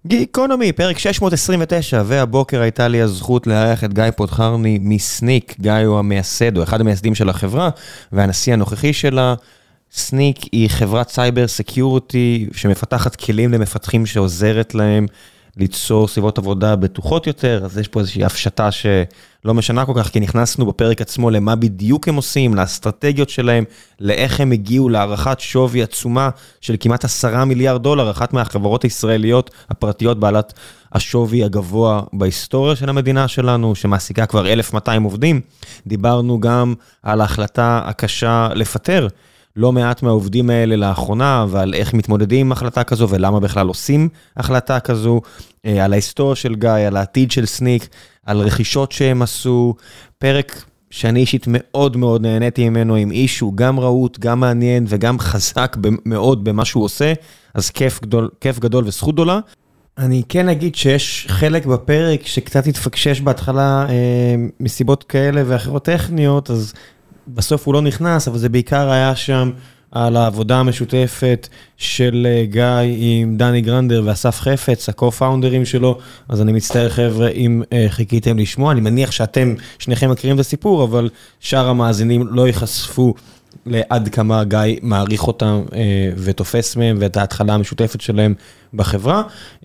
גיקונומי, פרק 629, והבוקר הייתה לי הזכות לארח את גיא פודחרני מסניק. גיא הוא המייסד, או אחד המייסדים של החברה, והנשיא הנוכחי שלה. סניק היא חברת סייבר סקיוריטי, שמפתחת כלים למפתחים שעוזרת להם ליצור סביבות עבודה בטוחות יותר. אז יש פה איזושהי הפשטה שלא משנה כל כך, כי נכנסנו בפרק עצמו למה בדיוק הם עושים, לאסטרטגיות שלהם, לאיך הם הגיעו להערכת שווי עצומה של כמעט 10 מיליארד דולר, אחת מהחברות הישראליות הפרטיות בעלת השווי הגבוה בהיסטוריה של המדינה שלנו, שמעסיקה כבר 1,200 עובדים. דיברנו גם על ההחלטה הקשה לפטר לא מעט מהעובדים האלה לאחרונה, ועל איך מתמודדים עם החלטה כזו, ולמה בכלל עושים החלטה כזו, על ההיסטוריה של גיא, על העתיד של סניק, על רכישות שהם עשו, פרק שאני אישית מאוד מאוד נהניתי ממנו, עם איש שהוא גם רהוט, גם מעניין, וגם חזק מאוד במה שהוא עושה, אז כיף גדול וזכות גדולה. אני כן אגיד שיש חלק בפרק שקצת התפקשש בהתחלה, מסיבות כאלה ואחרות טכניות, אז בסוף הוא לא נכנס, אבל זה בעיקר היה שם על העבודה המשותפת של גיא עם דני גרנדר ואסף חפץ, הקו-פאונדרים שלו. אז אני מצטער חבר'ה אם חיכיתם לשמוע, אני מניח שאתם שניכם מכירים את הסיפור, אבל שאר המאזינים לא ייחשפו לעד כמה גיא מעריך אותם ותופס מהם ואת ההתחלה המשותפת שלהם בחברה,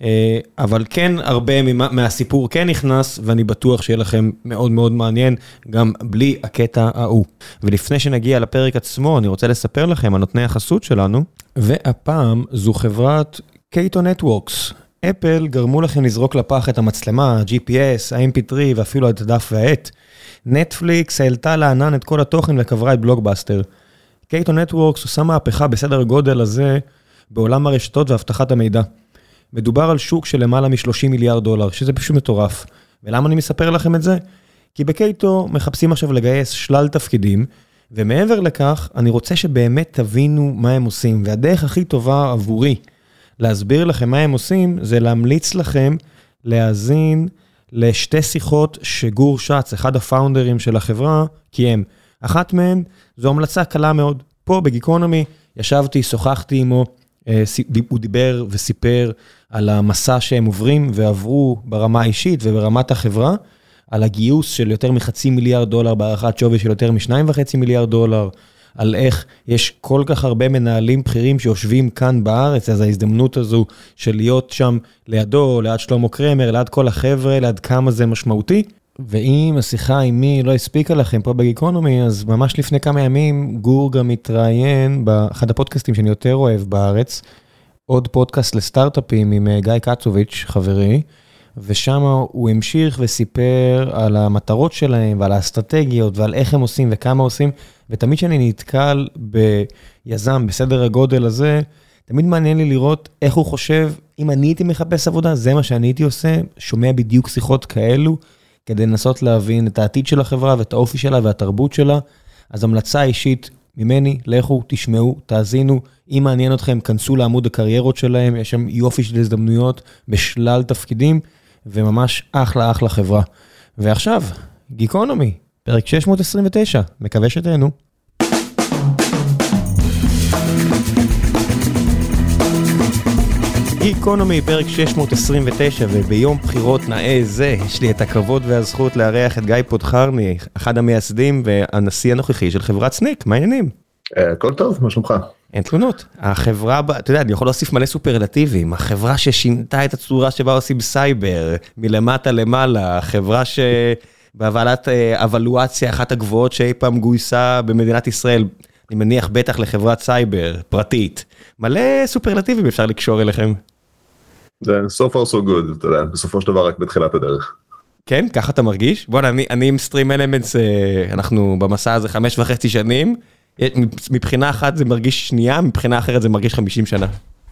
אבל כן הרבה מהסיפור כן נכנס, ואני בטוח שיהיה לכם מאוד מאוד מעניין גם בלי הקטע ההוא. ולפני שנגיע לפרק עצמו, אני רוצה לספר לכם על נותני החסות שלנו, והפעם זו חברת קייטו נטוורקס. אפל גרמו לכם לזרוק לפח את המצלמה, ה-GPS, ה-MP3 ואפילו את הדף והעט. נטפליקס העלתה לענן את כל התוכן וקברה את בלוגבאסטר. קייטו נטוורקס עושה מהפכה בסדר הגודל הזה בעולם הרשתות והבטחת המידע. מדובר על שוק של למעלה מ-30 מיליארד דולר, שזה פשוט מטורף. ולמה אני מספר לכם את זה? כי בקייטו מחפשים עכשיו לגייס שלל תפקידים, ומעבר לכך אני רוצה שבאמת תבינו מה הם עושים, והדרך הכי טובה עבורי להסביר לכם מה הם עושים, זה להמליץ לכם להאזין לשתי שיחות שגור שץ, אחד הפאונדרים של החברה, קיים. אחת מהן זו המלצה קלה מאוד. פה בגיקונומי ישבתי, שוחחתי עמו, הוא דיבר וסיפר על המסע שהם עוברים ועברו ברמה האישית וברמת החברה, על הגיוס של יותר מ500 מיליארד דולר, בהערכת שווי של יותר מ2.5 מיליארד דולר, על איך יש כל כך הרבה מנהלים בכירים שיושבים כאן בארץ, אז ההזדמנות הזו של להיות שם לידו, ליד שלמה קרמר, ליד כל החבר'ה, ליד כמה זה משמעותי. ואם השיחה עם מי לא הספיקה לכם פה בגיקונומי, אז ממש לפני כמה ימים גור גם מתראיין באחד הפודקאסטים שאני יותר אוהב בארץ, עוד פודקאסט לסטארט-אפים עם גיא קצוביץ' חברי, ושם הוא המשיך וסיפר על המטרות שלהם ועל האסטרטגיות ועל איך הם עושים וכמה עושים, ותמיד שאני נתקל ביזם בסדר הגודל הזה, תמיד מעניין לי לראות איך הוא חושב, אם אני הייתי מחפש עבודה, זה מה שאני הייתי עושה, שומע בדיוק שיחות כאלו, כדי לנסות להבין את העתיד של החברה ואת האופי שלה והתרבות שלה. אז המלצה אישית ממני, לכו, תשמעו, תאזינו, אם מעניין אתכם, כנסו לעמוד הקריירות שלהם, יש שם יופי של הזדמנויות בשלל תפקידים, וממש אחלה חברה. ועכשיו, גיקונומי, פרק 629, מקווה שתהנו. גיקונומי, פרק 629, וביום בחירות נאה זה, יש לי את הכבוד והזכות לארח את גיא פודחרני, אחד המייסדים והנשיא הנוכחי של חברת סניק. מה העניינים? הכל טוב, מה שלומך? אין תלונות. החברה, אתה יודע, אני יכול להוסיף מלא סופרלטיבים, החברה ששינתה את הצורה שבה עושים סייבר, מלמטה למעלה, החברה שבהבלת אבלואציה אחת הגבוהות שאי פעם גויסה במדינת ישראל, אני מניח בטח לחברת סייבר פרטית. מלא סופרלטיבים אפשר לקשור אליכם. זה so far so good, אתה יודע, בסופו של דבר רק בתחילת הדרך. כן, ככה אתה מרגיש? בוא, אני עם סטרים אלמנטס, אנחנו במסע הזה 5.5 שנים, מבחינה אחת זה מרגיש שנייה, מבחינה אחרת זה מרגיש 50 שנה.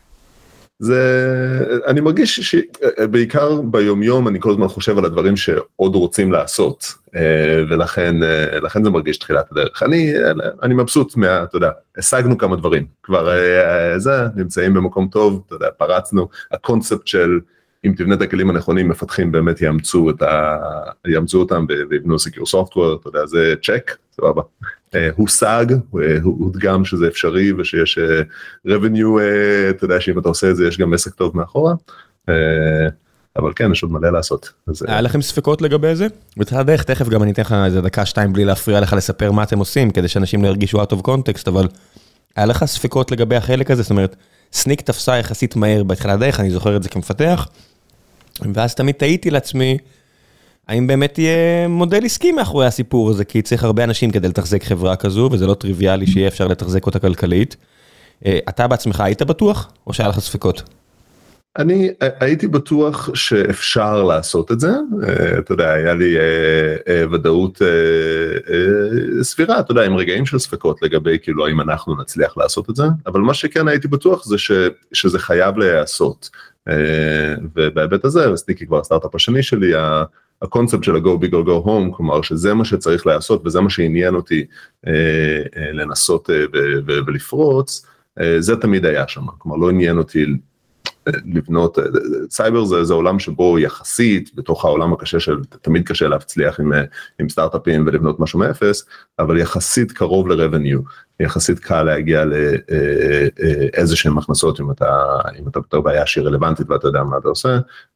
אני מרגיש שבעיקר ביומיום אני כל הזמן חושב על הדברים שעוד רוצים לעשות, ולכן זה מרגיש תחילת הדרך. אני מבסוט אתה יודע, השגנו כמה דברים, כבר נמצאים במקום טוב, אתה יודע, פרצנו, הקונספט של אם תבנה את הכלים הנכונים, מפתחים באמת יאמצו אותם ויבנו סקיור סופטוור, אתה יודע, זה צ'ק, סבבה. הושג, הודגם שזה אפשרי ושיש revenue, אתה יודע שאם אתה עושה את זה יש גם עסק טוב מאחורה, אבל כן, יש עוד מלא לעשות. היה לכם ספקות לגבי זה? בתחילת דרך, תכף גם אני אתן לך איזה דקה, שתיים, בלי להפריע לך לספר מה אתם עושים, כדי שאנשים לא ירגישו out of context, אבל היה לך ספקות לגבי החלק הזה? זאת אומרת, סניק תפסה יחסית מהר בתחילת דרך, אני זוכר את זה כמפתח, ואז תמיד תהיתי לעצמי, האם באמת יהיה מודל עסקי מאחורי הסיפור הזה, כי צריך הרבה אנשים כדי לתחזק חברה כזו, וזה לא טריוויאלי שיהיה אפשר לתחזק אותה כלכלית. אתה בעצמך היית בטוח, או שהיה לך ספקות? אני הייתי בטוח שאפשר לעשות את זה, אתה יודע, היה לי ודאות סבירה, אתה יודע, עם רגעים של ספקות לגבי כאילו האם אנחנו נצליח לעשות את זה, אבל מה שכן הייתי בטוח זה שזה חייב להיעשות, ובהיבט הזה, וסניקי כבר הסטארט-אפ השני שלי, הקונספט של ה-go big or go home, כלומר שזה מה שצריך לעשות וזה מה שעניין אותי לנסות ולפרוץ, זה תמיד היה שם, כלומר לא עניין אותי לבנות, סייבר זה עולם שבו יחסית, בתוך העולם הקשה של, תמיד קשה להצליח עם סטארט-אפים ולבנות משהו מאפס, אבל יחסית קרוב ל-revenue, יחסית קל להגיע לאיזה שהן הכנסות, אם אתה בתור בעיה שהיא רלוונטית ואתה יודע מה אתה עושה,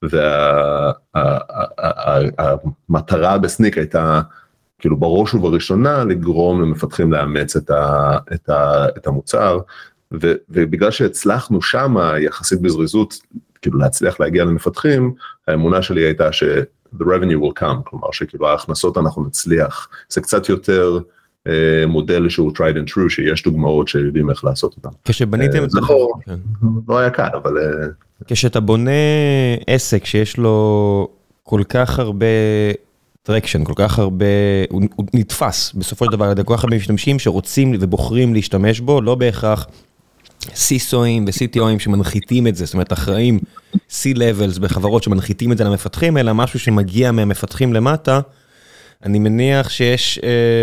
והמטרה בסניק הייתה, כאילו בראש ובראשונה, לגרום למפתחים לאמץ את המוצר, ובגלל שהצלחנו שמה יחסית בזריזות, כאילו להצליח להגיע למפתחים, האמונה שלי הייתה ש-the revenue will come, כלומר שכאילו ההכנסות אנחנו נצליח, זה קצת יותר מודל שהוא tried and true, שיש דוגמאות שיודעים איך לעשות אותם. כשבניתם את זה, לא היה קל, אבל... כשאתה בונה עסק שיש לו כל כך הרבה טרקשן, כל כך הרבה, הוא נתפס בסופו של דבר, כל כך הרבה משתמשים שרוצים ובוחרים להשתמש בו, לא בהכרח CISOים ו-CTOים שמנחיתים את זה, זאת אומרת, אחראים C-Levels בחברות שמנחיתים את זה למפתחים, אלא משהו שמגיע מהמפתחים למטה, אני מניח שיש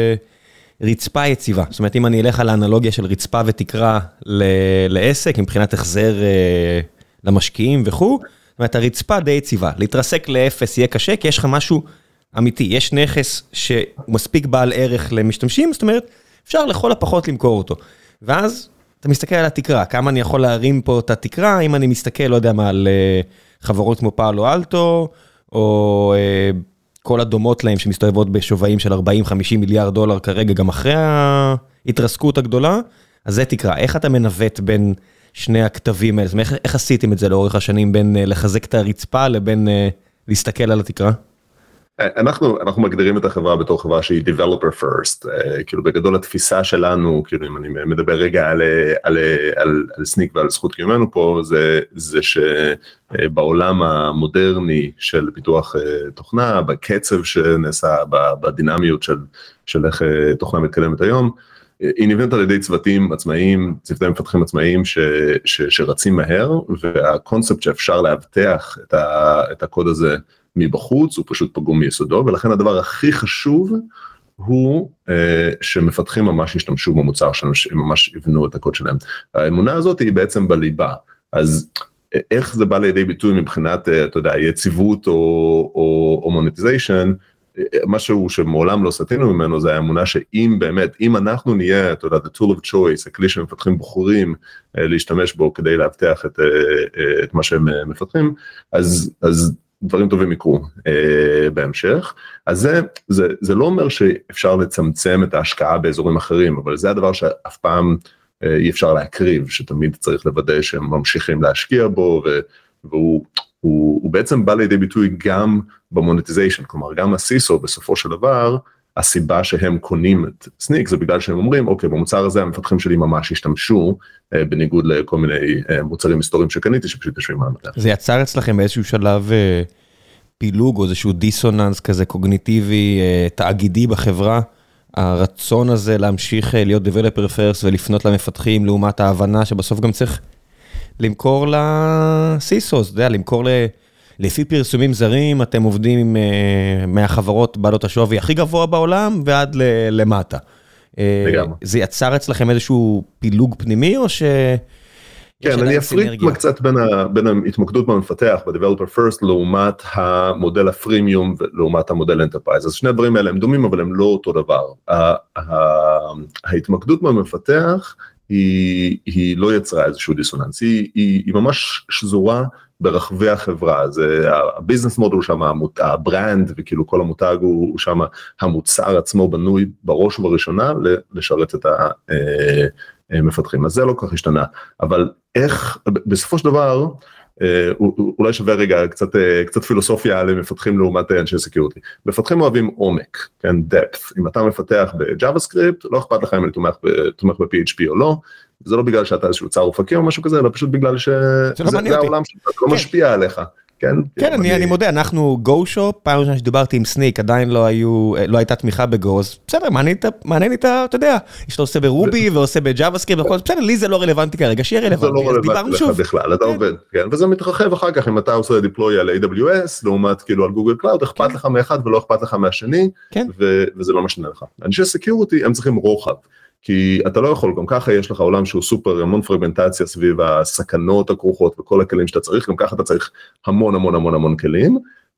רצפה יציבה. זאת אומרת, אם אני אלך על האנלוגיה של רצפה ותקרה לעסק, מבחינת החזר למשקיעים וכו', זאת אומרת, הרצפה די יציבה. להתרסק לאפס יהיה קשה, כי יש לך משהו אמיתי. יש נכס שהוא מספיק בעל ערך למשתמשים, זאת אומרת, אפשר לכל הפחות למכור אותו. ואז אתה מסתכל על התקרה, כמה אני יכול להרים פה את התקרה, אם אני מסתכל, לא יודע מה, על חברות כמו פאלו אלטו, או כל הדומות להם שמסתובבות בשווים של 40-50 מיליארד דולר כרגע, גם אחרי ההתרסקות הגדולה, אז זה תקרה. איך אתה מנווט בין שני הכתבים האלה? זאת אומרת, איך עשיתם את זה לאורך השנים, בין לחזק את הרצפה לבין להסתכל על התקרה? אנחנו מגדירים את החברה בתור חברה שהיא developer first, כאילו בגדול התפיסה שלנו, כאילו אם אני מדבר רגע על סניק ועל זכות קיומנו פה, זה שבעולם המודרני של פיתוח תוכנה, בקצב שנעשה, בדינמיות של איך תוכנה מתקדמת היום, היא נבנית על ידי צוותים עצמאיים, צוותי מפתחים עצמאיים שרצים מהר, והקונספט שאפשר להבטח את הקוד הזה מבחוץ, הוא פשוט פגום מיסודו, ולכן הדבר הכי חשוב הוא שמפתחים ממש ישתמשו במוצר שלנו, שהם ממש יבנו את הקוד שלהם. האמונה הזאת היא בעצם בליבה, אז איך זה בא לידי ביטוי מבחינת, אתה יודע, יציבות או מוניטיזיישן, משהו שמעולם לא סתינו ממנו, זה האמונה שאם באמת, אם אנחנו נהיה, אתה יודע, the tool of choice, הכלי שמפתחים בוחרים להשתמש בו כדי להבטח את מה שהם מפתחים, אז דברים טובים יקרו בהמשך. אז זה לא אומר שאפשר לצמצם את ההשקעה באזורים אחרים, אבל זה הדבר שאף פעם אי אפשר להקריב, שתמיד צריך לוודא שהם ממשיכים להשקיע בו, והוא בעצם בא לידי ביטוי גם במוניטיזיישן, כלומר גם הסיסו בסופו של דבר, הסיבה שהם קונים את סניק, זה בגלל שהם אומרים, אוקיי, במוצר הזה המפתחים שלי ממש השתמשו, בניגוד לכל מיני מוצרים היסטוריים שקניתי, שפשוט יושבים על המדף. זה יצר אצלכם באיזשהו שלב פילוג, או איזשהו דיסוננס כזה קוגניטיבי, תאגידי בחברה, הרצון הזה להמשיך להיות developer first ולפנות למפתחים, לעומת ההבנה שבסוף גם צריך למכור לסיסוס, אתה יודע, למכור לפי פרסומים זרים, אתם עובדים מהחברות בעלות השווי הכי גבוה בעולם, ועד למטה. זה יצר אצלכם איזשהו פילוג פנימי, או ש... כן, אני אפריד קצת בין ההתמקדות במפתח, ב-Developer First, לעומת המודל הפרימיום, ולעומת המודל Enterprise. אז שני הדברים האלה הם דומים, אבל הם לא אותו דבר. ההתמקדות במפתח, היא לא יצרה איזשהו דיסוננס, היא ממש שזורה ברחבי החברה, זה הביזנס מודל שם, הברנד וכאילו כל המותג הוא שם, המוצר עצמו בנוי בראש ובראשונה לשרת את המפתחים, אז זה לא כך השתנה, אבל איך, בסופו של דבר, אולי שווה רגע קצת פילוסופיה למפתחים לעומת אנשי סקיוריטי. מפתחים אוהבים עומק, כן, depth. אם אתה מפתח ב-JavaScript, לא אכפת לך אם אני תומך ב-PHP או לא, זה לא בגלל שאתה איזשהו צער אופקי או משהו כזה, אלא פשוט בגלל שזה העולם שלך, זה לא משפיע עליך. כן, אני מודה, אנחנו GoShop, פעם ראשונה שדיברתי עם סניק, עדיין לא הייתה תמיכה בגו, אז בסדר, מעניין איתה, אתה יודע, יש לו עושה ברובי ועושה בג'אווה-סקריפט, בסדר, לי זה לא רלוונטי כרגע, שיהיה רלוונטי, אז דיברנו שוב. זה לא רלוונטי לך בכלל, אתה עובד, כן, וזה מתרחב אחר כך, אם אתה עושה דיפלוי על AWS, לעומת כאילו על גוגל קלאוד, אכפת לך מאחד ולא אכפת לך מהשני, וזה לא משנה לך. אנשי סקיוריטי, הם צריכים רוחב. כי אתה לא יכול, גם ככה יש לך עולם שהוא סופר, המון פרגמנטציה סביב הסכנות הכרוכות וכל הכלים שאתה צריך, גם ככה אתה צריך המון המון המון המון כלים,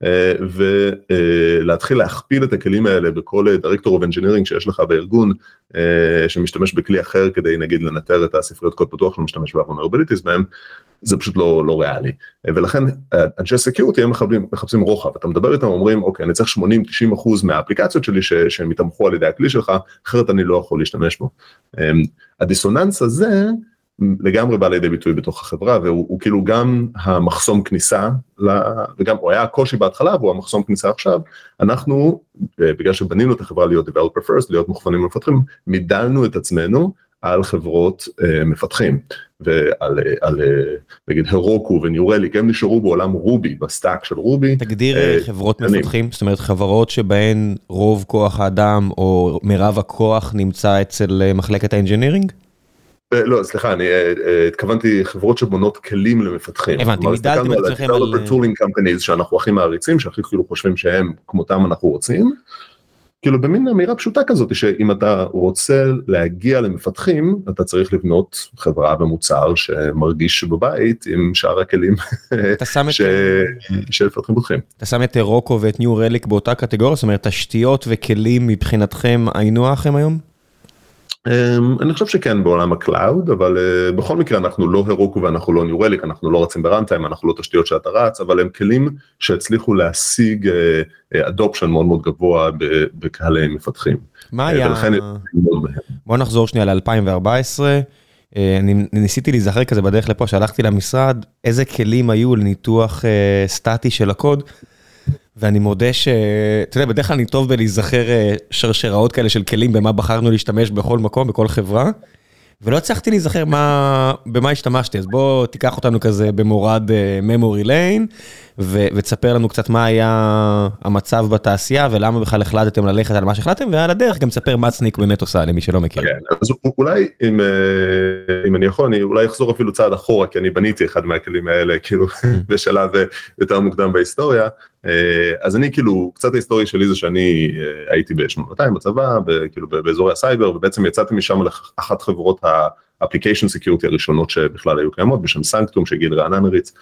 ולהתחיל להכפיל את הכלים האלה בכל דירקטור אוף אנג'ינירינג שיש לך בארגון, שמשתמש בכלי אחר כדי נגיד לנטר את הספריות קוד פתוח שמשתמש ב-vulnerabilities בהם, זה פשוט לא ריאלי, ולכן אנשי סקיוריטי הם מחפשים רוחב, אתה מדבר איתם, אומרים אוקיי, אני צריך 80-90% מהאפליקציות שלי שהם יתמכו על ידי הכלי שלך, אחרת אני לא יכול להשתמש בו. הדיסוננס הזה לגמרי בא לידי ביטוי בתוך החברה, והוא כאילו גם המחסום כניסה, וגם הוא היה הקושי בהתחלה, והוא המחסום כניסה עכשיו, אנחנו, בגלל שבנינו את החברה להיות developer first, להיות מוכוונים למפתחים, מידלנו את עצמנו על חברות מפתחים, ועל נגיד הרוקו וניורליק, הם נשארו בעולם רובי, בסטאק של רובי. תגדיר חברות מפתחים, זאת אומרת חברות שבהן רוב כוח האדם, או מרב הכוח נמצא אצל מחלקת האנג'ינירינג? לא, סליחה, אני התכוונתי חברות שבונות כלים למפתחים. הבנתי, מידלתם את עצמכם על... developer tooling companies שאנחנו הכי מעריצים, שהכי כאילו חושבים שהם כמותם אנחנו רוצים, כאילו במין אמירה פשוטה כזאת, שאם אתה רוצה להגיע למפתחים, אתה צריך לבנות חברה ומוצר שמרגיש בבית עם שאר הכלים שמפתחים פותחים. אתה שם את רוקו ואת ניו רליק באותה קטגוריה, זאת אומרת, תשתיות וכלים מבחינתכם היינו אחם היום? אני חושב שכן בעולם הקלאוד, אבל בכל מקרה אנחנו לא הרוקו ואנחנו לא ניו רליק, אנחנו לא רצים ברנטיים, אנחנו לא תשתיות שאתה רץ, אבל הם כלים שהצליחו להשיג אדופשן מאוד מאוד גבוה בקהלי מפתחים. מה היה? בוא נחזור שנייה ל-2014, אני ניסיתי להיזכר כזה בדרך לפה, שהלכתי למשרד, איזה כלים היו לניתוח סטטי של הקוד, ואני מודה ש... אתה יודע, בדרך כלל אני טוב בלהיזכר שרשראות כאלה של כלים, במה בחרנו להשתמש בכל מקום, בכל חברה, ולא הצלחתי להיזכר במה השתמשתי, אז בוא תיקח אותנו כזה במורד memory lane, ותספר לנו קצת מה היה המצב בתעשייה, ולמה בכלל החלטתם ללכת על מה שהחלטתם, ועל הדרך גם תספר מה סניק באמת עושה, למי שלא מכיר. כן, אז אולי, אם אני יכול, אני אולי אחזור אפילו צעד אחורה, כי אני בניתי אחד מהכלים האלה, כאילו, בשלב יותר מוקדם בהיסטוריה, אז אני כאילו, קצת ההיסטוריה שלי זה שאני הייתי ב-8200 בצבא, כאילו באזורי הסייבר, ובעצם יצאתי משם לאחת חברות האפליקיישן סקיוריטי הראשונות שבכלל היו קיימות, בשם סנקטום שגיל רענן הריץ,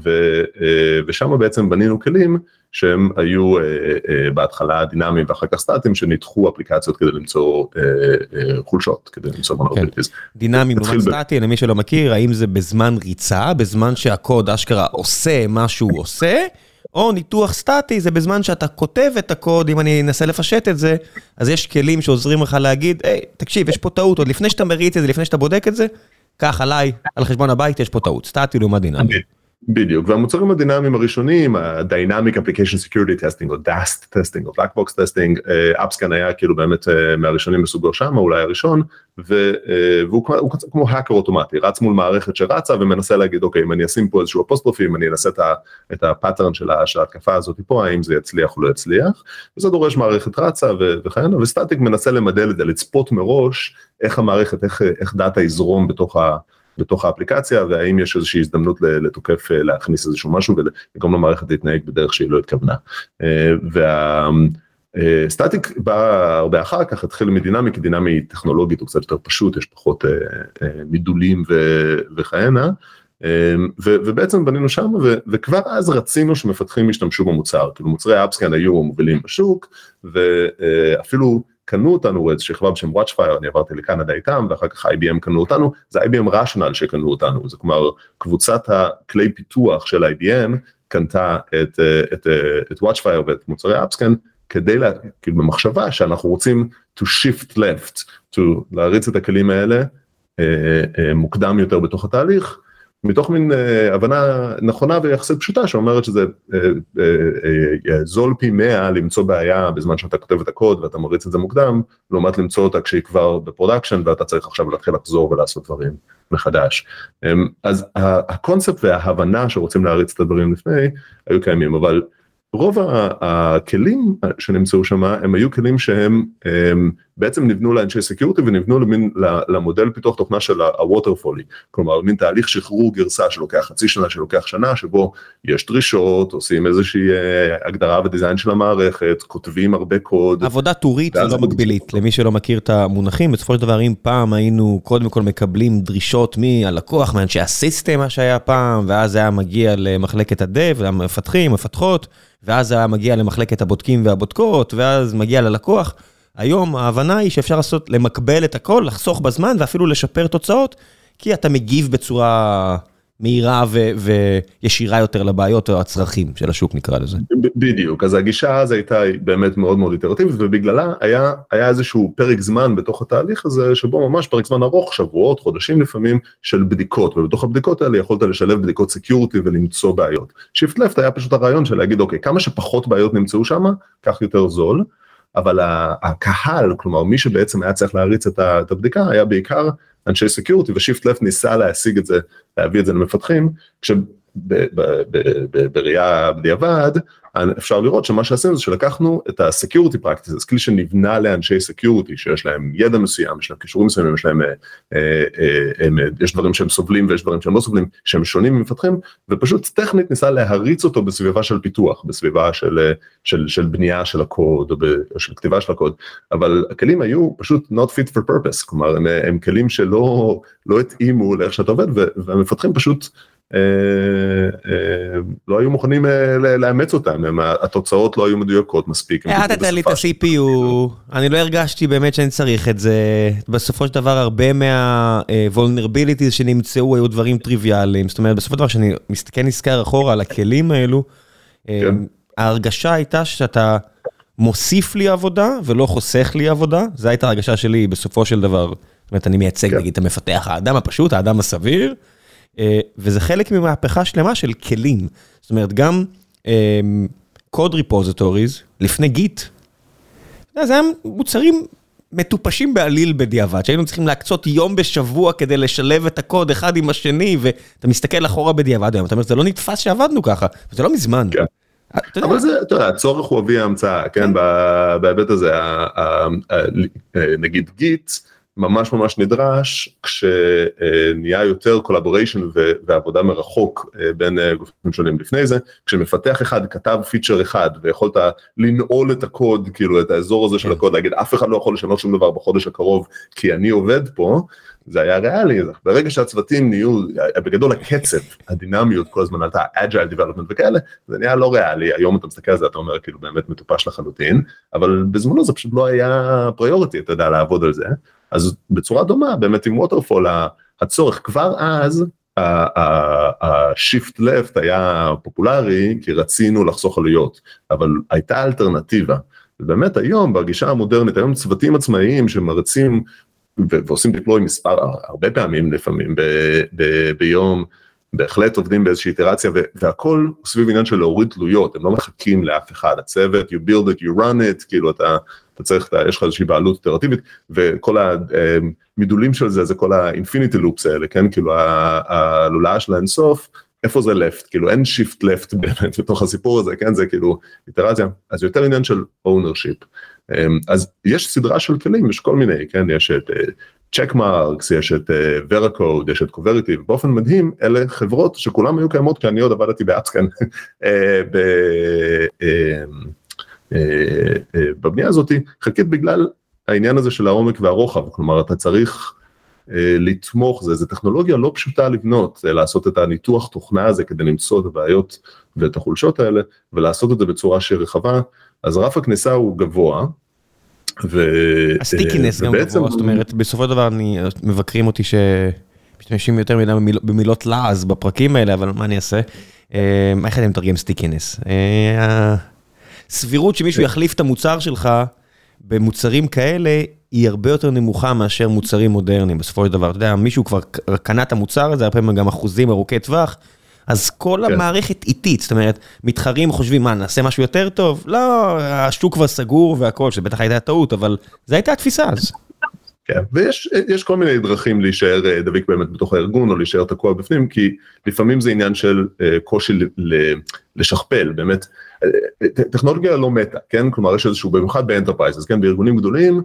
ושם בעצם בנינו כלים שהם היו בהתחלה דינמיים ואחר כך סטטיים, שניתחו אפליקציות כדי למצוא חולשות, כדי למצוא vulnerabilities. דינמיים לעומת סטטי, למי שלא מכיר, האם זה בזמן ריצה, בזמן שהקוד אשכרה עושה מה שהוא עושה, או ניתוח סטטי, זה בזמן שאתה כותב את הקוד, אם אני אנסה לפשט את זה, אז יש כלים שעוזרים לך להגיד, היי, תקשיב, יש פה טעות, עוד לפני שאתה מריץ את זה, לפני שאתה בודק את זה, קח עליי, על חשבון הבית, יש פה טעות, סטטי לעומת דינמי. בדיוק, והמוצרים הדינמיים הראשונים, ה-Dynamic Application Security Testing, או DAST Testing, או Black Box Testing, אפסקן היה כאילו באמת מהראשונים בסוגו שם, אולי הראשון, והוא כמו האקר אוטומטי, רץ מול מערכת שרצה ומנסה להגיד, אוקיי, אם אני אשים פה איזשהו אפוסטרופי, אם אני אנסה את הפאטרן של ההתקפה הזאת פה, האם זה יצליח או לא יצליח, וזה דורש מערכת רצה וכן, וסטטיק מנסה למדל את זה, לצפות מראש איך המערכת, איך דאטה יזרום בתוך האפליקציה, והאם יש איזושהי הזדמנות לתוקף להכניס איזשהו משהו, וגם למערכת להתנהג בדרך שהיא לא התכוונה. סטטיק בא הרבה אחר כך, התחיל מדינמי, כי דינמי טכנולוגית הוא קצת יותר פשוט, יש פחות מידולים וכהנה, ובעצם בנינו שם, וכבר אז רצינו שמפתחים ישתמשו במוצר, כאילו מוצרי אפסקן היו מובילים בשוק, ואפילו קנו אותנו, איזו שכבה בשם Watchfire, אני עברתי לקנדה איתם, ואחר כך IBM קנו אותנו, זה IBM Rational שקנו אותנו, זה כלומר, קבוצת הכלי פיתוח של IBM, קנתה את Watchfire ואת מוצרי אפסקן, כדי כאילו במחשבה שאנחנו רוצים to shift left, להריץ את הכלים האלה, מוקדם יותר בתוך התהליך, מתוך מין הבנה נכונה ויחסית פשוטה, שאומרת שזה זול פי 100 למצוא בעיה בזמן שאתה כותב את הקוד ואתה מריץ את זה מוקדם, לעומת למצוא אותה כשהיא כבר בפרודקשן ואתה צריך עכשיו להתחיל לחזור ולעשות דברים מחדש. אז הקונספט וההבנה שרוצים להריץ את הדברים לפני היו קיימים, אבל רוב הכלים שנמצאו שם, הם היו כלים שהם בעצם נבנו לאנשי סקיורטי ונבנו למודל פיתוח תוכנה של הווטרפולי, כלומר מין תהליך שחרור גרסה שלוקח חצי שנה, שלוקח שנה, שבו יש דרישות, עושים איזושהי הגדרה ודיזיין של המערכת, כותבים הרבה קוד. עבודה טורית ולא מקבילית, למי שלא מכיר את המונחים, בסופו של דבר אם פעם היינו קודם כל מקבלים דרישות מהלקוח, מאנשי הסיסטם מה שהיה פעם, ואז היה מגיע למחלקת הדב, למפתחים, מפתחות, ואז היה מגיע למחלקת הבודקים והבודקות, ואז מגיע ללקוח. היום ההבנה היא שאפשר לעשות, למקבל את הכל, לחסוך בזמן, ואפילו לשפר תוצאות, כי אתה מגיב בצורה מהירה וישירה יותר לבעיות או הצרכים של השוק, נקרא לזה. בדיוק, אז הגישה הזו הייתה באמת מאוד מאוד איטרטיבית, ובגללה היה איזשהו פרק זמן בתוך התהליך הזה, שבו ממש פרק זמן ארוך, שבועות, חודשים לפעמים, של בדיקות, ובתוך הבדיקות האלה יכולת לשלב בדיקות סקיורטי ולמצוא בעיות. שיפט לפט היה פשוט הרעיון של להגיד, אוקיי, כמה שפחות בעיות נמצאו שם, כך יותר זול, אבל הקהל, כלומר מי שבעצם היה צריך להריץ את הבדיקה, היה בעיקר אנשי סקיורטי, ושיפט לפט ניסה להשיג את זה, להביא את זה למפתחים, כשבראייה בדיעבד, אפשר לראות שמה שעשינו זה שלקחנו את ה-security practices, כלי שנבנה לאנשי security, שיש להם ידע מסוים, יש להם קישורים מסוימים, יש דברים שהם סובלים ויש דברים שהם לא סובלים, שהם שונים ממפתחים, ופשוט טכנית ניסה להריץ אותו בסביבה של פיתוח, בסביבה של בנייה של הקוד, או של כתיבה של הקוד, אבל הכלים היו פשוט not fit for purpose, כלומר הם כלים שלא התאימו לאיך שאתה עובד, והמפתחים פשוט לא היו מוכנים לאמץ אותם, התוצאות לא היו מדויקות מספיק. העדת לי את ה-CPU, אני לא הרגשתי באמת שאני צריך את זה, בסופו של דבר הרבה מה-vulnerabilities שנמצאו היו דברים טריוויאליים, זאת אומרת בסופו של דבר שאני נזכר אחורה על הכלים האלו, ההרגשה הייתה שאתה מוסיף לי עבודה ולא חוסך לי עבודה, זו הייתה ההרגשה שלי בסופו של דבר, זאת אומרת אני מייצג נגיד את המפתח, האדם הפשוט, האדם הסביר, וזה חלק ממהפכה שלמה של כלים, זאת אומרת גם קוד ריפוזיטוריז לפני גיט, זה היה מוצרים מטופשים בעליל בדיעבד, שהיינו צריכים להקצות יום בשבוע כדי לשלב את הקוד אחד עם השני, ואתה מסתכל אחורה בדיעבד, אתה אומר, זה לא נתפס שעבדנו ככה, זה לא מזמן. אבל זה, אתה יודע, הצורך הוא אבי ההמצאה, כן, בהיבט הזה, נגיד גיט, ממש ממש נדרש כשנהיה יותר קולאבוריישן ועבודה מרחוק בין גופים שונים לפני זה, כשמפתח אחד כתב פיצ'ר אחד ויכולת לנעול את הקוד, כאילו את האזור הזה של הקוד, להגיד אף אחד לא יכול לשנות שום דבר בחודש הקרוב כי אני עובד פה, זה היה ריאלי, ברגע שהצוותים נהיו, בגדול הקצב, הדינמיות כל הזמן עלתה, agile development וכאלה, זה נהיה לא ריאלי, היום אתה מסתכל על זה, אתה אומר כאילו באמת מטופש לחלוטין, אבל בזמנו זה פשוט לא היה פריוריטי, אתה יודע, לעבוד על זה, אז בצורה דומה, באמת עם ווטרפול, הצורך כבר אז, ה-shift left היה פופולרי, כי רצינו לחסוך עלויות, אבל הייתה אלטרנטיבה, ובאמת היום, בגישה המודרנית, היום צוותים עצמאיים שמרצים, ועושים דיפלוי מספר, הרבה פעמים לפעמים ביום, בהחלט עובדים באיזושהי איטרציה, והכל סביב עניין של להוריד תלויות, הם לא מחכים לאף אחד, הצוות, you build it, you run it, כאילו אתה צריך, יש לך איזושהי בעלות איטרטיבית, וכל המידולים של זה, זה כל ה-infinity loops האלה, כן, כאילו הלולאה של האינסוף, איפה זה left, כאילו אין shift left באמת בתוך הסיפור הזה, כן, זה כאילו איטרציה, אז יותר עניין של ownership, אז יש סדרה של כלים, יש כל מיני, כן, יש את Checkmarks, יש את Veracode, יש את Coverity, ובאופן מדהים, אלה חברות שכולם היו קיימות, כי אני עוד עבדתי באפסקן, בבנייה הזאת, חלקית בגלל העניין הזה של העומק והרוחב, כלומר, אתה צריך לתמוך, זה טכנולוגיה לא פשוטה לבנות, לעשות את הניתוח תוכנה הזה, כדי למצוא את הבעיות ואת החולשות האלה, ולעשות את זה בצורה שהיא רחבה, אז רף הכניסה הוא גבוה, הסטיקינס גם גבוה, זאת אומרת, בסופו של דבר מבקרים אותי שמשתמשים יותר במילות לעז בפרקים האלה, אבל מה אני אעשה? איך אתם מתרגם סטיקינס? הסבירות שמישהו יחליף את המוצר שלך במוצרים כאלה, היא הרבה יותר נמוכה מאשר מוצרים מודרניים. בסופו של דבר, אתה יודע, מישהו כבר קנה את המוצר הזה, הרבה פעמים גם אחוזים ארוכי טווח, אז כל המערכת איטית, זאת אומרת, מתחרים חושבים, מה, נעשה משהו יותר טוב? לא, השוק כבר סגור והכל, שבטח הייתה טעות, אבל זו הייתה התפיסה אז. כן, ויש כל מיני דרכים להישאר דביק באמת בתוך הארגון, או להישאר תקוע בפנים, כי לפעמים זה עניין של קושי לשכפל, באמת, טכנולוגיה לא מתה, כן? כלומר, יש איזשהו, במיוחד באנטרפרייז, אז כן, בארגונים גדולים,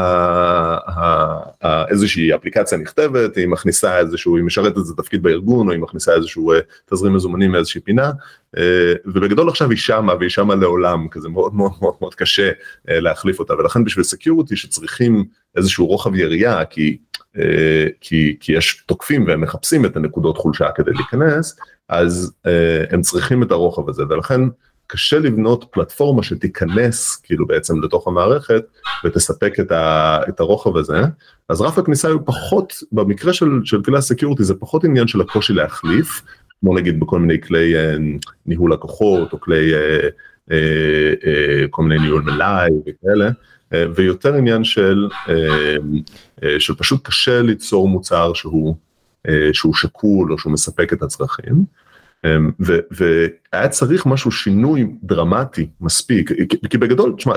איזושהי אפליקציה נכתבת, היא מכניסה איזשהו, היא משרתת איזה תפקיד בארגון, או היא מכניסה איזשהו תזרים מזומנים מאיזושהי פינה, ובגדול עכשיו היא שמה, והיא שמה לעולם, כזה מאוד מאוד מאוד מאוד קשה להחליף אותה, ולכן בשביל סקיוריטי שצריכים איזשהו רוחב יריעה, כי יש תוקפים והם מחפשים את הנקודות חולשה כדי להיכנס, אז הם צריכים את הרוחב הזה, ולכן קשה לבנות פלטפורמה שתיכנס כאילו בעצם לתוך המערכת ותספק את הרוחב הזה, אז רף הכניסה הוא פחות, במקרה של כלי הסקיוריטי זה פחות עניין של הקושי להחליף, כמו נגיד בכל מיני כלי ניהול לקוחות או כלי כל מיני ניהול מלאי וכאלה, ויותר עניין של פשוט קשה ליצור מוצר שהוא שקול או שהוא מספק את הצרכים, והיה צריך משהו שינוי דרמטי מספיק, כי בגדול, תשמע,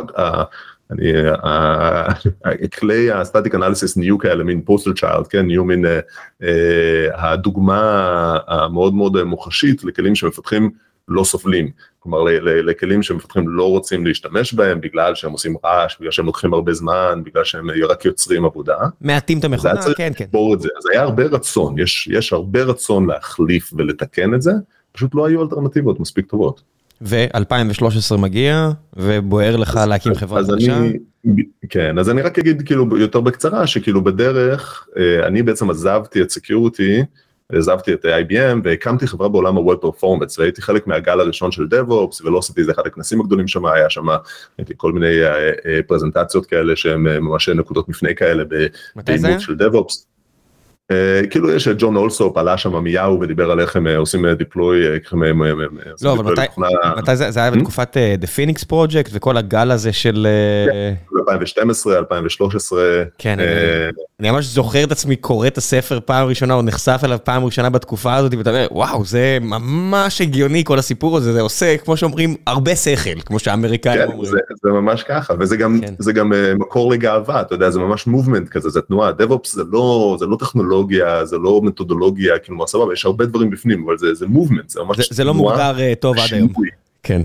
כלי הסטטיק אנליסיס נהיו כאלה מין פוסטר צ'יילד, כן, נהיו מין הדוגמה המאוד מאוד מוחשית לכלים שמפתחים לא סובלים, כלומר לכלים שמפתחים לא רוצים להשתמש בהם בגלל שהם עושים רעש, בגלל שהם לוקחים הרבה זמן, בגלל שהם רק יוצרים עבודה. מעטים את המכונה, כן, כן. אז היה הרבה רצון, יש הרבה רצון להחליף ולתקן את זה, פשוט לא היו אלטרנטיבות מספיק טובות. ו-2013 מגיע, ובוער לך להקים חברה חדשה? כן, אז אני רק אגיד כאילו יותר בקצרה, שכאילו בדרך, אני בעצם עזבתי את סקיוריטי, עזבתי את IBM, והקמתי חברה בעולם ה-Web Performance, והייתי חלק מהגל הראשון של DevOps, ולוסיטי זה אחד הכנסים הגדולים שם, היה שם כל מיני פרזנטציות כאלה, שהן ממש נקודות מפני כאלה, באימות של DevOps. כאילו יש ג'ון אולסופ עלה שם מיהו ודיבר על איך הם עושים דיפלוי. לא, אבל מתי זה היה בתקופת The Phoenix Project וכל הגל הזה של 2012, 2013. כן, אני ממש זוכר את עצמי קורא את הספר פעם ראשונה או נחשף אליו פעם ראשונה בתקופה הזאת ואתה אומר וואו זה ממש הגיוני כל הסיפור הזה, זה עושה כמו שאומרים הרבה שכל כמו שהאמריקאים אומרים. זה ממש ככה וזה גם מקור לגאווה, אתה יודע, זה ממש מובמנט כזה, זה תנועה, DevOps זה לא טכנולוגיה, זה לא מתודולוגיה, כאילו סבבה, יש הרבה דברים בפנים, אבל זה מובמנט, זה ממש זה לא מוגדר טוב עד היום. כן.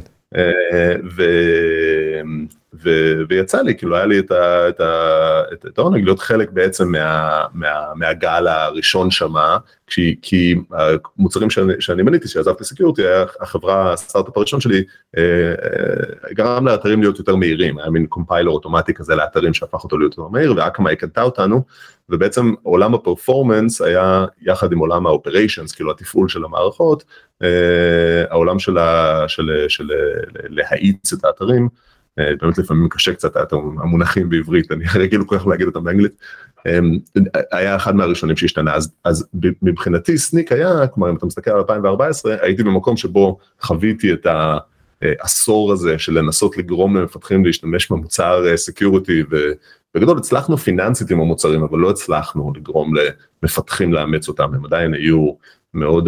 ויצא לי, כאילו היה לי את העונג להיות חלק בעצם מהגל הראשון שמה, כי המוצרים שאני מניתי, שעזבתי סקיוריטי, החברה, הסטארט-אפ הראשון שלי, גרם לאתרים להיות יותר מהירים, היה מין קומפיילר אוטומטי כזה לאתרים שהפך אותו להיות יותר מהיר, ואקמה הקנתה אותנו, ובעצם עולם הפרפורמנס היה יחד עם עולם האופריישנס, כאילו התפעול של המערכות, העולם של להאיץ את האתרים, באמת לפעמים קשה קצת המונחים בעברית, אני רגיל כל כך להגיד אותם באנגלית, היה אחד מהראשונים שהשתנה, אז מבחינתי סניק היה, כלומר אם אתה מסתכל על 2014, הייתי במקום שבו חוויתי את העשור הזה של לנסות לגרום למפתחים להשתמש במוצר סקיוריטי, ובגדול הצלחנו פיננסית עם המוצרים, אבל לא הצלחנו לגרום למפתחים לאמץ אותם, הם עדיין היו מאוד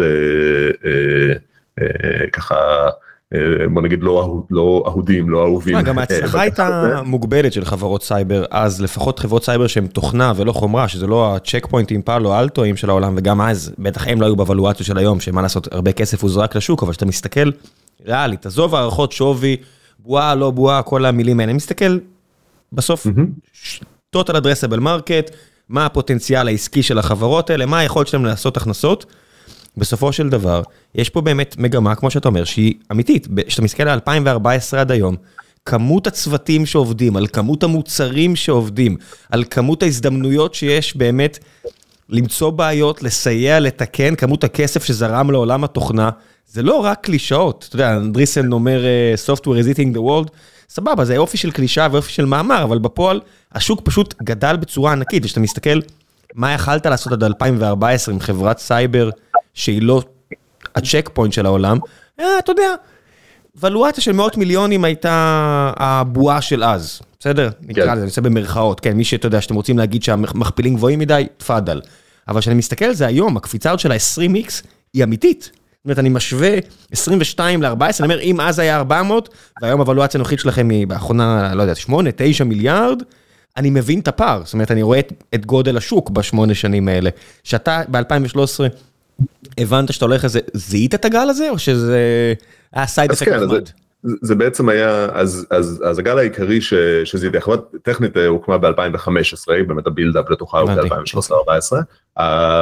ככה, בוא נגיד לא אהודים, לא אהובים. גם ההצלחה הייתה מוגבלת של חברות סייבר, אז לפחות חברות סייבר שהן תוכנה ולא חומרה, שזה לא הצ'ק פוינטים פאלו אלטואים של העולם, וגם אז בטח הם לא היו בוולואציה של היום, שמה לעשות, הרבה כסף הוזרק לשוק, אבל שאתה מסתכל ריאלית, עזוב הערכות שווי, בועה, לא בועה, כל המילים האלה, אני מסתכל בסוף, total addressable market, מה הפוטנציאל העסקי של החברות האלה, מה היכולת שלהם לעשות הכנסות, בסופו של דבר, יש פה באמת מגמה, כמו שאתה אומר, שהיא אמיתית, שאתה מסתכל על 2014 עד היום, כמות הצוותים שעובדים, על כמות המוצרים שעובדים, על כמות ההזדמנויות שיש באמת למצוא בעיות, לסייע, לתקן, כמות הכסף שזרם לעולם התוכנה, זה לא רק קלישאות, אתה יודע, אנדריסן אומר, software is eating the world, סבבה, זה אופי של קלישה ואופי של מאמר, אבל בפועל, השוק פשוט גדל בצורה ענקית, ושאתה מסתכל, מה יכלת לעשות עד 2014 עם חברת סייבר, שהיא לא הצ'ק פוינט של העולם, אתה יודע, ולואציה של מאות מיליונים הייתה הבועה של אז, בסדר? נקרא לזה, אני עושה במרכאות, כן, מי שאתה יודע, שאתם רוצים להגיד שהמכפילים גבוהים מדי, תפאדל. אבל כשאני מסתכל על זה היום, הקפיצה של ה-20x היא אמיתית. זאת אומרת, אני משווה 22 ל-14, אני אומר, אם אז היה 400, והיום הוולואציה הנוכחית שלכם היא באחרונה, לא יודע, 8, 9 מיליארד, אני מבין את הפער. זאת אומרת, אני רואה את גודל השוק ב8 שנים האלה. שאתה ב-2013 הבנת שאתה הולך לזה, זיהית את הגל הזה, או שזה היה סייד אפקט נחמד? זה בעצם היה, אז הגל העיקרי שזה החברה טכנית הוקמה ב-2015, באמת הבילדאפ לתוכה הוא ב-2013-2014,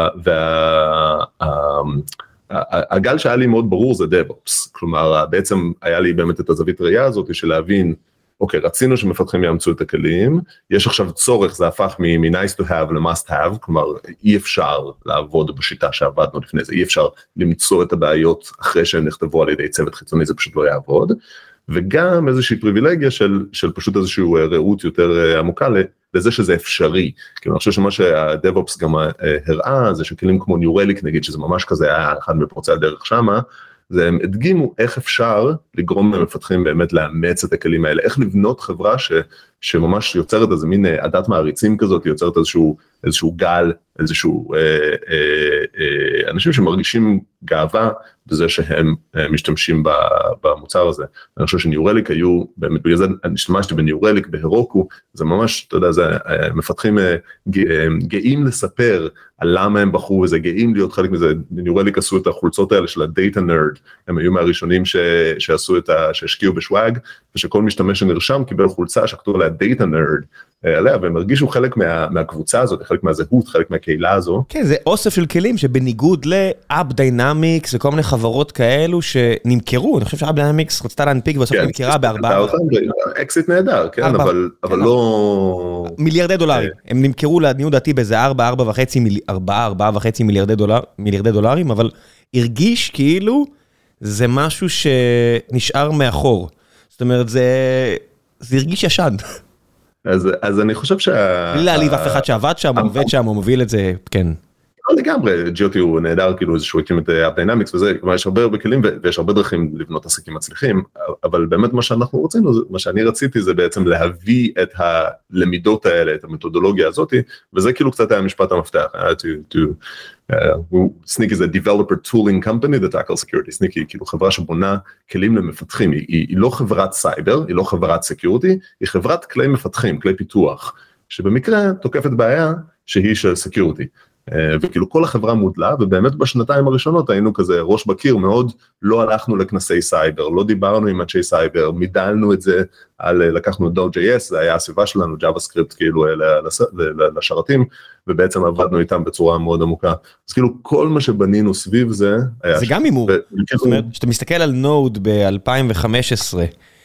והגל שהיה לי מאוד ברור זה DevOps, כלומר בעצם היה לי באמת את הזווית ראייה הזאת של להבין, אוקיי, רצינו שמפתחים יאמצו את הכלים, יש עכשיו צורך, זה הפך מ-nice to have ל-must have, כלומר אי אפשר לעבוד בשיטה שעבדנו לפני זה, אי אפשר למצוא את הבעיות אחרי שהם נכתבו על ידי צוות חיצוני, זה פשוט לא יעבוד, וגם איזושהי פריבילגיה של פשוט איזושהי ראות יותר עמוקה לזה שזה אפשרי, כי אני חושב שמה שה-DevOps גם הראה, זה שכלים כמו New Relic נגיד, שזה ממש כזה היה אחד מפורצי הדרך שמה, זה הם הדגימו איך אפשר לגרום למפתחים באמת לאמץ את הכלים האלה, איך לבנות חברה שממש יוצרת איזה מין עדת מעריצים כזאת, יוצרת איזשהו גל, איזשהו אנשים שמרגישים גאווה בזה שהם משתמשים במוצר הזה. אני חושב שניו רליק היו, באמת בגלל זה אני השתמשתי בניו רליק, בהרוקו, זה ממש, אתה יודע, זה מפתחים גאים לספר על למה הם בחרו, וזה גאים להיות חלק מזה, ניו רליק עשו את החולצות האלה של הדאטה נרד, הם היו מהראשונים שעשו שהשקיעו בשוואג, ושכל משתמש שנרשם קיבל חולצה שכתוב עליה דאטה נרד, עליה, והם הרגישו חלק מהקבוצה הזאת, חלק מהזהות, חלק מהקהילה הזו. כן, זה אוסף של כלים שבניגוד ל-App Dynamics וכל מיני חברות כאלו שנמכרו, אני חושב ש-App Dynamics רצתה להנפיק בסוף נמכרה בארבעה. אקסיט נהדר, כן, אבל לא... מיליארדי דולרים. הם נמכרו לעניות דעתי באיזה 4.5 מיליארדי דולרים, אבל הרגיש כאילו זה משהו שנשאר מאחור. זאת אומרת, זה הרגיש ישן. אז אני חושב בלי להעליב אף אחד שעבד שם, או עובד שם, או מוביל את זה, כן. לא לגמרי, GOT הוא נהדר, כאילו איזשהו הקים את App Dynamics וזה, כלומר יש הרבה כלים ויש הרבה דרכים לבנות עסקים מצליחים, אבל באמת מה שאנחנו רוצים, מה שאני רציתי זה בעצם להביא את הלמידות האלה, את המתודולוגיה הזאת, וזה כאילו קצת היה משפט המפתח, Snyk is a developer tooling company that tackles security, Snyk היא כאילו חברה שבונה כלים למפתחים, היא לא חברת סייבר, היא לא חברת סקיוריטי, היא חברת כלי מפתחים, כלי פיתוח, שבמקרה תוקפת בעיה שהיא של סקיוריטי. וכאילו כל החברה מודלה, ובאמת בשנתיים הראשונות היינו כזה ראש בקיר, מאוד לא הלכנו לכנסי סייבר, לא דיברנו עם אנשי סייבר, מידלנו את זה, לקחנו את Node.js, זה היה הסביבה שלנו, JavaScript כאילו לשרתים, ובעצם עבדנו איתם בצורה מאוד עמוקה. אז כאילו כל מה שבנינו סביב זה, זה גם אימור, זאת אומרת, כשאתה מסתכל על Node ב-2015,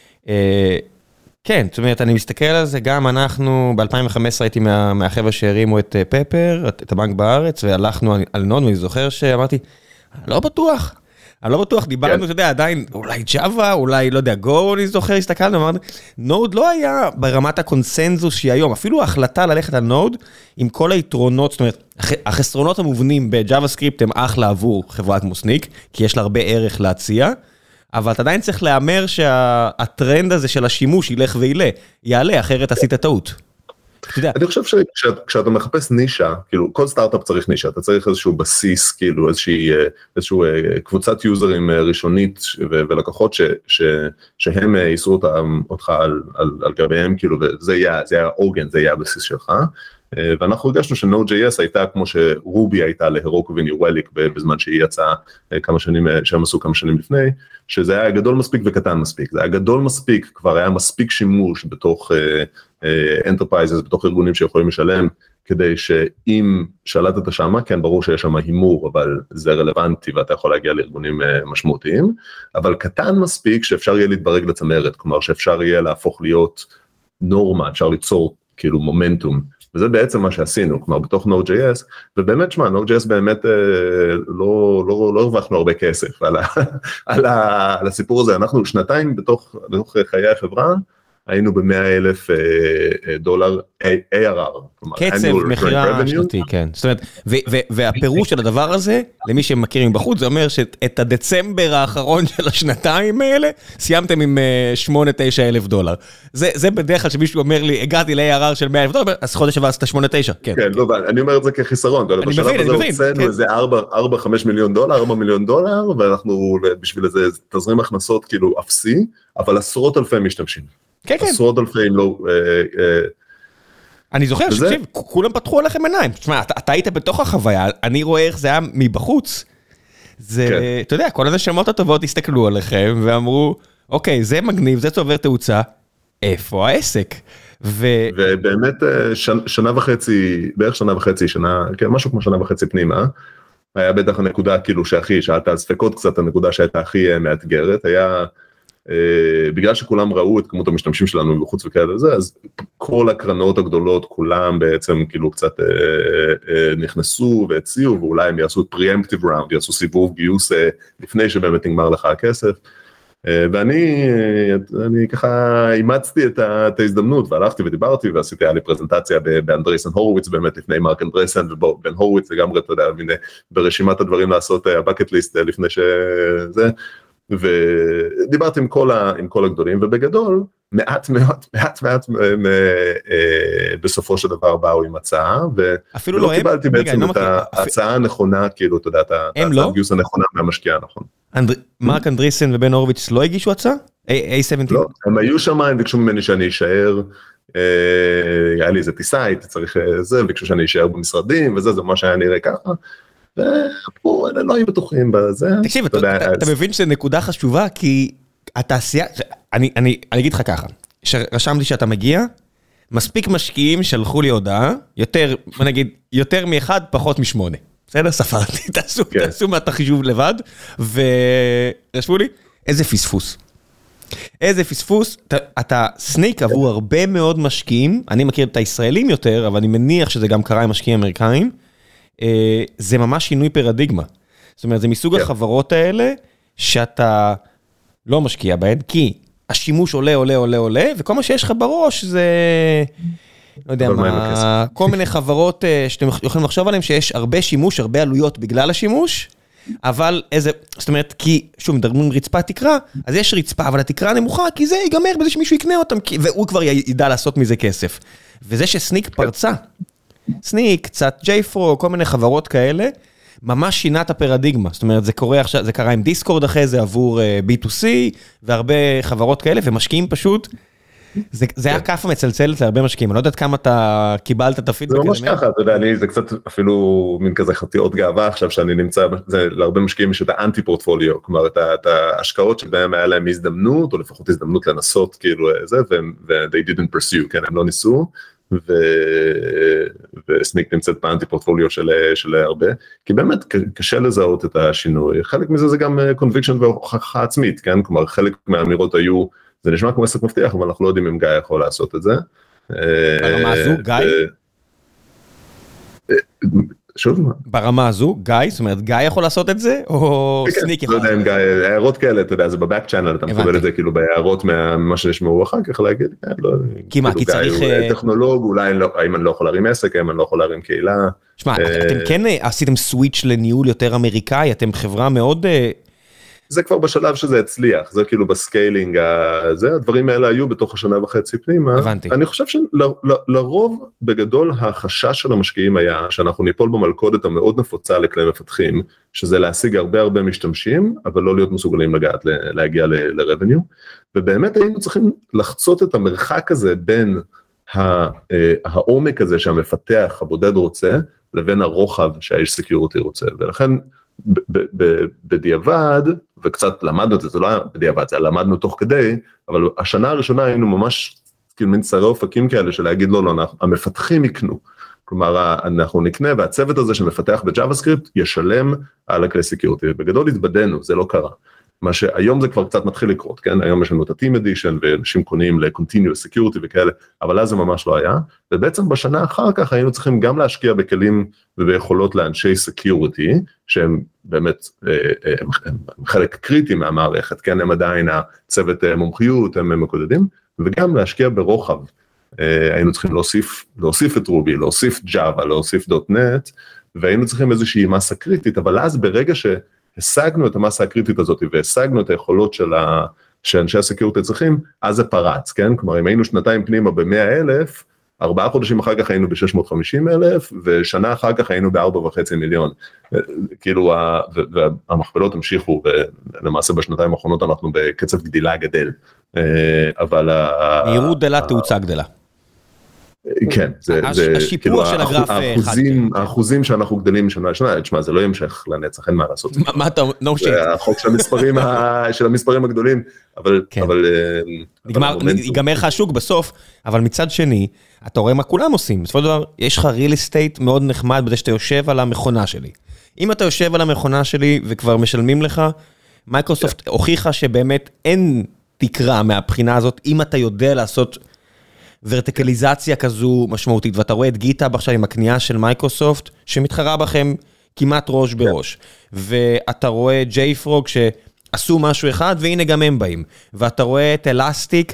כן, זאת אומרת, אני מסתכל על זה, גם אנחנו, ב-2015 הייתי מהחבר'ה שהרימו את פפר, את הבנק בארץ, והלכנו על נוד, ואני זוכר שאמרתי, אני לא בטוח, דיברנו, אתה יודע, עדיין, אולי ג'אווה, אולי, לא יודע, גו, אני זוכר, הסתכלנו, אמרנו, נוד לא היה ברמת הקונסנזוס שהיא היום, אפילו ההחלטה ללכת על נוד, עם כל היתרונות, זאת אומרת, החסרונות המובנים בג'אווה-סקריפט הם אחלה עבור חברה כמו סניק, כי יש לה הרבה ערך להציע, אבל אתה עדיין צריך לאמר שהטרנד הזה של השימוש ילך יעלה, אחרת עשית טעות. אני חושב שכשאתה מחפש נישה, כאילו כל סטארט-אפ צריך נישה, אתה צריך איזשהו בסיס, כאילו איזשהו קבוצת יוזרים ראשונית ולקוחות שהם יישאו אותך על גביהם, כאילו, וזה יהיה העוגן, זה יהיה הבסיס שלך. ואנחנו הרגשנו ש-Node.js הייתה כמו שרובי הייתה להרוקו וניו רליק בזמן שהיא יצאה כמה שנים, שהם עשו כמה שנים לפני, שזה היה גדול מספיק וקטן מספיק, זה היה גדול מספיק, כבר היה מספיק שימוש בתוך enterprises, בתוך ארגונים שיכולים לשלם, כדי שאם שלטת שמה, כן ברור שיש שם הימור, אבל זה רלוונטי ואתה יכול להגיע לארגונים משמעותיים, אבל קטן מספיק שאפשר יהיה להתברג לצמרת, כלומר שאפשר יהיה להפוך להיות נורמה, אפשר ליצור כאילו מומנטום וזה בעצם מה שעשינו, כלומר בתוך Node.js, ובאמת שמה, Node.js באמת לא הרווחנו הרבה כסף על הסיפור הזה, אנחנו שנתיים בתוך חיי החברה, היינו ב$100,000 ARR. קצב מחירה שנתי, כן. זאת אומרת, והפירוש של הדבר הזה, למי שמכירים בחוץ, זה אומר שאת הדצמבר האחרון של השנתיים האלה, סיימתם עם $8,000-9,000. זה בדרך כלל שמישהו אומר לי, הגעתי ל-ARR של $100,000, אז חודש הבא עשית 8-9, כן. כן, לא, אני אומר את זה כחיסרון, בשלב הזה הוצאנו איזה $4-5 מיליון, $4 מיליון, ואנחנו בשביל איזה תזרים הכנסות כאילו אפסי, אבל עשרות אלפי משתמשים. עשרות אלפי אם לא... אני זוכר שתקשיב, כולם פתחו עליכם עיניים. תשמע, אתה היית בתוך החוויה, אני רואה איך זה היה מבחוץ. זה, אתה יודע, כל הנשמות הטובות הסתכלו עליכם ואמרו, אוקיי, זה מגניב, זה צובר תאוצה, איפה העסק? ובאמת שנה וחצי, בערך שנה וחצי, משהו כמו שנה וחצי פנימה, היה בטח הנקודה כאילו שהכי, שאלת על ספקות קצת, הנקודה שהייתה הכי מאתגרת, היה... בגלל שכולם ראו את כמות המשתמשים שלנו מבחוץ וכאלה וזה, אז כל הקרנות הגדולות, כולם בעצם כאילו קצת נכנסו והציעו, ואולי הם יעשו preemptive round, יעשו סיבוב גיוס לפני שבאמת נגמר לך הכסף, ואני ככה אימצתי את ההזדמנות, והלכתי ודיברתי, ועשיתי היה לי פרזנטציה באנדרסן הורוביץ, באמת לפני מרק אנדרסן, ובן הורוביץ לגמרי, אתה יודע, ברשימת הדברים לעשות הבקט ליסט לפני שזה, ודיברתי עם כל הגדולים, ובגדול, מעט בסופו של דבר באו עם הצעה, ולא קיבלתי בעצם את ההצעה הנכונה, כאילו, אתה יודע, את הגיוס הנכונה מהמשקיעה הנכון. מרק אנדריסן ובן הורוביץ לא הגישו הצעה? A17? לא, הם היו שם, הם ביקשו ממני שאני אשאר, היה לי איזה טיסה, הייתי צריך זה, ביקשו שאני אשאר במשרדים, וזה, זה מה שהיה נראה ככה, ופה לא היו בטוחים בזה. תקשיב, אתה מבין שזה נקודה חשובה, כי התעשייה, אני אגיד לך ככה, שרשמתי שאתה מגיע, מספיק משקיעים שלחו לי הודעה, נגיד, יותר מאחד, פחות מ8. בסדר? ספרתי, תעשו מה תחישוב לבד, ורשמו לי, איזה פספוס. איזה פספוס, אתה סניק עבור הרבה מאוד משקיעים, אני מכיר את הישראלים יותר, אבל אני מניח שזה גם קרה עם משקיעים אמריקאים, זה ממש שינוי פרדיגמה. זאת אומרת, זה מסוג החברות האלה, שאתה לא משקיע בהן, כי השימוש עולה, וכל מה שיש לך בראש זה, לא יודע מה, כל מיני חברות שאתם יכולים לחשוב עליהן, שיש הרבה שימוש, הרבה עלויות בגלל השימוש, אבל איזה, זאת אומרת, כי, שוב, מדברים רצפה תקרה, אז יש רצפה, אבל התקרה נמוכה, כי זה ייגמר בזה שמישהו יקנה אותם, והוא כבר ידע לעשות מזה כסף. וזה שסניק פרצה, סניק, קצת ג'ייפרו, כל מיני חברות כאלה, ממש שינה את הפרדיגמה. זאת אומרת, זה קורה עכשיו, זה קרה עם דיסקורד אחרי זה עבור B2C, והרבה חברות כאלה, ומשקיעים פשוט, זה היה כף המצלצלת להרבה משקיעים. אני לא יודעת כמה אתה קיבלת את הפידבק. זה ממש ככה, אתה יודע, זה קצת אפילו מין כזה חתיאות גאווה עכשיו, שאני נמצא, זה להרבה משקיעים יש את האנטי פורטפוליו, כלומר, את ההשקעות שבהם היה להם הזדמנות, או לפחות הזדמנות לנסות, כאילו, זה, ו-they didn't pursue, כן, הם לא ניסו, וסניק נמצאת באנטי פורטפוליו של הרבה, כי באמת קשה לזהות את השינוי, חלק מזה זה גם conviction והוכחה עצמית, כן, כלומר חלק מהאמירות היו, זה נשמע כמו עסק מבטיח, אבל אנחנו לא יודעים אם גיא יכול לעשות את זה. ברמה הזו, גיא? שוב מה? ברמה הזו, גיא, זאת אומרת, גיא יכול לעשות את זה, או סניק יכול? לא יודע אם גיא, הערות כאלה, אתה יודע, זה בבק צ'אנל, אתה מקבל את זה כאילו בהערות ממה שנשמעו אחר כך, להגיד, כי מה, כי צריך... טכנולוג, אולי האם אני לא יכול להרים עסק, האם אני לא יכול להרים קהילה. שמע, אתם כן עשיתם סוויץ' לניהול יותר אמריקאי, אתם חברה מאוד... זה כבר בשלב שזה הצליח, זה כאילו בסקיילינג, הדברים האלה היו בתוך השנה וחצי פנימה. הבנתי. אני חושב שלרוב בגדול החשש של המשקיעים היה שאנחנו ניפול במלכודת המאוד נפוצה לכלי מפתחים, שזה להשיג הרבה משתמשים, אבל לא להיות מסוגלים להגיע ל-revenue, ובאמת היינו צריכים לחצות את המרחק הזה בין העומק הזה שהמפתח הבודד רוצה, לבין הרוחב שהאיש סקיוריטי רוצה, ולכן בדיעבד, וקצת למדנו את זה, זה לא היה בדיעבד, זה למדנו תוך כדי, אבל השנה הראשונה היינו ממש, כאילו מין צרי אופקים כאלה, של להגיד לא, המפתחים יקנו, כלומר, אנחנו נקנה, והצוות הזה שמפתח בג'אווה סקריפט, ישלם על הכלי סקיוריטי, ובגדול התבדנו, זה לא קרה. מה שהיום זה כבר קצת מתחיל לקרות, כן? היום יש לנו את ה-Team Edition, ואנשים קונים ל-Continuous Security וכאלה, אבל אז זה ממש לא היה, ובעצם בשנה אחר כך היינו צריכים גם להשקיע בכלים וביכולות לאנשי Security, שהם באמת הם חלק קריטי מהמערכת, כן? הם עדיין הצוות מומחיות, הם מקודדים, וגם להשקיע ברוחב. היינו צריכים להוסיף את רובי, להוסיף Java, להוסיף .NET, והיינו צריכים איזושהי מסה קריטית, אבל אז ברגע שהשגנו את המסה הקריטית הזאת, והשגנו את היכולות שאנשי הסקיורטי צריכים, אז זה פרץ, כן? כלומר, אם היינו שנתיים פנימה ב100,000, 4 חודשים אחר כך היינו ב650,000, ושנה אחר כך היינו ב4.5 מיליון. כאילו, והמכפלות המשיכו, ולמעשה בשנתיים האחרונות אנחנו בקצב גדילה גדל. אבל מהירות גדלה, תאוצה גדלה. כן, זה השיפוע של הגרף האחוזים שאנחנו גדלים משנה לשנה, תשמע, זה לא ימשך לנצח, אין מה לעשות. מה אתה, no shit. זה החוק של המספרים הגדולים, אבל ייגמר לך השוק בסוף, אבל מצד שני, אתה רואה מה כולם עושים, בסופו של דבר, יש לך real estate מאוד נחמד בזה שאתה יושב על המכונה שלי. אם אתה יושב על המכונה שלי וכבר משלמים לך, מייקרוסופט הוכיחה שבאמת אין תקרה מהבחינה הזאת, אם אתה יודע לעשות ורטיקליזציה כזו משמעותית, ואתה רואה את גיטאב עכשיו עם הקנייה של מייקרוסופט, שמתחרה בכם כמעט ראש בראש, ואתה רואה JFrog שעשו משהו אחד, והנה גם הם באים, ואתה רואה את אלסטיק,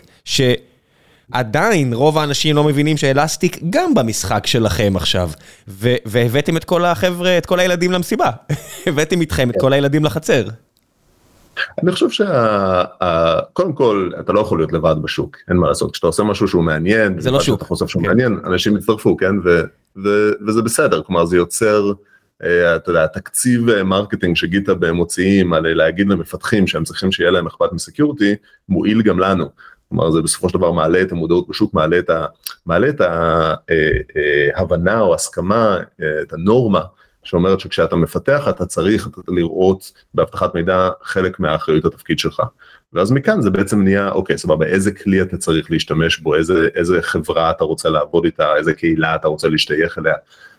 שעדיין רוב האנשים לא מבינים שאלסטיק גם במשחק שלכם עכשיו, והבאתם את כל החבר'ה, את כל הילדים למסיבה, הבאתם איתכם את כל הילדים לחצר. אני חושב קודם כל, אתה לא יכול להיות לבד בשוק, אין מה לעשות, כשאתה עושה משהו שהוא מעניין, זה לא שוק. אתה חושב שהוא מעניין, אנשים יצטרפו, כן, וזה בסדר, כלומר זה יוצר, אתה יודע, תקציב מרקטינג שגיטה במוציאים, על להגיד למפתחים שהם צריכים שיהיה להם אכפת מסקיורטי, מועיל גם לנו, כלומר זה בסופו של דבר מעלה את המודעות בשוק, מעלה את ההבנה או הסכמה, את הנורמה, שאומרת שכשאתה מפתח, אתה צריך לראות באבטחת מידע חלק מהאחריות התפקיד שלך. ואז מכאן זה בעצם נהיה, אוקיי, סבבה, איזה כלי אתה צריך להשתמש בו, איזה חברה אתה רוצה לעבוד איתה, איזה קהילה אתה רוצה להשתייך אליה.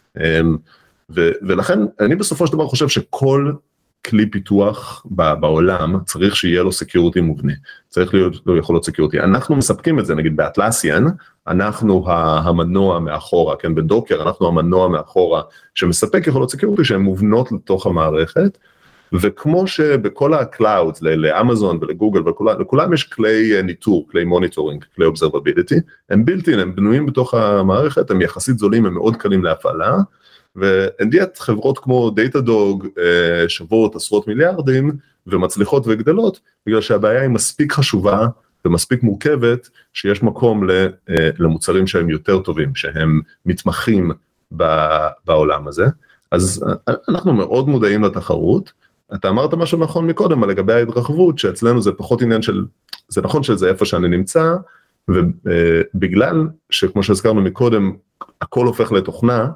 ולכן אני בסופו של דבר חושב שכל כלי פיתוח בעולם צריך שיהיה לו סקיוריטי מובנה, צריך להיות לו יכולות סקיוריטי. אנחנו מספקים את זה, נגיד באטלסיאן, אנחנו המנוע מאחורה, כן, בדוקר, אנחנו המנוע מאחורה, שמספק יכולות סקיוריטי שהן מובנות לתוך המערכת, וכמו שבכל הקלאודס, לאמזון ולגוגל, לכולם יש כלי ניטור, כלי מוניטורינג, כלי אובזרבביליטי, הם בילטין, הם בנויים בתוך המערכת, הם יחסית זולים, הם מאוד קלים להפעלה, ואנדיית חברות כמו דאטאדוג שוות עשרות מיליארדים ומצליחות וגדלות, בגלל שהבעיה היא מספיק חשובה ומספיק מורכבת, שיש מקום למוצרים שהם יותר טובים, שהם מתמחים בעולם הזה. אז אנחנו מאוד מודעים לתחרות. אתה אמרת משהו נכון מקודם, על לגבי ההתרחבות, שאצלנו זה פחות עניין של, זה נכון שזה איפה שאני נמצא, ובגלל שכמו שהזכרנו מקודם, הכל הופך לתוכנה,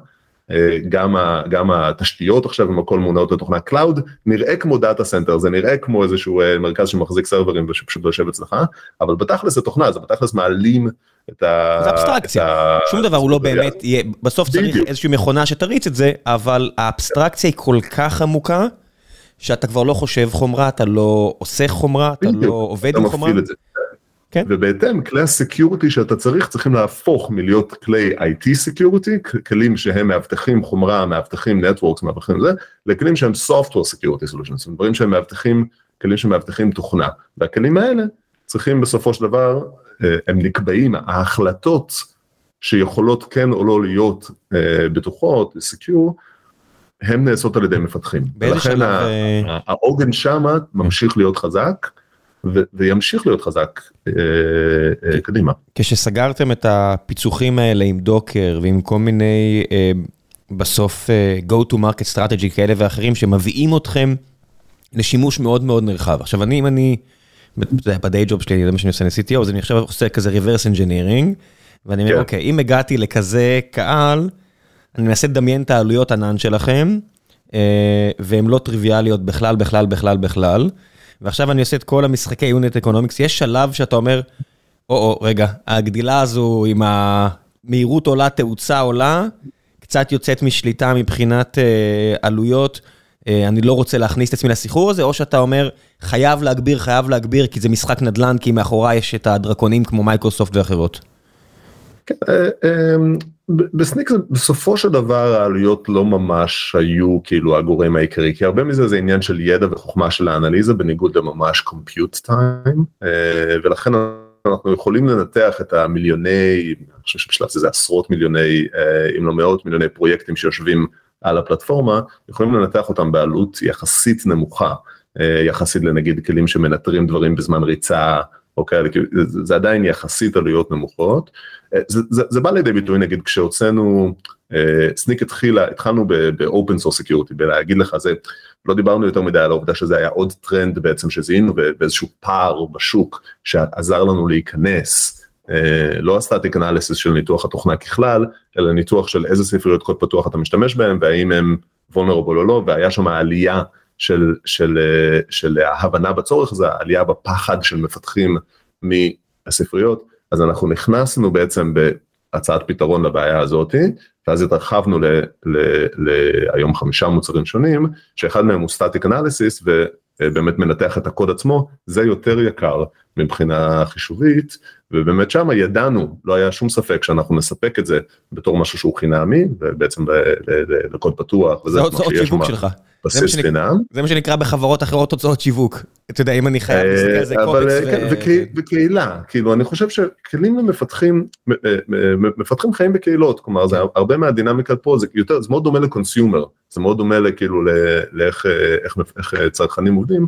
גם התשתיות עכשיו עם הכל מונעות לתוכנה קלאוד, נראה כמו דאטה סנטר, זה נראה כמו איזשהו מרכז שמחזיק סרברים ושפשוט יושב אצלך, אבל בתכלס זה תוכנה, זה בתכלס מעלים את זה אבסטרקציה, שום דבר הוא לא באמת, בסוף צריך איזושהי מכונה שתריץ את זה, אבל האבסטרקציה היא כל כך עמוקה, שאתה כבר לא חושב חומרה, אתה לא עושה חומרה, אתה לא עובד עם חומרה. כן. ובהתאם, כלי הסקיוריטי שאתה צריכים להפוך מלהיות כלי IT סקיוריטי, כלים שהם מאבטחים חומרה, מאבטחים נטוורקס, מאבטחים זה, לכלים שהם software security solutions, דברים שהם מאבטחים, כלים שמאבטחים תוכנה, והכלים האלה צריכים בסופו של דבר, הם נקבעים, ההחלטות שיכולות כן או לא להיות בטוחות, סקיור, הם נעשות על ידי מפתחים. ולכן העוגן שמה ממשיך להיות חזק, וימשיך להיות חזק קדימה. כשסגרתם את הפיצוחים האלה עם דוקר ועם כל מיני בסוף go to market strategy כאלה ואחרים שמביאים אתכם לשימוש מאוד מאוד נרחב. עכשיו אם אני בדיי ג'וב שלי, זה מה שאני עושה ל-CTO, אז אני עכשיו עושה כזה reverse engineering, ואני אומר אוקיי, אם הגעתי לכזה קהל, אני מנסה לדמיין את העלויות ענן שלכם, והן לא טריוויאליות בכלל, ועכשיו אני עושה את כל המשחקי יוניט אקונומיקס, יש שלב שאתה אומר, רגע, הגדילה הזו עם המהירות עולה, תאוצה עולה, קצת יוצאת משליטה מבחינת עלויות, אני לא רוצה להכניס את עצמי לסיחור הזה, או שאתה אומר, חייב להגביר, כי זה משחק נדל"ן, כי מאחורי יש את הדרקונים כמו מייקרוסופט ואחרות. בסניק בסופו של דבר העלויות לא ממש היו כאילו הגורם העיקרי, כי הרבה מזה זה עניין של ידע וחוכמה של האנליזה, בניגוד לממש compute time, ולכן אנחנו יכולים לנתח את המיליוני, אני חושב שבשלב זה עשרות מיליוני, אם לא מאות מיליוני פרויקטים שיושבים על הפלטפורמה, יכולים לנתח אותם בעלות יחסית נמוכה, יחסית לנגיד כלים שמנטרים דברים בזמן ריצה, אוקיי, זה עדיין יחסית עלויות נמוכות, זה בא לידי ביטוי נגיד כשהוצאנו, סניק התחלנו ב-open source security, בלהגיד לך זה, לא דיברנו יותר מדי על העובדה שזה היה עוד טרנד בעצם שזיהינו באיזשהו פער בשוק שעזר לנו להיכנס, לא הסטטיק אנליסיס של ניתוח התוכנה ככלל, אלא ניתוח של איזה ספריות קוד פתוח אתה משתמש בהם, והאם הם vulnerable או לא, והיה שם העלייה של ההבנה בצורך, זה העלייה בפחד של מפתחים מהספריות, אז אנחנו נכנסנו בעצם בהצעת פתרון לבעיה הזאת, ואז התרחבנו להיום 5 מוצרים שונים, שאחד מהם הוא סטטיק אנליסיס, ובאמת מנתח את הקוד עצמו, זה יותר יקר מבחינה חישובית, ובאמת שם ידענו, לא היה שום ספק שאנחנו נספק את זה בתור משהו שהוא חינמי, ובעצם לקוד פתוח, זה הוצאות שיווק שלך. זה מה שנקרא בחברות אחרות הוצאות שיווק. אתה יודע, אם אני חייב להסתכל על זה קופקס. וקהילה, כאילו אני חושב שכלים למפתחים, מפתחים חיים בקהילות, כלומר זה הרבה מהדינמיקה פה, זה מאוד דומה לקונסיומר, זה מאוד דומה כאילו לאיך צרכנים עובדים,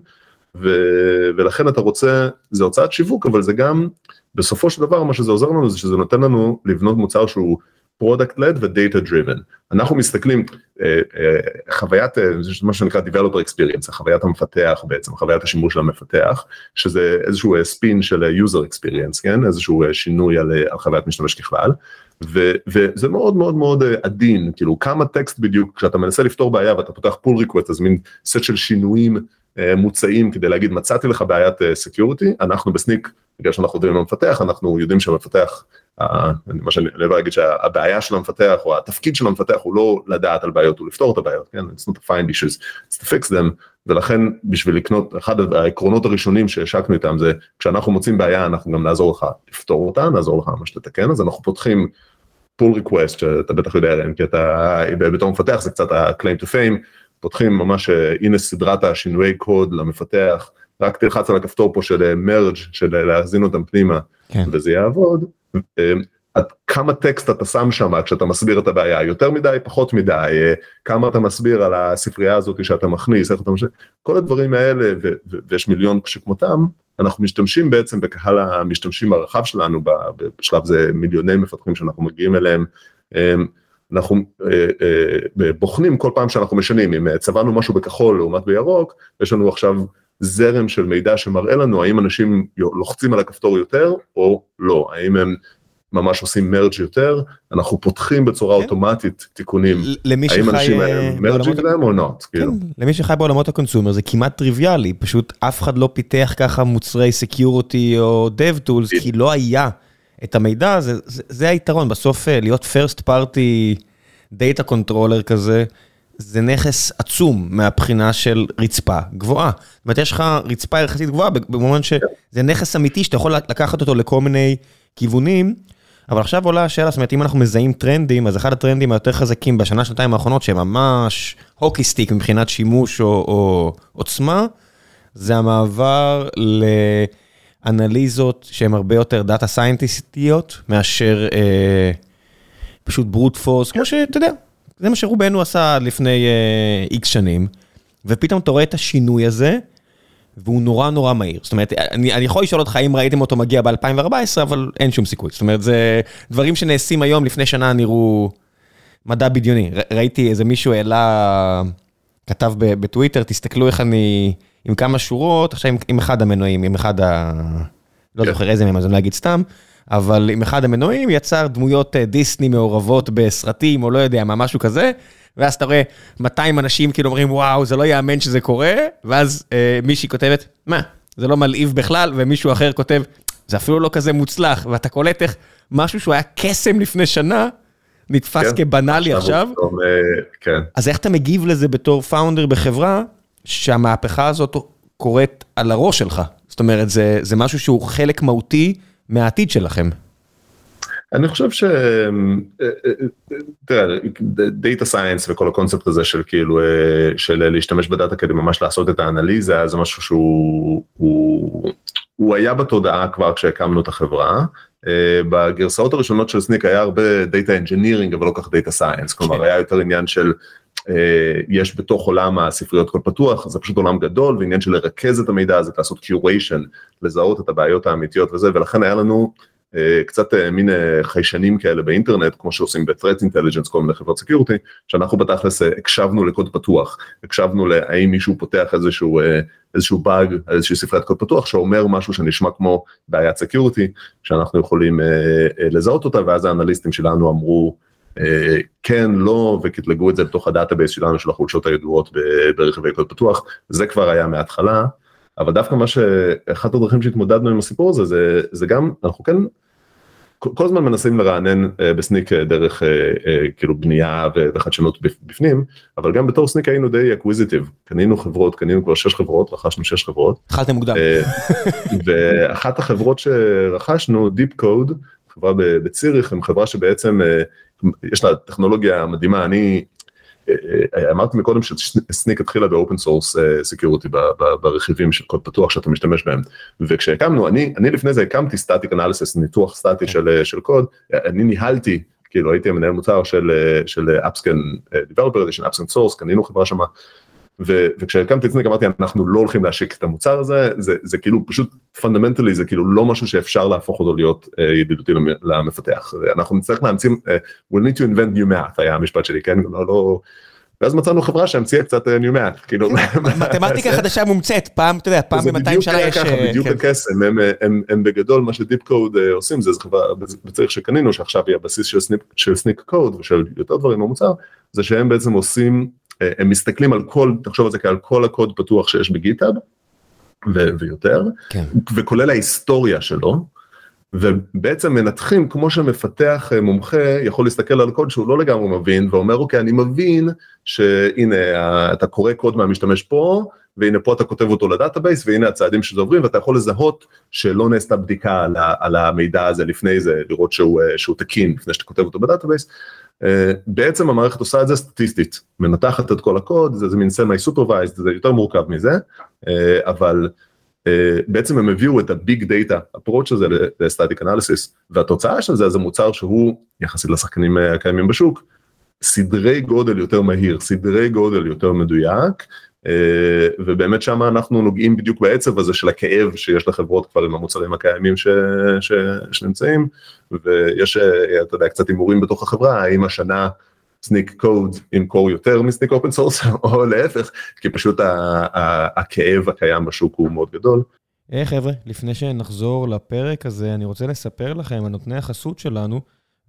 ולכן אתה רוצה, זה הוצאת שיווק, אבל זה גם, בסופו של דבר, מה שזה עוזר לנו, זה שזה נותן לנו לבנות מוצר שהוא product-led ו-data driven. אנחנו מסתכלים, חוויית, מה שנקרא developer experience, חוויית המפתח בעצם, חוויית השימוש של המפתח, שזה איזשהו ספין של user experience, כן? איזשהו שינוי על חוויית משתמש ככלל, וזה מאוד מאוד מאוד עדין, כאילו כמה טקסט בדיוק, כשאתה מנסה לפתור בעיה ואתה פותח pull request, אז מין סט של שינויים מוצאים כדי להגיד, מצאתי לך בעיית security, אנחנו בסניק, בגלל שאנחנו יודעים למפתח, אנחנו יודעים שהמפתח, מה שאני לא אגיד שהבעיה של המפתח, או התפקיד של המפתח, הוא לא לדעת על בעיות, הוא לפתור את הבעיות, כן? It's not to find issues, it's to fix them, ולכן בשביל לקנות, אחד העקרונות הראשונים שהשקנו איתם, זה כשאנחנו מוצאים בעיה, אנחנו גם נעזור לך לפתור אותה, נעזור לך ממש לתקן, אז אנחנו פותחים pull request, שאתה בטח יודע עליהם, כי אתה, בתור מפתח זה קצת ה-claim to fame, פותחים ממש, הנה סדרת השינויי קוד למפתח, רק תלחץ על הכפתור פה של מרג' של להזין אותם פנימה, כן. וזה יעבוד. כמה טקסט אתה שם שם כשאתה מסביר את הבעיה, יותר מדי, פחות מדי, כמה אתה מסביר על הספרייה הזאת שאתה מכניס, איך אתה משתמש, כל הדברים האלה, ויש מיליון שכמותם, אנחנו משתמשים בעצם בקהל המשתמשים הרחב שלנו, בשלב זה מיליוני מפתחים שאנחנו מגיעים אליהם, אנחנו בוחנים כל פעם שאנחנו משנים, אם צבענו משהו בכחול לעומת בירוק, יש לנו עכשיו זרם של מידע שמראה לנו האם אנשים לוחצים על הכפתור יותר או לא, האם הם ממש עושים מרג' יותר, אנחנו פותחים בצורה אוטומטית תיקונים, האם אנשים מרג'ים להם או לא. למי שחי בעולמות הקונסומר זה כמעט טריוויאלי, פשוט אף אחד לא פיתח ככה מוצרי סקיוריטי או dev tools, כי לא היה את המידע, זה היתרון, בסוף להיות first party data controller כזה, זה נכס עצום מהבחינה של רצפה גבוהה. זאת אומרת, יש לך רצפה יחסית גבוהה, במובן שזה נכס אמיתי, שאתה יכול לקחת אותו לכל מיני כיוונים, אבל עכשיו עולה השאלה, זאת אומרת, אם אנחנו מזהים טרנדים, אז אחד הטרנדים היותר חזקים בשנה, שנתיים האחרונות, שהם ממש הוקי-סטיק מבחינת שימוש או עוצמה, זה המעבר לאנליזות שהן הרבה יותר דאטה סיינטיסטיות, מאשר פשוט ברוט פורס, כמו שאתה יודע, זה מה שרובנו עשה לפני X שנים, ופתאום אתה רואה את השינוי הזה, והוא נורא נורא מהיר. זאת אומרת, אני יכול לשאול אותך אם ראיתם אותו מגיע ב-2014, אבל אין שום סיכוי. זאת אומרת, זה דברים שנעשים היום, לפני שנה נראו מדע בדיוני. ראיתי איזה מישהו העלה, כתב בטוויטר, תסתכלו איך אני, עם כמה שורות, עכשיו עם אחד המנועים, עם אחד לא זוכר איזה מהם, אז אני לא אגיד סתם, אבל עם אחד המנועים יצר דמויות דיסני מעורבות בסרטים, או לא יודע מה, משהו כזה, ואז אתה רואה 200 אנשים כאילו אומרים, וואו, זה לא יאמן שזה קורה, ואז מישהי כותבת, מה, זה לא מלהיב בכלל, ומישהו אחר כותב, זה אפילו לא כזה מוצלח, ואתה קולט איך משהו שהוא היה קסם לפני שנה, נתפס כבנאלי עכשיו, אז איך אתה מגיב לזה בתור פאונדר בחברה, שהמהפכה הזאת קורית על הראש שלך. זאת אומרת, זה משהו שהוא חלק מהותי מהעתיד שלכם. אני חושב תראה, דאטה סיינס וכל הקונספט הזה של כאילו, של להשתמש בדאטה כדי ממש לעשות את האנליזה, זה משהו שהוא היה בתודעה כבר כשהקמנו את החברה. בגרסאות הראשונות של סניק היה הרבה דאטה אנג'ינירינג, אבל לא כך דאטה סיינס, כלומר היה יותר עניין של, יש בתוך עולם הספריות כל פתוח, זה פשוט עולם גדול, ועניין של לרכז את המידע הזה, לעשות קיוריישן, לזהות את הבעיות האמיתיות וזה, ולכן היה לנו קצת מין חיישנים כאלה באינטרנט, כמו שעושים ב-Threat Intelligence, כל מיני חברות סקיורטי, שאנחנו בתכלס הקשבנו לקוד פתוח, הקשבנו להאם מישהו פותח איזשהו באג, איזושהי ספריית קוד פתוח, שאומר משהו שנשמע כמו בעיית סקיורטי, שאנחנו יכולים לזהות אותה, ואז האנליסטים שלנו אמרו, כן, לא, וכתלגו את זה בתוך הדאטאבייס שלנו, של החולשות הידועות ברכיבי קוד פתוח, זה כבר היה מההתחלה, אבל דווקא אחת הדרכים שהתמודדנו עם הסיפור הזה, זה גם, אנחנו כן, כל הזמן מנסים לרענן בסניק דרך כאילו בנייה וחדשנות בפנים, אבל גם בתור סניק היינו די אקוויזיטיב, קנינו כבר 6 חברות, רכשנו 6 חברות. התחלתם מוקדם. ואחת החברות שרכשנו, Deep Code, חברה בציריך, הם חברה שבעצם יש לה טכנולוגיה מדהימה, אני אמרתי מקודם שסניק התחילה באופן סורס סקיוריטי ברכיבים של קוד פתוח שאתה משתמש בהם, וכשהקמנו, אני לפני זה הקמתי סטטיק אנליסיס, ניתוח סטטי של קוד, אני ניהלתי, כאילו הייתי המנהל מוצר של אפסקן דיבלופר אדישן, אפסקן סורס, קנינו חברה שמה, וכשהקמתי את סניק אמרתי, אנחנו לא הולכים להשיק את המוצר הזה, זה כאילו פשוט פונדמנטלי, זה כאילו לא משהו שאפשר להפוך אותו להיות ידידותי למפתח, אנחנו נצטרך להמציא, we'll need to invent new math, היה המשפט שלי, כן, לא, ואז מצאנו חברה שהמציאה קצת new math, כאילו, מתמטיקה חדשה מומצאת, פעם, אתה יודע, פעם ב-200 שנה יש, בדיוק הקסם, הם בגדול, מה שדיפ קוד עושים, זה חברה בצריך שקנינו, שעכשיו היא הבסיס של סניק קוד, ושל יותר דברים במוצר, זה שהם בעצם עושים, הם מסתכלים על תחשוב על זה כעל כל הקוד פתוח שיש בגיטאב, ויותר, וכולל ההיסטוריה שלו, ובעצם מנתחים, כמו שמפתח מומחה, יכול להסתכל על קוד שהוא לא לגמרי מבין, ואומר, אוקיי, אני מבין שהנה, אתה קורא קוד מהמשתמש פה, והנה פה אתה כותב אותו לדאטאבייס, והנה הצעדים שזה עוברים, ואתה יכול לזהות שלא נעשתה בדיקה על המידע הזה לפני זה, לראות שהוא תקין, לפני שאתה כותב אותו בדאטאבייס, בעצם המערכת עושה את זה סטטיסטית, מנתחת את כל הקוד, זה מין semi-supervised, זה יותר מורכב מזה, אבל בעצם הם הביאו את הביג דאטה, approach הזה לסטטיק אנליסיס, והתוצאה של זה, זה מוצר שהוא, יחסית לשחקנים הקיימים בשוק, סדרי גודל יותר מהיר, סדרי גודל יותר מדויק, ובאמת שם אנחנו נוגעים בדיוק בעצב הזה של הכאב שיש לחברות כבר עם המוצרים הקיימים שנמצאים, ויש, אתה יודע, קצת הימורים בתוך החברה, האם השנה סניק קוד ימכור יותר מסניק אופן סורס, או להפך, כי פשוט הכאב הקיים בשוק הוא מאוד גדול. חבר'ה, לפני שנחזור לפרק הזה, אני רוצה לספר לכם על נותני החסות שלנו,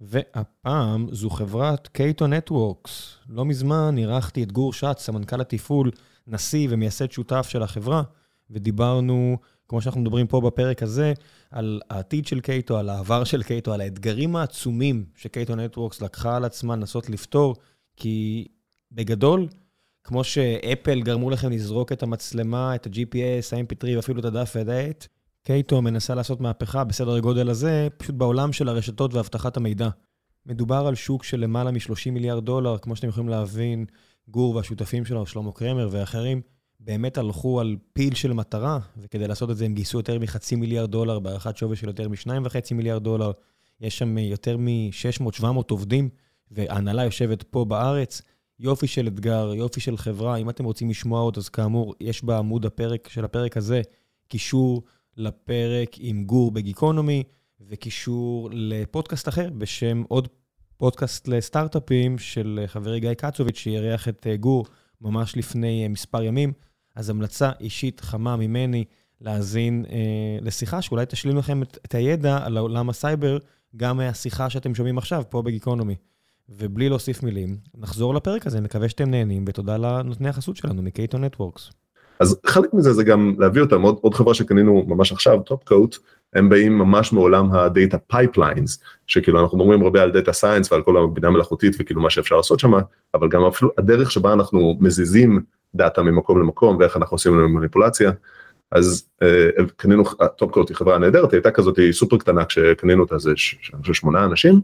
והפעם זו חברת קייטו נטוורקס. לא מזמן ערכתי את גור שץ, סמנכ"ל התפעול, נשיא ומייסד שותף של החברה, ודיברנו, כמו שאנחנו מדברים פה בפרק הזה, על העתיד של קייטו, על העבר של קייטו, על האתגרים העצומים שקייטו נטוורקס לקחה על עצמה לנסות לפתור, כי בגדול, כמו שאפל גרמו לכם לזרוק את המצלמה, את ה-GPS, ה-MP3 ואפילו את הדף והעט, קייטו מנסה לעשות מהפכה בסדר הגודל הזה, פשוט בעולם של הרשתות והבטחת המידע. מדובר על שוק של למעלה מ$30 מיליארד, כמו שאתם יכולים להבין, גור והשותפים שלו, שלמה קרמר ואחרים, באמת הלכו על פיל של מטרה, וכדי לעשות את זה הם גייסו יותר מ$0.5 מיליארד, בהערכת שווי של יותר מ$2.5 מיליארד, יש שם יותר מ-600-700 עובדים, וההנהלה יושבת פה בארץ, יופי של אתגר, יופי של חברה, אם אתם רוצים לשמוע עוד, אז כאמור, יש בעמוד הפרק של הפרק הזה, קישור לפרק עם גור בגיקונומי, וקישור לפודקאסט אחר, בשם עוד פודקאסט לסטארט-אפים של חברי גיא קצוביץ' שירח את גור ממש לפני מספר ימים, אז המלצה אישית חמה ממני להאזין לשיחה, שאולי תשלים לכם את הידע על עולם הסייבר, גם מהשיחה שאתם שומעים עכשיו פה בגיקונומי. ובלי להוסיף מילים, נחזור לפרק הזה, מקווה שאתם נהנים, ותודה לנותני החסות שלנו, מקייטו נטוורקס. אז חלק מזה זה גם להביא אותם, עוד חברה שקנינו ממש עכשיו, טופקוט, הם באים ממש מעולם הדאטה פייפליינס, שכאילו אנחנו מדברים הרבה על דאטה סיינס ועל כל הבינה מלאכותית וכאילו מה שאפשר לעשות שם, אבל גם אפילו הדרך שבה אנחנו מזיזים דאטה ממקום למקום, ואיך אנחנו עושים לנו מניפולציה, אז קנינו, טופקורט היא חברה נהדרת, היא הייתה כזאת, היא סופר קטנה כשקנינו אותה, זה 8 אנשים,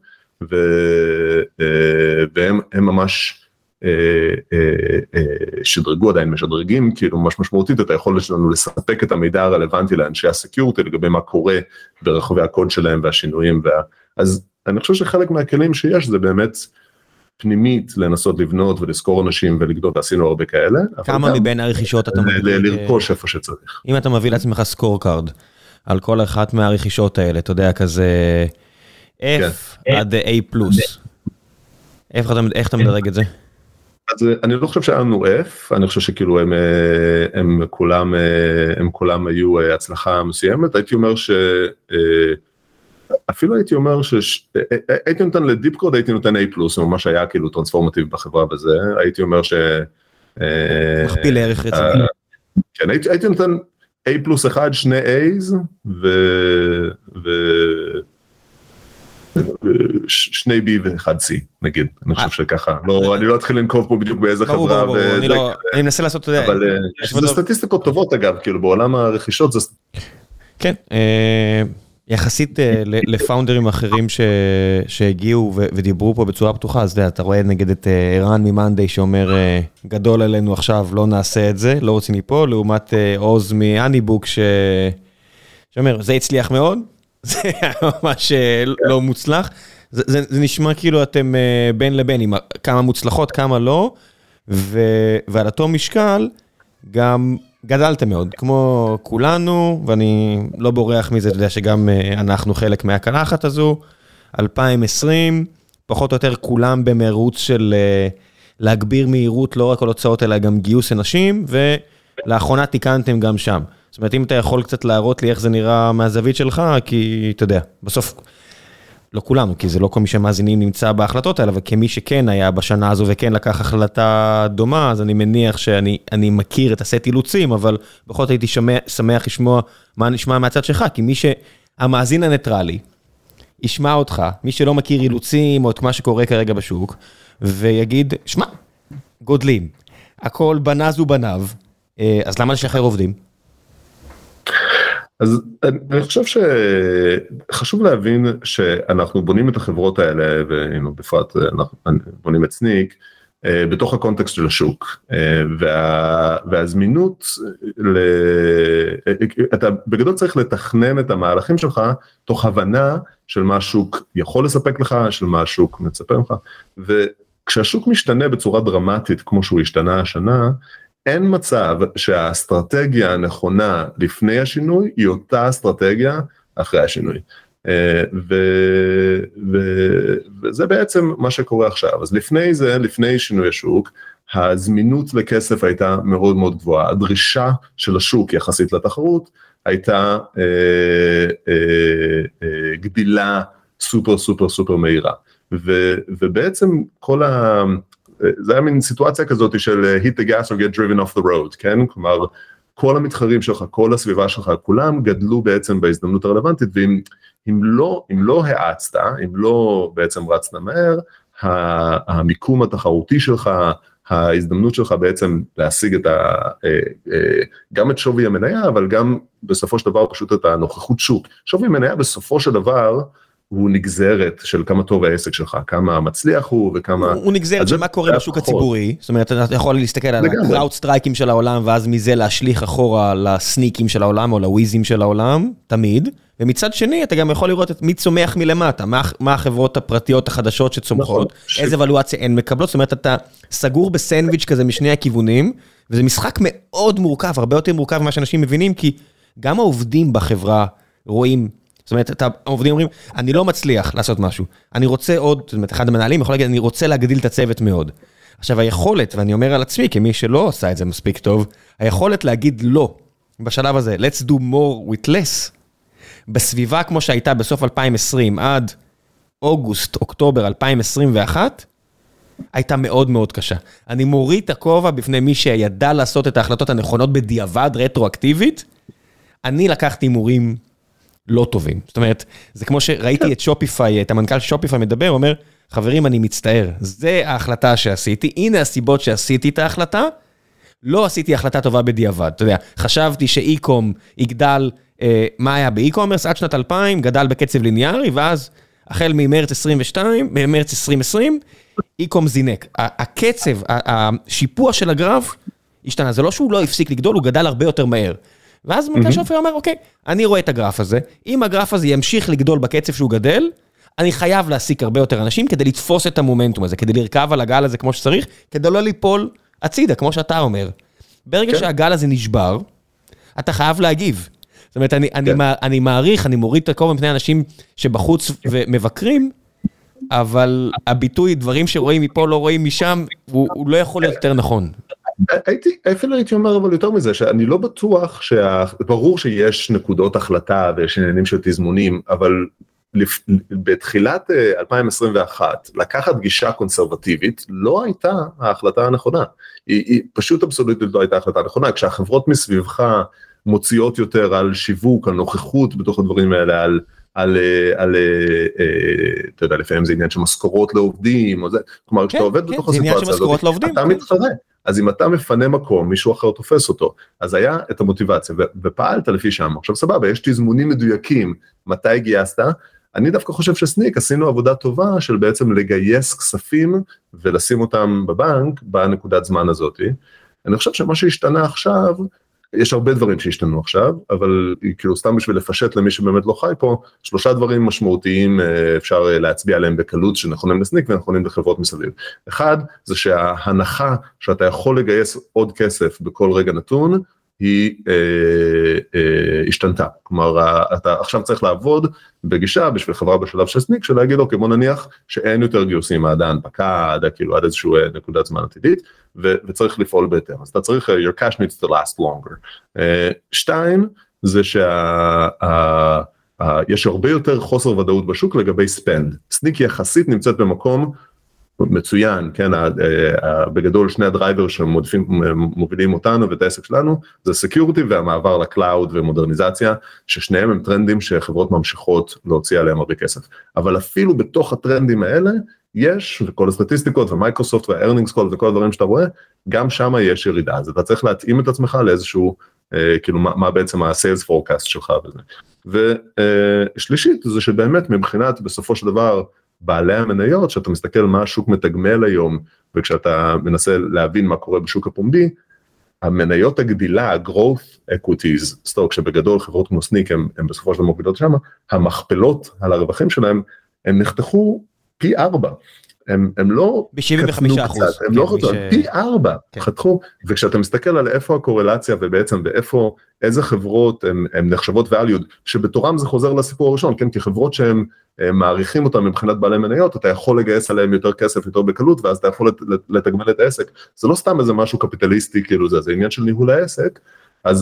והם ממש שדרגו, עדיין משדרגים, כאילו ממש משמעותית את היכולת שלנו לספק את המידע הרלוונטי לאנשי הסקיורטי, לגבי מה קורה ברחבי הקוד שלהם והשינויים, אז אני חושב שחלק מהכלים שיש זה באמת פנימית לנסות לבנות ולזכור אנשים ולגדול, ועשינו הרבה כאלה. כמה מבין הרכישות אתה מביא? לרכוש איפה שצריך. אם אתה מביא לעצמך סקור קארד, על כל אחת מהרכישות האלה, אתה יודע, כזה F עד A+. איך אתה מדרג את זה? אז אני לא חושב שהיה לנו F, אני חושב שכאילו הם כולם היו הצלחה מסוימת, הייתי אומר אפילו הייתי אומר הייתי נותן לדיפ קוד, הייתי נותן A+, ממש היה כאילו טרנספורמטיב בחברה בזה, הייתי אומר מכפיל לערך רציני. כן, הייתי נותן A+1, 2 A's, שני B ו1 C, נגיד, אני חושב שככה, אני לא אתחיל לנקוב פה בדיוק באיזה חברה, אני מנסה לעשות, אבל זה סטטיסטיקות טובות אגב, כאילו בעולם הרכישות זה... כן, יחסית לפאונדרים אחרים שהגיעו ודיברו פה בצורה פתוחה, אז אתה רואה נגד את ערן ממנדי שאומר, גדול עלינו עכשיו, לא נעשה את זה, לא רוצים מפה, לעומת עוז מאניבוק שאומר, זה הצליח מאוד, זה ממש לא מוצלח, זה נשמע כאילו אתם בין לבין, עם כמה מוצלחות, כמה לא, ועל אותו משקל גם גדלתם מאוד, כמו כולנו, ואני לא בורח מזה, אתה יודע שגם אנחנו חלק מהקלחת הזו, 2020, פחות או יותר כולם במרוץ של להגביר מהירות, לא רק על הוצאות, אלא גם גיוס אנשים, ולאחרונה תיקנתם גם שם. זאת אומרת, אם אתה יכול קצת להראות לי איך זה נראה מהזווית שלך, כי אתה יודע, בסוף, לא כולנו, כי זה לא כל מי שמאזינים נמצא בהחלטות האלה, וכמי שכן היה בשנה הזו וכן לקח החלטה דומה, אז אני מניח שאני מכיר את הסט אילוצים, אבל בכל זאת הייתי שמח לשמוע מה נשמע מהצד שלך, כי מי שהמאזין הניטרלי ישמע אותך, מי שלא מכיר אילוצים או את מה שקורה כרגע בשוק, ויגיד, שמע, גודלים, הכל בנז ובניו, אז למה לשחרר עובדים? אז אני חושב שחשוב להבין שאנחנו בונים את החברות האלה, ובפרט אנחנו בונים את סניק, בתוך הקונטקסט של השוק, והזמינות, אתה בגדול צריך לתכנן את המהלכים שלך, תוך הבנה של מה השוק יכול לספק לך, של מה השוק מצפה לך, וכשהשוק משתנה בצורה דרמטית, כמו שהוא השתנה השנה, אין מצב שהאסטרטגיה הנכונה לפני השינוי היא אותה אסטרטגיה אחרי השינוי. וזה בעצם מה שקורה עכשיו. אז לפני זה, לפני שינוי השוק, הזמינות לכסף הייתה מאוד מאוד גבוהה. הדרישה של השוק יחסית לתחרות הייתה גדילה סופר סופר סופר מהירה. ובעצם כל זה היה מין סיטואציה כזאת של hit the gas or get driven off the road, כן? כלומר, כל המתחרים שלך, כל הסביבה שלך, כולם גדלו בעצם בהזדמנות הרלוונטית, ואם לא האצת, אם לא בעצם רצת מהר, המיקום התחרותי שלך, ההזדמנות שלך בעצם להשיג גם את שווי המניה, אבל גם בסופו של דבר פשוט את הנוכחות שוק. שווי המניה בסופו של דבר, הוא נגזרת של כמה טוב העסק שלך, כמה מצליח הוא וכמה... הוא נגזרת של מה קורה בשוק הציבורי, זאת אומרת, אתה יכול להסתכל על הקראוד סטרייקים של העולם, ואז מזה להשליך אחורה לסניקים של העולם, או לוויזים של העולם, תמיד, ומצד שני, אתה גם יכול לראות את מי צומח מלמטה, מה החברות הפרטיות החדשות שצומחות, איזה ולואציה הן מקבלות, זאת אומרת, אתה סגור בסנדוויץ' כזה משני הכיוונים, וזה משחק מאוד מורכב, הרבה יותר מורכב ממה שאנשים מבינים, כי גם העובדים בחברה רואים, זאת אומרת, העובדים אומרים, אני לא מצליח לעשות משהו, אני רוצה עוד, זאת אומרת, אחד המנהלים יכול להגיד, אני רוצה להגדיל את הצוות מאוד. עכשיו, היכולת, ואני אומר על עצמי, כמי שלא עושה את זה מספיק טוב, היכולת להגיד לא, בשלב הזה, let's do more with less, בסביבה כמו שהייתה בסוף 2020, עד אוגוסט, אוקטובר 2021, הייתה מאוד מאוד קשה. אני מוריד את הכובע בפני מי שידע לעשות את ההחלטות הנכונות בדיעבד, רטרואקטיבית, אני לקחתי מורים לא טובים. זאת אומרת, זה כמו שראיתי את שופיפיי, את המנכ"ל שופיפיי מדבר, אומר, חברים, אני מצטער, זה ההחלטה שעשיתי, הנה הסיבות שעשיתי את ההחלטה, לא עשיתי החלטה טובה בדיעבד, אתה יודע, חשבתי שאי-קום יגדל, מה היה באי-קומרס עד שנת 2000, גדל בקצב ליניארי, ואז החל ממרץ 22, ממרץ 2020, אי-קום זינק. הקצב, השיפוע של הגרף, השתנה, זה לא שהוא לא הפסיק לגדול, הוא גדל הרבה יותר מהר. ואז מנכ"ל שופר אומר, אוקיי, אני רואה את הגרף הזה, אם הגרף הזה ימשיך לגדול בקצב שהוא גדל, אני חייב להעסיק הרבה יותר אנשים כדי לתפוס את המומנטום הזה, כדי לרכב על הגל הזה כמו שצריך, כדי לא ליפול הצידה, כמו שאתה אומר. ברגע שהגל הזה נשבר, אתה חייב להגיב. זאת אומרת, אני מעריך, אני מוריד את הכובע מפני אנשים שבחוץ ומבקרים, אבל הביטוי, דברים שרואים מפה לא רואים משם, הוא לא יכול להיות יותר נכון. אפילו הייתי אומר אבל יותר מזה, שאני לא בטוח ברור שיש נקודות החלטה ויש עניינים של תזמונים, אבל בתחילת 2021, לקחת גישה קונסרבטיבית, לא הייתה ההחלטה הנכונה. היא פשוט אבסולוטית לא הייתה ההחלטה הנכונה. כשהחברות מסביבך מוציאות יותר על שיווק, על נוכחות בתוך הדברים האלה, אתה יודע, לפעמים זה עניין של משכורות לעובדים, או זה, כלומר, כשאתה עובד בתוך הסיטואציה הזאת, אתה מתחרה. אז אם אתה מפנה מקום, מישהו אחר תופס אותו, אז היה את המוטיבציה, ופעלת לפי שם. עכשיו סבבה, יש תזמונים מדויקים, מתי גייסת? אני דווקא חושב שסניק, עשינו עבודה טובה של בעצם לגייס כספים, ולשים אותם בבנק, בנקודת זמן הזאת. אני חושב שמה שהשתנה עכשיו, יש הרבה דברים שהשתנו עכשיו, אבל כאילו סתם בשביל לפשט למי שבאמת לא חי פה, 3 דברים משמעותיים אפשר להצביע עליהם בקלות שנכונים לסניק ונכונים לחברות מסביב. אחד, זה שההנחה שאתה יכול לגייס עוד כסף בכל רגע נתון, היא השתנתה. כלומר, אתה עכשיו צריך לעבוד בגישה בשביל חברה בשלב של סניק, של להגיד, אוקיי, בוא נניח שאין יותר גיוסים עד ההנפקה, עד איזשהו נקודת זמן עתידית, וצריך לפעול בהתאם. אז אתה צריך, your cash needs to last longer. 2, זה יש הרבה יותר חוסר ודאות בשוק לגבי ספנד. סניק יחסית נמצאת במקום מצוין, כן, בגדול שני הדרייבר שמובילים אותנו ואת העסק שלנו, זה סקיוריטי והמעבר לקלאוד ומודרניזציה, ששניהם הם טרנדים שחברות ממשיכות להוציא עליהם הרבה כסף. אבל אפילו בתוך הטרנדים האלה, יש, וכל הסטטיסטיקות ומייקרוסופט והארנינגס קול וכל הדברים שאתה רואה, גם שם יש ירידה, אז אתה צריך להתאים את עצמך לאיזשהו, כאילו מה בעצם ה-sales forecast שלך וזה. ושלישית, זה שבאמת מבחינת בסופו של דבר, בעלי המניות, שאתה מסתכל מה השוק מתגמל היום, וכשאתה מנסה להבין מה קורה בשוק הפומבי, המניות הגדילה, ה-growth equities, סטוק שבגדול חברות כמו סניק, הם בסופו של דבר מובילות שם, המכפלות על הרווחים שלהם, הם נחתכו פי 4. הם לא קטנו קצת, הם לא חתכו, פי 4 חתכו, וכשאתה מסתכל על איפה הקורלציה, ובעצם באיפה, איזה חברות הן נחשבות valued, שבתורם זה חוזר לסיפור הראשון, כן, כי חברות שהן מעריכים אותם מבחינת בעלי מניות, אתה יכול לגייס עליהם יותר כסף, יותר בקלות, ואז אתה יכול לתגמל את העסק, זה לא סתם איזה משהו קפיטליסטי, כאילו זה עניין של ניהול העסק, אז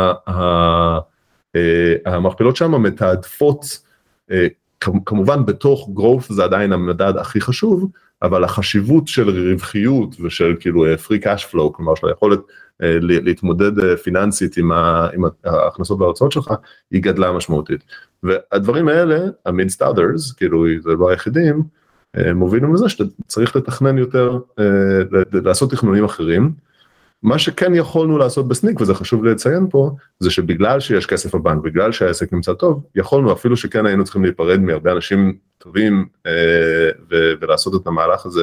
המכפלות שם מתעדפות, כמובן בתוך growth זה עדיין המדד הכי חשוב, אבל החשיבות של רווחיות ושל כאילו free cash flow, כלומר של היכולת להתמודד פיננסית עם ההכנסות וההוצאות שלך, היא גדלה משמעותית. והדברים האלה, amidst others, כאילו זה לא היחידים, מובילים לזה שאתה צריך לתכנן יותר, לעשות תכנונים אחרים, מה שכן יכולנו לעשות בסניק, וזה חשוב לציין פה, זה שבגלל שיש כסף בבנק, בגלל שהעסק נמצא טוב, יכולנו אפילו שכן היינו צריכים להיפרד מהרבה אנשים טובים, ולעשות את המהלך הזה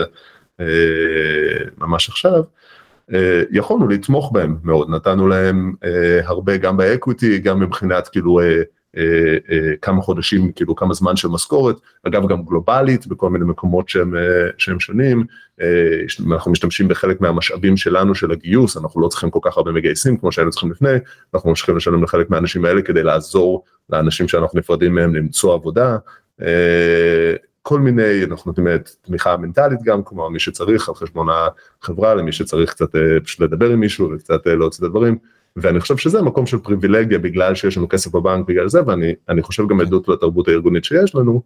ממש עכשיו, יכולנו לתמוך בהם מאוד, נתנו להם הרבה גם באקוויטי, גם מבחינת כאילו כמה חודשים, כאילו כמה זמן של משכורת, אגב גם גלובלית, בכל מיני מקומות שהם שונים, אנחנו משתמשים בחלק מהמשאבים שלנו של הגיוס, אנחנו לא צריכים כל כך הרבה מגייסים, כמו שהיינו צריכים לפני, אנחנו ממשיכים לשלם לחלק מהאנשים האלה, כדי לעזור לאנשים שאנחנו נפרדים מהם למצוא עבודה, כל מיני, אנחנו נותנים את תמיכה מנטלית גם, כלומר מי שצריך על חשבון החברה, למי שצריך קצת פשוט לדבר עם מישהו, וקצת להוציא את הדברים, ואני חושב שזה מקום של פריבילגיה, בגלל שיש לנו כסף בבנק בגלל זה, ואני חושב גם עדות לתרבות הארגונית שיש לנו,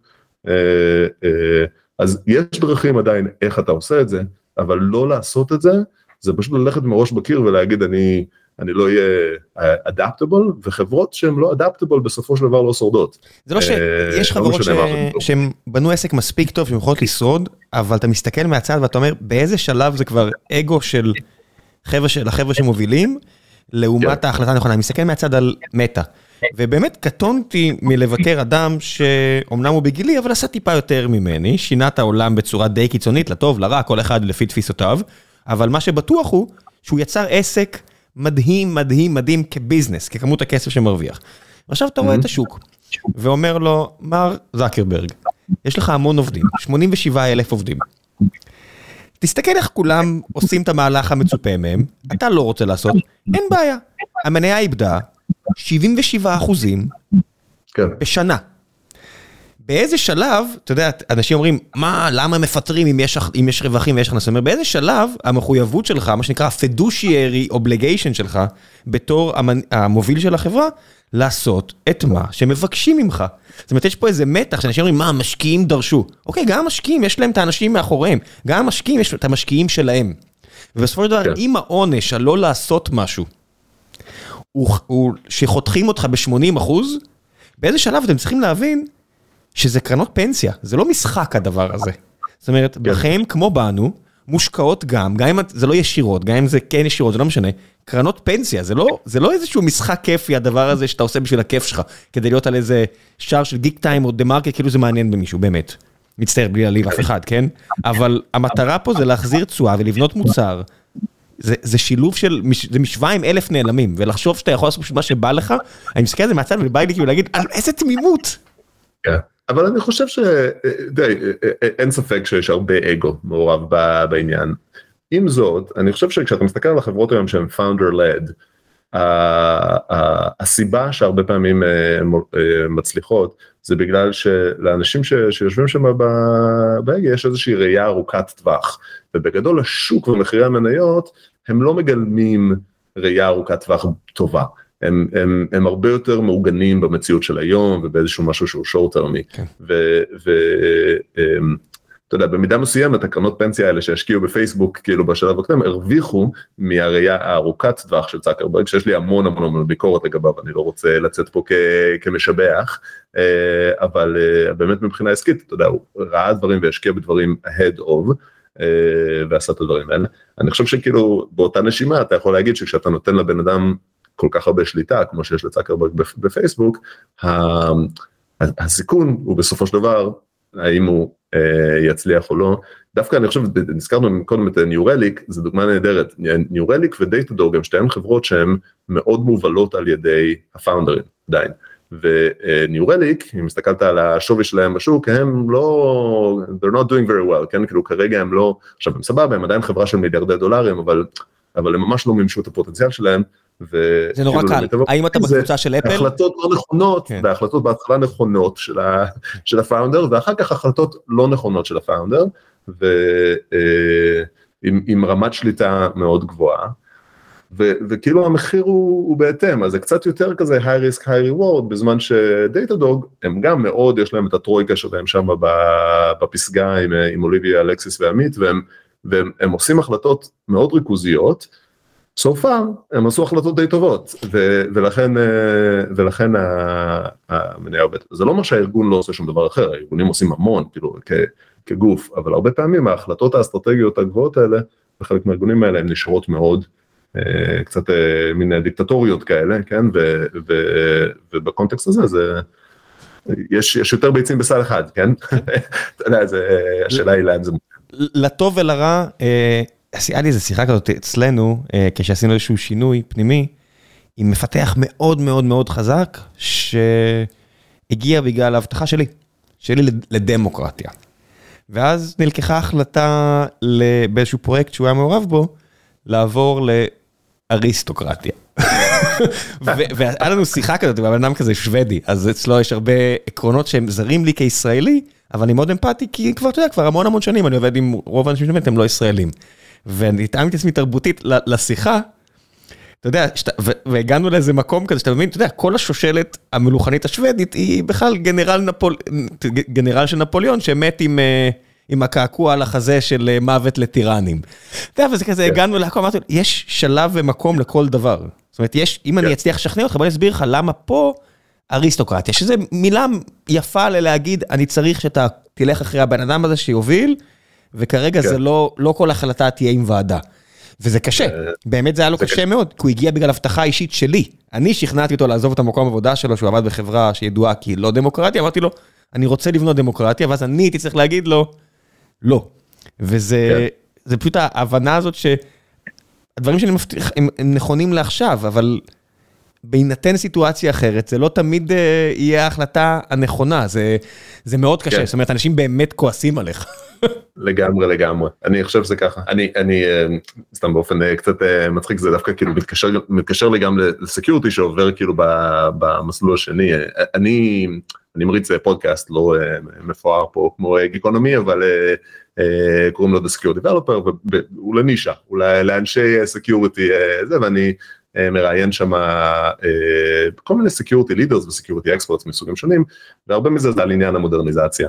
אז יש דרכים עדיין איך אתה עושה את זה, אבל לא לעשות את זה, זה פשוט ללכת מראש בקיר ולהגיד אני לא אהיה אדפטבל, וחברות שהן לא אדפטבל בסופו של דבר לא שורדות. זה לא שיש חברות שהן בנו עסק מספיק טוב, שהן יכולות לשרוד, אבל אתה מסתכל מהצד ואתה אומר, באיזה שלב זה כבר אגו של לחבר'ה שמובילים, לעומת ההחלטה הנכונה. אני מסתכל מהצד על מטה. ובאמת קטונתי מלבקר אדם שאומנם הוא בגילי, אבל עשה טיפה יותר ממני, שינה את העולם בצורה די קיצונית, לטוב, לרע, כל אחד לפי תפיסותיו, אבל מה שבטוח הוא שהוא יצר עסק מדהים, מדהים, מדהים כביזנס, ככמות הכסף שמרוויח. ועכשיו אתה רואה את השוק, ואומר לו, מר זקרברג, יש לך המון עובדים, 87,000 עובדים. תסתכל איך כולם עושים את המהלך המצופה מהם, אתה לא רוצה לעשות, אין בעיה. המניה איבדה 77% בשנה. באיזה שלב, אתה יודע, אנשים אומרים, מה, למה מפטרים אם יש רווחים ויש הכנסה? באיזה שלב המחויבות שלך, מה שנקרא fiduciary obligation שלך, בתור המוביל של החברה, לעשות את מה שמבקשים ממך. זאת אומרת, יש פה איזה מתח, שאנשים אומרים, מה, המשקיעים דרשו. אוקיי, גם המשקיעים, יש להם את האנשים מאחוריהם. גם המשקיעים, יש את המשקיעים שלהם. ובסופו של דבר, אם העונש על לא לעשות משהו, הוא שחותכים אותך ב-80%, באיזה שלב אתם צריכים להבין שזה קרנות פנסיה, זה לא משחק הדבר הזה. זאת אומרת, בכם כמו בנו, מושקעות גם אם זה לא ישירות, גם אם זה כן ישירות, זה לא משנה, קרנות פנסיה, זה לא איזשהו משחק כיפי הדבר הזה שאתה עושה בשביל הכיף שלך, כדי להיות על איזה שער של גיק טיים או דה מרקט, כאילו זה מעניין במישהו, באמת. מצטער בלי להעליב אף אחד, כן? אבל המטרה פה זה להחזיר תשואה ולבנות מוצר, זה שילוב של, זה משוואה עם 1,000 נעלמים, ולחשוב שאתה יכול לעשות מה שבא לך, אני מסתכל על זה מהצד ובא לי כאילו להגיד, איזה תמימות. כן, אבל אני חושב אין ספק שיש הרבה אגו מעורב בעניין. עם זאת, אני חושב שכשאתה מסתכל על החברות היום שהן founder-led, הסיבה שהרבה פעמים מצליחות, זה בגלל שלאנשים שיושבים שם בהגה, יש איזושהי ראייה ארוכת טווח, ובגדול השוק ומחירי המניות, הם לא מגלמים ראייה ארוכת טווח טובה, הם הרבה יותר מעוגנים במציאות של היום, ובאיזשהו משהו שהוא שורט-טרמי, אתה יודע, במידה מסוימת, הקרנות פנסיה האלה שהשקיעו בפייסבוק, כאילו בשלב הקודם, הרוויחו מהראייה הארוכת טווח של צקרברג, שיש לי המון ביקורת לגביו, אני לא רוצה לצאת פה כמשבח, אבל באמת מבחינה עסקית, אתה יודע, הוא ראה דברים והשקיע בדברים ahead of, ועשה את הדברים האלה. אני חושב שכאילו, באותה נשימה, אתה יכול להגיד שכשאתה נותן לבן אדם כל כך הרבה שליטה, כמו שיש לצקרברג בפייסבוק, הסיכון הוא בסופו של דבר, האם הוא יצליח או לא. דווקא אני חושב, נזכרנו קודם את ניורליק, זו דוגמה נהדרת. ניורליק ודייטדוג הם שתיהן חברות שהן מאוד מובלות על ידי הפאונדרים, עדיין. וניורליק, אם הסתכלת על השווי שלהם בשוק, הם לא, they're not doing very well, כן? כאילו כרגע הם לא, עכשיו הם סבבה, הם עדיין חברה של מיליארדי דולרים, אבל הם ממש לא מימשו את הפוטנציאל שלהם. זה נורא קל, האם אתה בקבוצה של אפל? החלטות לא נכונות, והחלטות בהתחלה נכונות של הפאונדר, ואחר כך החלטות לא נכונות של הפאונדר, ועם רמת שליטה מאוד גבוהה, וכאילו המחיר הוא בהתאם, אז זה קצת יותר כזה high risk, high reward, בזמן שדייטדוג, הם גם מאוד, יש להם את הטרויקה שלהם שם בפסגה עם אוליביה, אלקסיס ועמית, והם עושים החלטות מאוד ריכוזיות, so far, הם עשו החלטות די טובות, ולכן המניה עובד. זה לא מה שהארגון לא עושה שום דבר אחר, הארגונים עושים המון, כאילו, כגוף, אבל הרבה פעמים ההחלטות האסטרטגיות הגבוהות האלה, וחלק מהארגונים האלה, הן נשארות מאוד, קצת מין דיקטטוריות כאלה, כן, ובקונטקסט הזה, יש יותר ביצים בסל אחד, כן? אתה יודע, השאלה היא לאן זה מוכן. לטוב ולרע, היה לי איזו שיחה כזאת אצלנו, כשעשינו איזשהו שינוי פנימי, עם מפתח מאוד מאוד מאוד חזק, שהגיע בגלל ההבטחה שלי לדמוקרטיה. ואז נלקחה החלטה באיזשהו פרויקט שהוא היה מעורב בו, לעבור לאריסטוקרטיה. והיה לנו שיחה כזאת, בן אדם כזה שוודי, אז אצלו יש הרבה עקרונות שהם זרים לי כישראלי, אבל אני מאוד אמפתי, כי כבר, אתה יודע, כבר המון שנים אני עובד עם רוב האנשים שבאמת הם לא ישראלים. ואני התאמתי את עצמי תרבותית לשיחה, אתה יודע, והגענו לאיזה מקום כזה, שאתה מבין, אתה יודע, כל השושלת המלוכנית השוודית, היא בכלל גנרל של נפוליאון, שמת עם הקעקוע על החזה של מוות לטירנים. אתה יודע, וזה כזה, הגענו להכל, אמרתי, יש שלב ומקום לכל דבר. זאת אומרת, אם אני אצליח לשכנע אותך, בוא נסביר לך למה פה אריסטוקרטיה, שזה מילה יפה ללהגיד, אני צריך שאתה תלך אחרי הבן אדם הזה שיוביל, וכרגע זה לא כל החלטה תהיה עם ועדה. וזה קשה, באמת זה היה לו קשה מאוד, כי הוא הגיע בגלל הבטחה אישית שלי. אני שכנעתי אותו לעזוב את המקום העבודה שלו, שהוא עבד בחברה שידועה כי לא דמוקרטיה, אמרתי לו, אני רוצה לבנות דמוקרטיה, ואז אני הייתי צריך להגיד לו, לא. וזה פשוט ההבנה הזאת שהדברים שאני מבטיח, הם נכונים לעכשיו, אבל בהינתן סיטואציה אחרת, זה לא תמיד יהיה ההחלטה הנכונה, זה מאוד קשה, זאת אומרת, אנשים באמת כועסים עליך. לגמרי. אני חושב שזה ככה. אני סתם באופן קצת מצחיק, זה דווקא כאילו מתקשר לי גם לסקיוריטי שעובר כאילו במסלול השני. אני מריץ פודקאסט לא מפואר פה כמו גיקונומי, אבל קוראים לו The Security Developer, והוא לנישה, אולי לאנשי סקיוריטי זה, ואני מראיין שם כל מיני security leaders ו-security experts מסוגים שונים, והרבה מזה זה על עניין המודרניזציה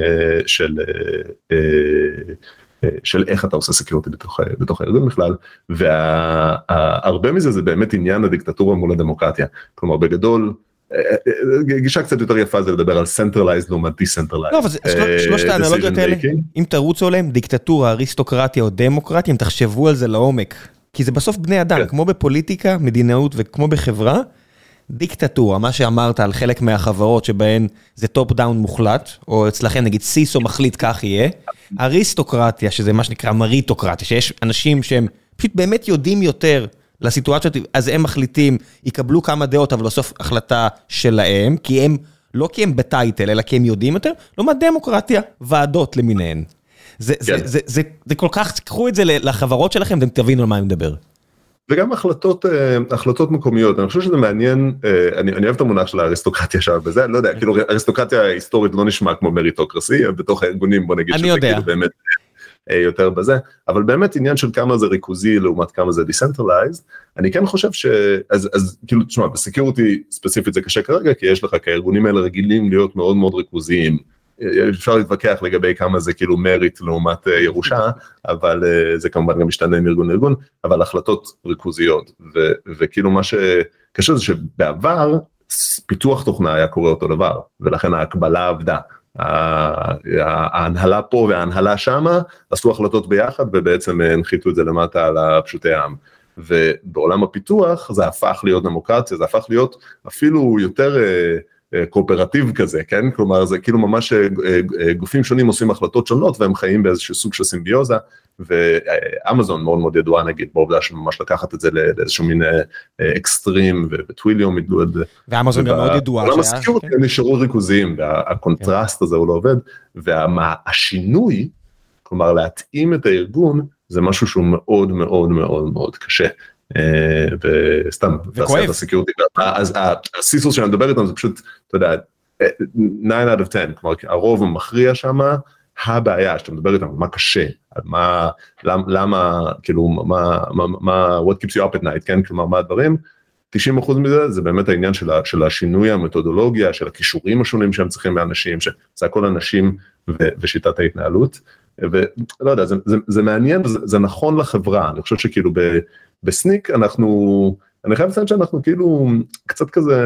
של איך אתה עושה security בתוך הארגון בכלל, והרבה מזה זה באמת עניין הדיקטטורה מול הדמוקרטיה, כלומר בגדול, גישה קצת יותר יפה זה לדבר על centralized לעומת decentralized. לא, אבל שלושת האנלוגיות האלה, אם תרוצו עליהם, דיקטטורה, אריסטוקרטיה או דמוקרטיה, אם תחשבו על זה לעומק, כי זה בסוף בני אדם, כמו בפוליטיקה, מדינאות וכמו בחברה, דיקטטורה, מה שאמרת על חלק מהחברות שבהן זה טופ דאון מוחלט, או אצלכם נגיד סיסו מחליט כך יהיה, אריסטוקרטיה, שזה מה שנקרא מריטוקרטיה, שיש אנשים שהם פשוט באמת יודעים יותר לסיטואציות, אז הם מחליטים, יקבלו כמה דעות, אבל בסוף החלטה שלהם, כי הם, לא כי הם בטייטל, אלא כי הם יודעים יותר, לא מה דמוקרטיה, ועדות למיניהן. זה כל כך, תקחו את זה לחברות שלכם, אתם תבינו על מה אני מדבר. וגם החלטות מקומיות, אני חושב שזה מעניין, אני אוהב את המונח של האריסטוקרטיה שם, וזה, אני לא יודע, כאילו אריסטוקרטיה היסטורית לא נשמע כמו מריטוקרסי, בתוך הארגונים, בוא נגיד שזה כאילו באמת יותר בזה, אבל באמת עניין של כמה זה ריכוזי, לעומת כמה זה decentralized, אני כן חושב אז כאילו, תשמע, בסקיוריטי ספציפית זה קשה כרגע, כי יש לך, כי הארגונים האלה רגילים להיות מאוד מאוד ריכוזיים, אפשר להתווכח לגבי כמה זה כאילו מריט לעומת ירושה, אבל זה כמובן גם משתנה מארגון לארגון, אבל החלטות ריכוזיות, וכאילו מה שקשה זה שבעבר, פיתוח תוכנה היה קורה אותו דבר, ולכן ההקבלה עבדה, ההנהלה פה וההנהלה שמה, עשו החלטות ביחד, ובעצם הנחיתו את זה למטה על פשוטי העם, ובעולם הפיתוח זה הפך להיות דמוקרטיה, זה הפך להיות אפילו יותר קואופרטיב כזה, כן? כלומר, זה כאילו ממש גופים שונים עושים החלטות שונות, והם חיים באיזשהו סוג של סימביוזה, ואמזון מאוד מאוד ידועה, נגיד, בעובדה שממש לקחת את זה לאיזשהו מין אקסטרים, וטוויליום ידעו את זה. ואמזון גם מאוד ידועה. בעולם הסקיוריטי הם נשארו ריכוזיים, והקונטרסט הזה הוא לא עובד, והשינוי, כלומר, להתאים את הארגון, זה משהו שהוא מאוד מאוד מאוד מאוד קשה. וסתם, תעשיית הסקיוריטי, אז הסיסוס שאני מדבר איתם זה פשוט, אתה יודע, 9 out of 10, כלומר הרוב המכריע שם, הבעיה שאתה מדבר איתם, מה קשה, למה, כאילו, what keeps you up at night, כן, כלומר מה הדברים, 90% מזה זה באמת העניין של השינוי המתודולוגיה, של הכישורים השונים שהם צריכים מאנשים, שזה הכל אנשים ושיטת ההתנהלות, ולא יודע, זה מעניין, זה נכון לחברה, אני חושב שכאילו בסניק אני חייב לציין שאנחנו כאילו קצת כזה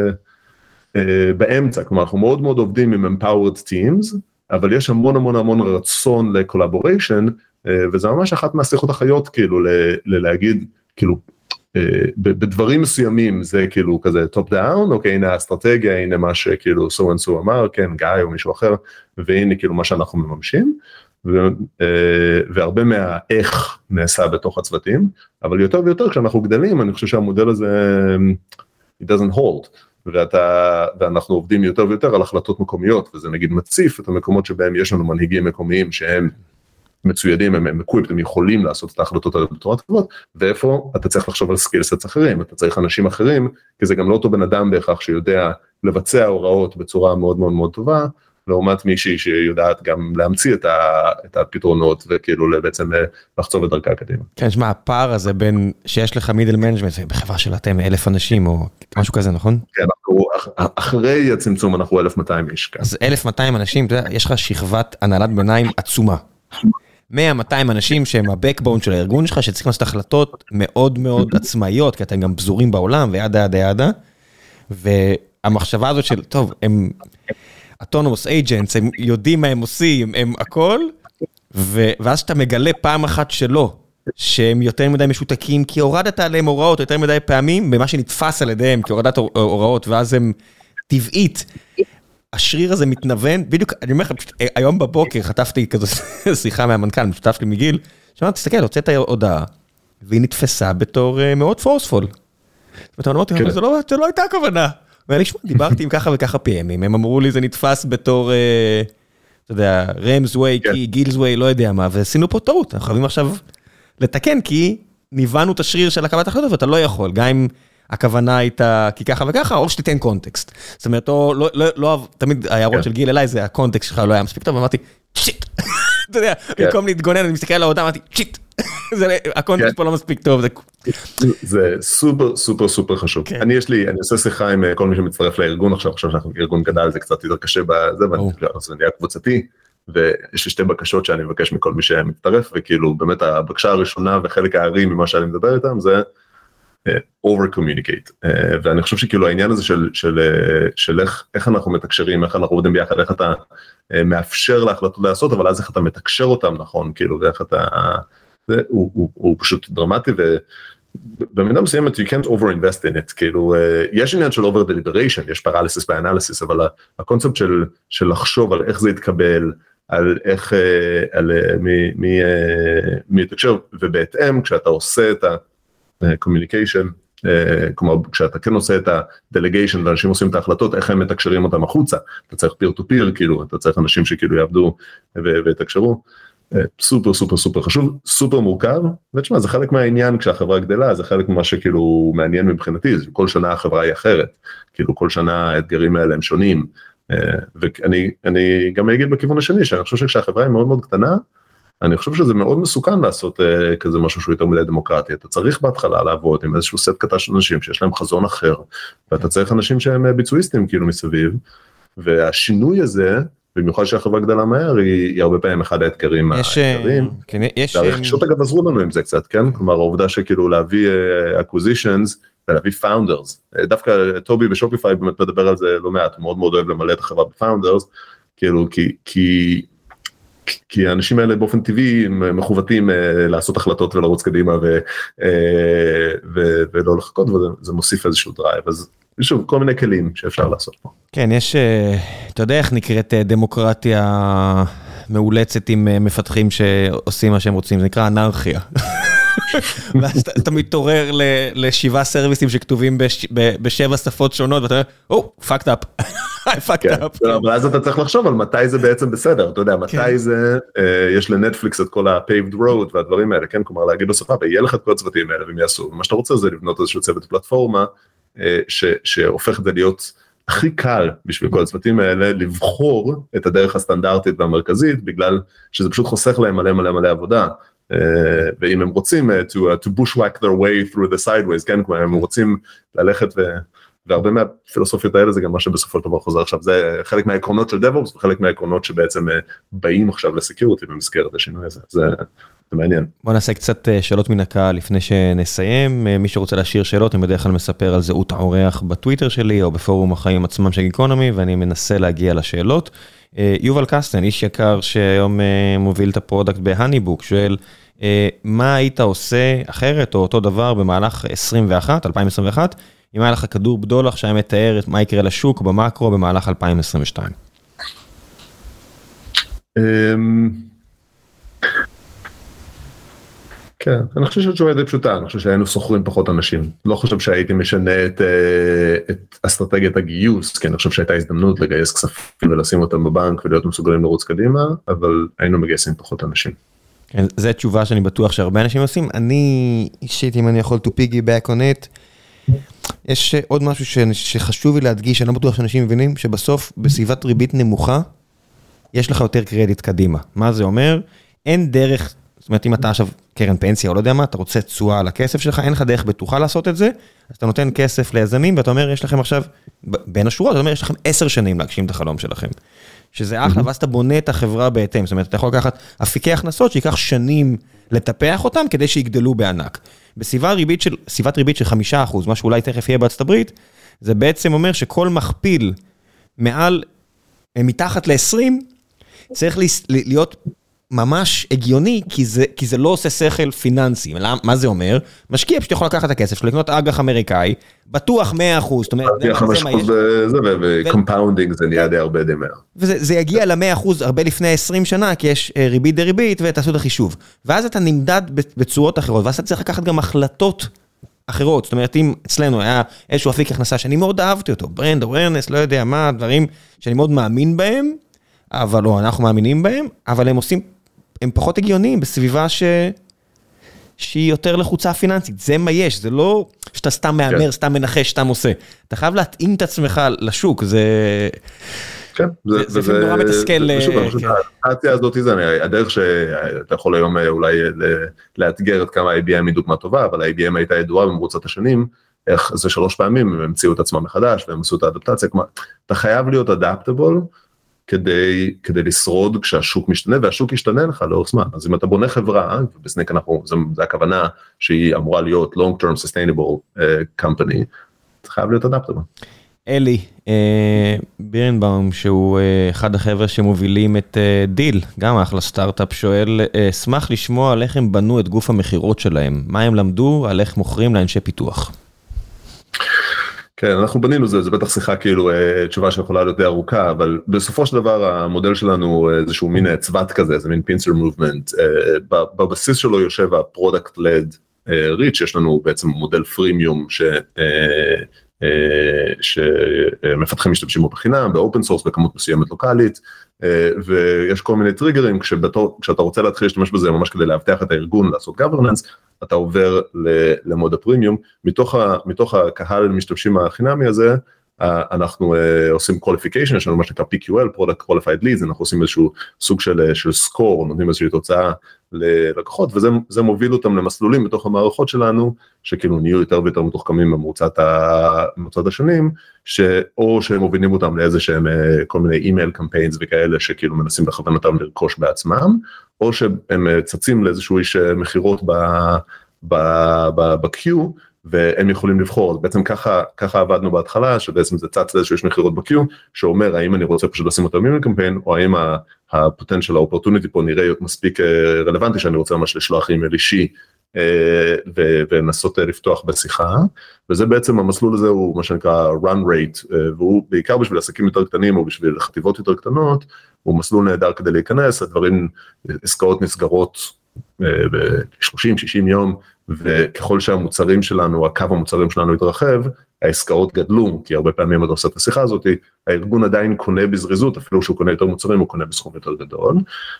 באמצע, כלומר אנחנו מאוד מאוד עובדים עם empowered teams, אבל יש המון המון המון רצון לקולאבוריישן, וזה ממש אחת מהשיחות החיות כאילו להגיד כאילו בדברים מסוימים זה כאילו כזה top down, אוקיי, הנה האסטרטגיה, הנה מה שכאילו so and so אמר, כן, גיא או מישהו אחר, והנה כאילו מה שאנחנו מממשים, והרבה מהאיך נעשה בתוך הצוותים, אבל יותר ויותר כשאנחנו גדלים, אני חושב שהמודל הזה, it doesn't hold, ואנחנו עובדים יותר ויותר על החלטות מקומיות, וזה נגיד מציף את המקומות שבהם יש לנו מנהיגים מקומיים שהם מצוידים, הם מקויפט, הם יכולים לעשות את ההחלטות האלה בתורת טובות, ואיפה אתה צריך לחשוב על סקילסטס אחרים, אתה צריך אנשים אחרים, כי זה גם לא אותו בן אדם בהכרח שיודע לבצע הוראות בצורה מאוד מאוד מאוד טובה, לעומת מישהי שיודעת גם להמציא את הפתרונות, וכאילו בעצם לחצוב את דרכה קדימה. כן, שמה, הפער הזה בין שיש לך מידל מנג'מנט, בחברה של אתם 1,000 אנשים, או משהו כזה, נכון? כן, אחרי הצמצום אנחנו 1,200 איש. אז 1,200 אנשים, אתה יודע, יש לך שכבת הנהלת ביניים עצומה. 100-200 אנשים שהם הבקבון של הארגון שלך, שצריכים לעשות החלטות מאוד מאוד עצמאיות, כי אתם גם פזורים בעולם, וידה, והמחשבה הזאת של, טוב, הם autonomous agents, הם יודעים מה הם עושים, הם הכל, ואז שאתה מגלה פעם אחת שלא, שהם יותר מדי משותקים, כי הורדת עליהם הוראות יותר מדי פעמים, במה שנתפס על ידיהם, כי הורדת הוראות, ואז הם טבעית. השריר הזה מתנוון, בדיוק, אני אומר לך, היום בבוקר חטפתי כזו שיחה מהמנכ"ל, משותף לי מגיל, שאמרתי, תסתכל, הוצאת הודעה, והיא נתפסה בתור מאוד פורספול. ואתה אמרתי, זה לא הייתה הכוונה. ואני שמע, דיברתי עם ככה וככה PM'ים, הם אמרו לי, זה נתפס בתור, אתה יודע, רמסווי, גילסווי, לא יודע מה, ועשינו פה טעות, אנחנו חייבים עכשיו לתקן, כי ניוונו את השריר של הקבלת החלטות, ואתה לא יכול, גם אם הכוונה הייתה כי ככה וככה, או שתיתן קונטקסט. זאת אומרת, לא, תמיד ההערות של גיל אליי, זה הקונטקסט שלך לא היה מספיק טוב, ואמרתי, שיט, אתה יודע, במקום להתגונן, אני מסתכל על ההודעה, אמרתי, שיט, הקונטקסט פה לא מספיק טוב. זה סופר סופר סופר חשוב. אני עושה שיחה עם כל מי שמצטרף לארגון עכשיו, שאנחנו ארגון גדל, זה קצת יותר קשה בזה, זה נהיה קבוצתי, ויש לי שתי בקשות שאני מבקש מכל מי שמצטרף, וכאילו באמת הבקשה הראשונה וחלק הערים ממה שאני מדבר איתם, זה over communicate, ואני חושב שכאילו העניין הזה של איך אנחנו מתקשרים, איך אנחנו עובדים ביחד, איך אתה מאפשר להחלטות לעשות, אבל אז איך אתה מתקשר אותם נכון, כאילו, ואיך אתה, הוא פשוט דרמטי, ובמידה מסוימת you can't over invest in it, כאילו, יש עניין של over deliberation, יש paralysis by-analysis, אבל הקונספט של לחשוב על איך זה יתקבל, על איך, על מי יתקשר, ובהתאם, כשאתה עושה את communication, כלומר, כשאתה כן עושה את ה-delegation, ואנשים עושים את ההחלטות, איך הם מתקשרים אותם החוצה, אתה צריך peer to peer, כאילו, אתה צריך אנשים שכאילו יעבדו ויתקשרו, סופר סופר סופר חשוב, סופר מורכב, ותשמע, זה חלק מהעניין כשהחברה גדלה, זה חלק ממה שכאילו מעניין מבחינתי, כל שנה החברה היא אחרת, כאילו כל שנה האתגרים האלה הם שונים, ואני גם אגיד בכיוון השני, שאני חושב שכשהחברה היא מאוד מאוד קטנה, אני חושב שזה מאוד מסוכן לעשות כזה משהו שהוא יותר מדי דמוקרטי, אתה צריך בהתחלה לעבוד עם איזשהו סט קטן של אנשים שיש להם חזון אחר, ואתה צריך אנשים שהם ביצועיסטים כאילו מסביב, והשינוי הזה, במיוחד שהחברה גדלה מהר, היא הרבה פעמים אחד האתגרים העיקריים, והרכישות אגב עזרו לנו עם זה קצת, כן? כלומר העובדה שכאילו להביא acquisitions, ולהביא founders, דווקא טובי בשופיפיי באמת מדבר על זה לא מעט, הוא מאוד מאוד אוהב למלא את החברה בפאונדרס, כאילו כי האנשים האלה באופן טבעי הם מחוותים לעשות החלטות ולרוץ קדימה ולא לחכות, וזה מוסיף איזשהו דרייב, אז שוב, כל מיני כלים שאפשר לעשות פה. כן, יש, אתה יודע איך נקראת דמוקרטיה מאולצת עם מפתחים שעושים מה שהם רוצים, זה נקרא אנרכיה. ואז אתה מתעורר לשבעה סרוויסים שכתובים בשבע שפות שונות, ואתה אומר, fucked up. אבל אז אתה צריך לחשוב על מתי זה בעצם בסדר, אתה יודע, מתי זה, יש לנטפליקס את כל ה-paved road והדברים האלה, כן, כלומר להגיד לו סבבה, יהיה לך את כל הצוותים האלה והם יעשו, ומה שאתה רוצה זה לבנות איזשהו צוות פלטפורמה, שהופך את זה להיות הכי קל בשביל כל הצוותים האלה, לבחור את הדרך הסטנדרטית והמרכזית, בגלל שזה פשוט חוסך להם מלא מלא מלא עבודה, ואם הם רוצים to bushwhack their way through the sideways, כן, כלומר הם רוצים ללכת והרבה מהפילוסופיות האלה זה גם מה שבסופו של דבר חוזר עכשיו, זה חלק מהעקרונות של DevOps, וחלק מהעקרונות שבעצם באים עכשיו לסקיוריטי במסגרת השינוי הזה, זה מעניין. בוא נעשה קצת שאלות מן הקהל לפני שנסיים, מי שרוצה להשאיר שאלות, אני בדרך כלל מספר על זהות האורח בטוויטר שלי, או בפורום החיים עצמם של גיקונומי, ואני מנסה להגיע לשאלות. יובל קסטן, איש יקר שהיום מוביל את הפרודקט בהניבוק, שואל, מה היית עושה אחרת או אותו דבר במהלך 2021, אם היה לך כדור בדולח שהיה מתאר את מה יקרה לשוק במקרו במהלך 2022? כן, אני חושב שהתשובה די פשוטה, אני חושב שהיינו סוחרים פחות אנשים, לא חושב שהייתי משנה את אסטרטגיית הגיוס, כי אני חושב שהייתה הזדמנות לגייס כספים ולשים אותם בבנק ולהיות מסוגלים לרוץ קדימה, אבל היינו מגייסים פחות אנשים. כן, זו תשובה שאני בטוח שהרבה אנשים עושים, אני אישית אם אני יכול to piggyback on it, יש עוד משהו שחשוב לי להדגיש, אני לא בטוח שאנשים מבינים, שבסוף בסביבת ריבית נמוכה, יש לך יותר קרדיט קדימה. מה זה אומר? אין דרך, זאת אומרת, אם אתה עכשיו קרן פנסיה או לא יודע מה, אתה רוצה תשואה על הכסף שלך, אין לך דרך בטוחה לעשות את זה, אז אתה נותן כסף ליזמים, ואתה אומר, יש לכם עכשיו, בין השורות, אתה אומר, יש לכם 10 שנים להגשים את החלום שלכם. שזה אחלה, ואז אתה בונה את החברה בהתאם. זאת אומרת, אתה יכול לקחת אפיקי הכנסות, שיקח שנים לטפח אותם, כדי שיגדלו בענק. בסביבת ריבית של 5%, מה שאולי תכף יהיה בארצות הברית, זה בעצם אומר שכל מכפיל מתחת ל-20, צריך להיות ממש הגיוני, כי זה לא עושה שכל פיננסי. מה זה אומר? משקיע פשוט יכול לקחת את הכסף שלו, לקנות אג"ח אמריקאי, בטוח 100%, זאת אומרת, זה מה יש. וקומפאונדינג זה נהיה די הרבה די מהר. וזה יגיע ל100% הרבה לפני 20 שנה, כי יש ריבית דריבית, ותעשו את החישוב. ואז אתה נמדד בצורות אחרות, ואז אתה צריך לקחת גם החלטות אחרות. זאת אומרת, אם אצלנו היה איזשהו אפיק הכנסה, שאני מאוד אהבתי אותו, ברנד, אווירנס, לא יודע מה, דברים שאני מאוד מאמין בהם, אבל לא, אנחנו מאמינים בהם, אבל הם פחות הגיוניים בסביבה שהיא יותר לחוצה פיננסית. זה מה יש, זה לא שאתה סתם מאמר, סתם מנחש, סתם עושה. אתה חייב להתאים את עצמך לשוק, זה... כן, זה לפעמים נורא מתסכל. האפליקציה הזאת זה הדרך שאתה יכול היום אולי לאתגר את כמה IBM היא דוגמה טובה, אבל IBM הייתה ידועה במרוצת השנים, איך זה 3 פעמים הם המציאו את עצמם מחדש, והם עשו את האדפטציה, כלומר, אתה חייב להיות אדפטבל, כדי לשרוד כשהשוק משתנה, והשוק ישתנה לך לאורך זמן. אז אם אתה בונה חברה, ובסניק זה הכוונה שהיא אמורה להיות long-term sustainable company, אתה חייב להיות אדפטבל. אלי בירנבאום, שהוא אחד החבר'ה שמובילים את דיל, גם אחלה סטארט-אפ, שואל, אשמח לשמוע על איך הם בנו את גוף המחירות שלהם, מה הם למדו, על איך מוכרים לאנשי פיתוח. כן, אנחנו בנינו זה בטח שיחה כאילו תשובה שיכולה להיות די ארוכה, אבל בסופו של דבר המודל שלנו איזשהו מין צוות כזה, זה מין פינצר מובמנט, בבסיס שלו יושב הפרודקט לד ריץ', יש לנו בעצם מודל פרימיום שמפתחים משתמשים בו בחינם, באופן סורס, בכמות מסוימת לוקלית, ויש כל מיני טריגרים, כשאתה רוצה להתחיל להשתמש בזה ממש כדי להבטיח את הארגון, לעשות governance, אתה עובר למוד הפרימיום, מתוך הקהל משתמשים החינמי הזה, אנחנו עושים qualification, יש לנו מה שנקרא PQL, Product Qualified Leads, אנחנו עושים איזשהו סוג של סקור, נותנים איזושהי תוצאה ללקוחות, וזה מוביל אותם למסלולים בתוך המערכות שלנו, שכאילו נהיו יותר ויותר מתוחכמים במרוצת השנים, או שהם מובילים אותם לאיזה שהם כל מיני אימייל קמפיינס וכאלה, שכאילו מנסים לכוון אותם לרכוש בעצמם, או שהם צצים לאיזשהו איש מחירות ב-Q, והם יכולים לבחור. אז בעצם ככה עבדנו בהתחלה, שבעצם זה צץ לאיזשהו איש מחירות ב-Q, שאומר האם אני רוצה פשוט לשים אותם אימייל קמפיין, או האם הפוטנציאל, האופורטוניטי פה נראה מספיק רלוונטי, שאני רוצה ממש לשלוח אימייל אישי, ונסות לפתוח בשיחה, וזה בעצם המסלול הזה הוא מה שנקרא run rate, והוא בעיקר בשביל עסקים יותר קטנים, או בשביל חטיבות יותר קטנות, הוא מסלול נהדר כדי להיכנס, הדברים, עסקאות נסגרות ב-30-60 יום, וככל שהמוצרים שלנו, הקו המוצרים שלנו התרחב, העסקאות גדלו, כי הרבה פעמים אתה עושה את השיחה הזאת, הארגון עדיין קונה בזריזות, אפילו שהוא קונה יותר מוצרים, הוא קונה בסכום יותר גדול.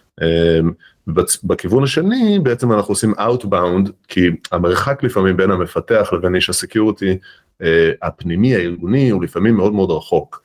בכיוון השני, בעצם אנחנו עושים outbound, כי המרחק לפעמים בין המפתח לבין איש הסקיוריטי, הפנימי, הארגוני, הוא לפעמים מאוד מאוד רחוק.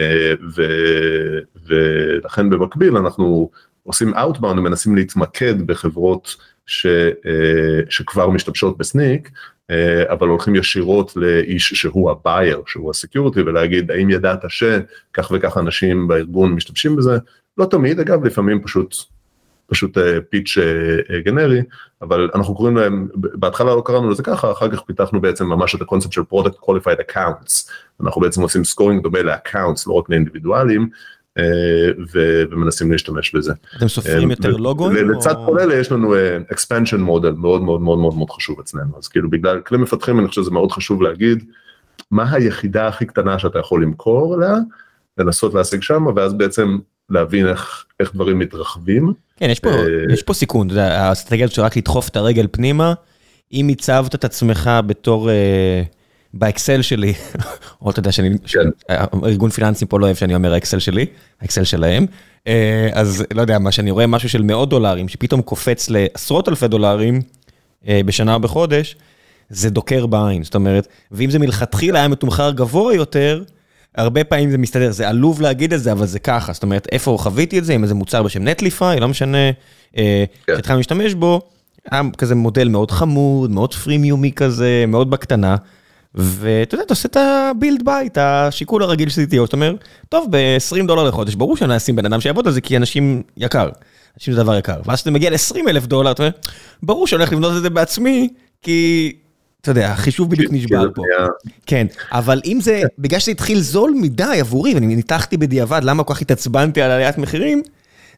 ולכן במקביל אנחנו עושים outbound, ומנסים להתמקד בחברות שכבר משתמשות בסניק, אבל הולכים ישירות לאיש שהוא הבייר, שהוא הסקיוריטי, ולהגיד, האם ידעת שכך וכך אנשים בארגון משתמשים בזה? לא תמיד, אגב, לפעמים פשוט פיץ' גנרי, אבל אנחנו קוראים להם, בהתחלה לא קראנו לזה ככה, אחר כך פיתחנו בעצם ממש את הקונספט של Product Qualified Accounts, אנחנו בעצם עושים סקורינג דומה ל-Accounts, לא רק לאינדיבידואלים, ומנסים להשתמש בזה. אתם סופרים יותר לוגוים? לצד כל אלה יש לנו expansion model מאוד מאוד מאוד מאוד מאוד חשוב אצלנו, אז כאילו בגלל כלי מפתחים אני חושב שזה מאוד חשוב להגיד, מה היחידה הכי קטנה שאתה יכול למכור לה, לנסות להשיג שם, ואז בעצם להבין איך דברים מתרחבים. כן, יש פה סיכון, האסטרטגיה הזאת שרק לדחוף את הרגל פנימה, אם הצבת את עצמך בתור... באקסל שלי, או אתה יודע, ארגון פיננסי פה לא אוהב שאני אומר האקסל שלי, האקסל שלהם, אז לא יודע, מה שאני רואה משהו של $100, שפתאום קופץ לעשרות אלפי דולרים, בשנה או בחודש, זה דוקר בעין, זאת אומרת, ואם זה מלכתחילה היה מתומחר גבוה יותר, הרבה פעמים זה מסתדר, זה עלוב להגיד את זה, אבל זה ככה, זאת אומרת, איפה חוויתי את זה, עם איזה מוצר בשם נטליפיי, לא משנה, שהתחלנו להשתמש בו, היה כזה מודל מאוד חמוד, מאוד פרימיומי כזה, מאוד בקטנה, ואתה יודע, אתה עושה את הבילד בית, השיקול הרגיל של CTO, זאת אומרת, טוב, $20 לחודש, ברור שאני אשים בן אדם שיעבוד על זה, כי אנשים יקר, אנשים זה דבר יקר, ואז שאתה מגיע $20,000, אתה אומר, ברור שאני הולך לבנות את זה בעצמי, כי, אתה יודע, החישוב בדיוק נשבר פה. כן, אבל אם זה, בגלל שזה התחיל זול מדי עבורי, ואני ניתחתי בדיעבד, למה כל כך התעצבנתי על עליית מחירים,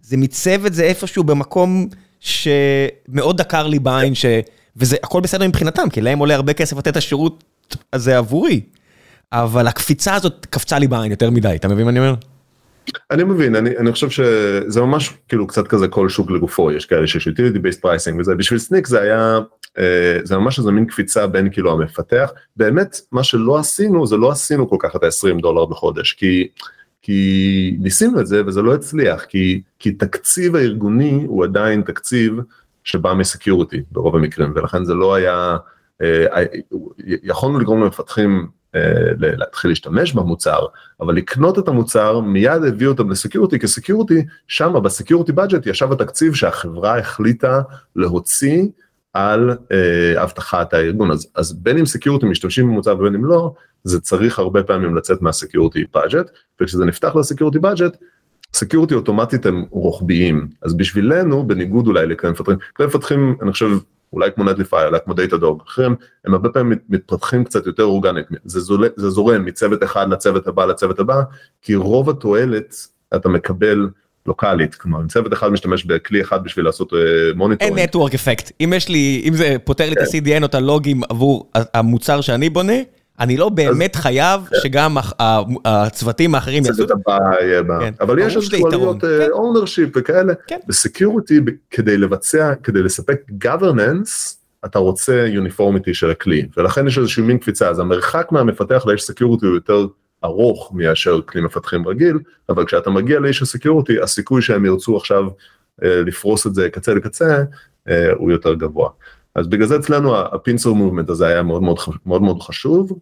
זה מיצב את זה איפשהו במקום שמאוד דקר לי בעין, וזה הכל בסדר מבחינתם, כי להם עולה הרבה כסף לתת את השירות הזה עבורי, אבל הקפיצה הזאת קפצה לי בעין יותר מדי, אתה מבין מה אני אומר? אני מבין, אני חושב שזה ממש כאילו קצת כזה כל שוק לגופו, יש כאלה שיש utility based pricing וזה, בשביל סניק זה היה, זה ממש איזה מין קפיצה בין כאילו המפתח, באמת מה שלא עשינו, זה לא עשינו כל כך את $20 בחודש, כי ניסינו את זה וזה לא הצליח, כי תקציב הארגוני הוא עדיין תקציב שבא מסקיוריטי ברוב המקרים, ולכן זה לא היה, יכולנו לגרום למפתחים להתחיל להשתמש במוצר, אבל לקנות את המוצר מיד הביאו אותם לסקיוריטי, כי סקיוריטי, שם בסקיוריטי בדג'ט ישב התקציב שהחברה החליטה להוציא על הבטחת הארגון, אז בין אם סקיוריטי משתמשים במוצר ובין אם לא, זה צריך הרבה פעמים לצאת מהסקיוריטי בדג'ט, וכשזה נפתח לסקיוריטי בדג'ט, סקיוריטי אוטומטית הם רוחביים, אז בשבילנו, בניגוד אולי לכלי מפתחים, כלי מפתחים, אני חושב, אולי כמו נטליפיי, אולי כמו דאטאדוג, אחרים, הם הרבה פעמים מתפתחים קצת יותר אורגנית, זה זורם מצוות אחד לצוות הבא, כי רוב התועלת אתה מקבל לוקלית, כלומר, אם צוות אחד משתמש בכלי אחד בשביל לעשות מוניטורינג. אין נטוורק אפקט, אם זה פותר לי את ה-CDN או את הלוגים עבור המוצר שאני בונה, אני לא באמת חייב שגם הצוותים האחרים יעשו. צוות הבא יהיה בה. אבל יש איזשהו עלויות ownership וכאלה. בסקיוריטי, כדי לספק governance, אתה רוצה uniformity של הכלי, ולכן יש איזשהו מין קפיצה, אז המרחק מהמפתח לאיש סקיוריטי הוא יותר ארוך מאשר כלי מפתחים רגיל, אבל כשאתה מגיע לאיש הסקיוריטי, הסיכוי שהם ירצו עכשיו לפרוס את זה קצה לקצה, הוא יותר גבוה. אז בגלל זה אצלנו הפינצר מובמנט הזה היה מאוד מאוד חשוב,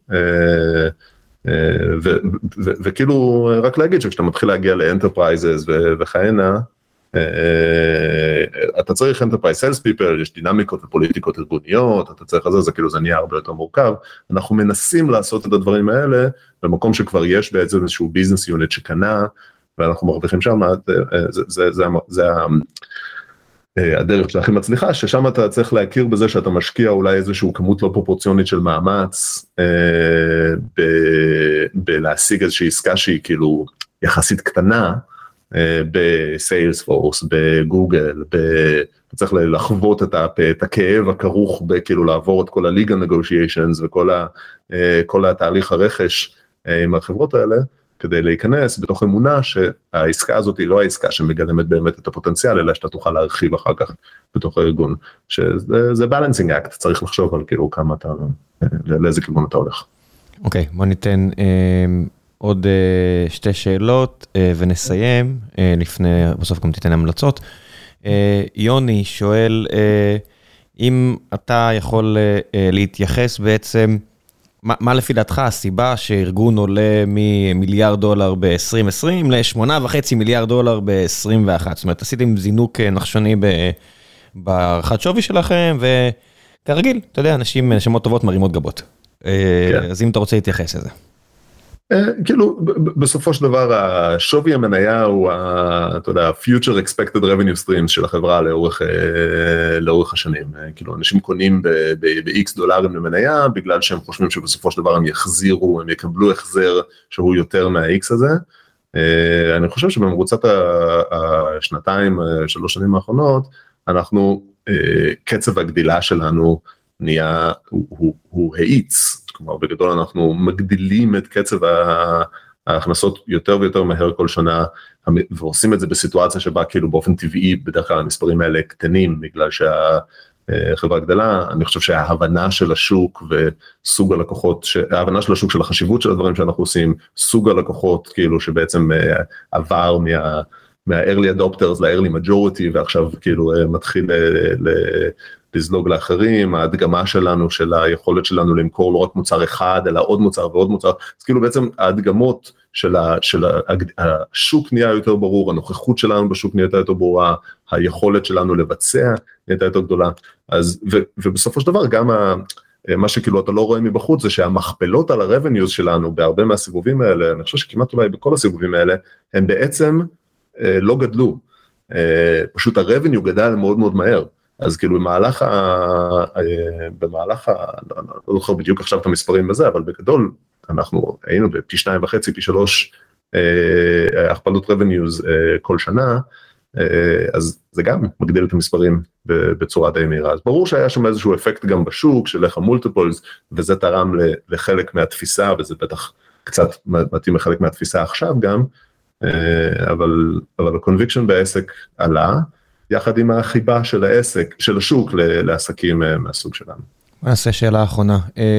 וכאילו רק להגיד שכשאתה מתחיל להגיע לאנטרפרייזס וכהנה, אתה צריך enterprise sales people, יש דינמיקות ופוליטיקות ארגוניות, אתה צריך את זה, זה כאילו זה נהיה הרבה יותר מורכב, אנחנו מנסים לעשות את הדברים האלה, במקום שכבר יש בעצם איזשהו ביזנס יוניט שקנה, ואנחנו מרוויחים שם, זה הדרך שהכי מצליחה, ששם אתה צריך להכיר בזה שאתה משקיע אולי איזשהו כמות לא פרופורציונית של מאמץ, בלהשיג איזושהי עסקה שהיא כאילו יחסית קטנה, בסיילספורס, בגוגל, אתה צריך לחוות את הכאב הכרוך בכאילו לעבור את כל הליגה נגושיישנס וכל התהליך הרכש עם החברות האלה, כדי להיכנס בתוך אמונה שהעסקה הזאת היא לא העסקה שמגלמת באמת את הפוטנציאל, אלא שאתה תוכל להרחיב אחר כך בתוך הארגון, שזה balancing act, צריך לחשוב על כאילו כמה אתה, לאיזה כיוון אתה הולך. אוקיי, בוא ניתן עוד שתי שאלות ונסיים, לפני, בסוף גם תיתן המלצות. יוני שואל, אם אתה יכול להתייחס בעצם, מה לפי דעתך הסיבה שארגון עולה ממיליארד דולר ב-2020 ל-8.5 מיליארד דולר ב-21? זאת אומרת, עשיתם זינוק נחשוני בערכת שווי שלכם, וכרגיל, אתה יודע, נשמות טובות מרימות גבות. אז אם אתה רוצה להתייחס לזה. כאילו, בסופו של דבר, השווי המניה הוא, אתה יודע, future expected revenue streams של החברה לאורך השנים. כאילו, אנשים קונים ב-X דולרים למניה, בגלל שהם חושבים שבסופו של דבר הם יחזירו, הם יקבלו החזר שהוא יותר מה-X הזה. אני חושב שבמרוצת השנתיים, 3 שנים האחרונות, אנחנו, קצב הגדילה שלנו נהיה, הוא האיץ. כלומר, בגדול אנחנו מגדילים את קצב ההכנסות יותר ויותר מהר כל שנה, ועושים את זה בסיטואציה שבה כאילו באופן טבעי, בדרך כלל המספרים האלה קטנים, בגלל שהחברה גדלה. אני חושב שההבנה של השוק וסוג הלקוחות, ההבנה של השוק של החשיבות של הדברים שאנחנו עושים, סוג הלקוחות כאילו שבעצם עבר מה-early adopters ל-early majority, ועכשיו כאילו מתחיל לזלוג לאחרים, ההדגמה שלנו, של היכולת שלנו למכור לא רק מוצר אחד, אלא עוד מוצר ועוד מוצר, אז כאילו בעצם ההדגמות של השוק נהיה יותר ברור, הנוכחות שלנו בשוק נהייתה יותר ברורה, היכולת שלנו לבצע נהייתה יותר גדולה, אז, ובסופו של דבר גם מה שכאילו אתה לא רואה מבחוץ, זה שהמכפלות על ה-revenues שלנו, בהרבה מהסיבובים האלה, אני חושב שכמעט אולי בכל הסיבובים האלה, הם בעצם לא גדלו, פשוט ה-revenue גדל מאוד מאוד מהר, אז כאילו במהלך לא זוכר בדיוק עכשיו את המספרים בזה, אבל בגדול אנחנו היינו בפי 2.5, פי 3 הכפלות revenues כל שנה, אז זה גם מגדיל את המספרים בצורה די מהירה. אז ברור שהיה שם איזשהו אפקט גם בשוק של איך המולטיפולס, וזה תרם לחלק מהתפיסה, וזה בטח קצת מתאים לחלק מהתפיסה עכשיו גם, אבל הקונביקשן בעסק עלה, יחד עם החיבה של העסק, של השוק לעסקים מהסוג שלנו. נעשה שאלה האחרונה.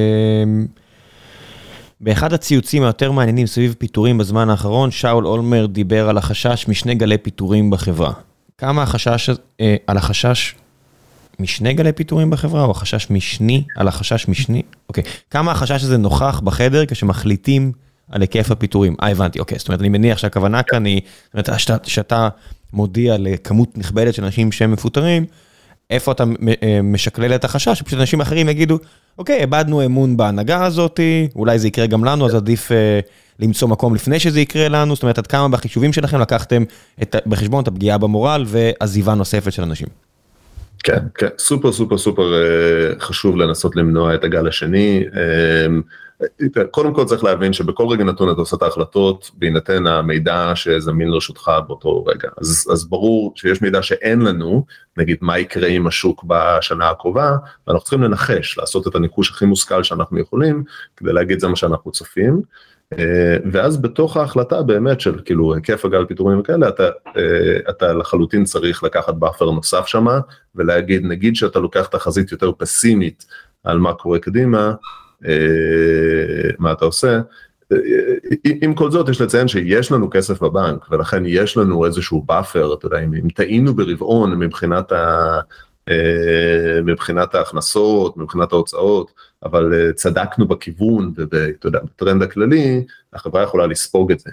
באחד הציוצים היותר מעניינים סביב פיטורים בזמן האחרון, שאול אולמר דיבר על החשש משני גלי פיטורים בחברה. כמה החשש, על החשש משני גלי פיטורים בחברה, או החשש משני, על החשש משני? אוקיי. כמה החשש הזה נוכח בחדר כשמחליטים על היקף הפיטורים? הבנתי, אוקיי. זאת אומרת, אני מניח שהכוונה כאן היא, זאת אומרת, שאתה מודיע לכמות נכבדת של אנשים שהם מפוטרים, איפה אתה משקלל את החשש, שפשוט אנשים אחרים יגידו, אוקיי, איבדנו אמון בהנהגה הזאת, אולי זה יקרה גם לנו, אז עדיף למצוא מקום לפני שזה יקרה לנו, זאת אומרת, עד כמה בחישובים שלכם לקחתם בחשבון את הפגיעה במורל ועזיבה נוספת של אנשים. כן, כן, סופר סופר סופר חשוב לנסות למנוע את הגל השני. קודם כל צריך להבין שבכל רגע נתון אתה עושה את ההחלטות, בהינתן המידע שזמין לרשותך באותו רגע. אז ברור שיש מידע שאין לנו, נגיד מה יקרה עם השוק בשנה הקרובה, ואנחנו צריכים לנחש, לעשות את הניקוש הכי מושכל שאנחנו יכולים, כדי להגיד זה מה שאנחנו צופים, ואז בתוך ההחלטה באמת של כאילו היקף הגל פיטורים וכאלה, אתה לחלוטין צריך לקחת באפר נוסף שמה, ולהגיד נגיד שאתה לוקח תחזית יותר פסימית על מה קורה קדימה, מה אתה עושה, עם כל זאת יש לציין שיש לנו כסף בבנק, ולכן יש לנו איזשהו באפר, אתה יודע, אם טעינו ברבעון מבחינת ההכנסות, מבחינת ההוצאות, אבל צדקנו בכיוון, ואתה יודע, בטרנד הכללי, החברה יכולה לספוג את זה,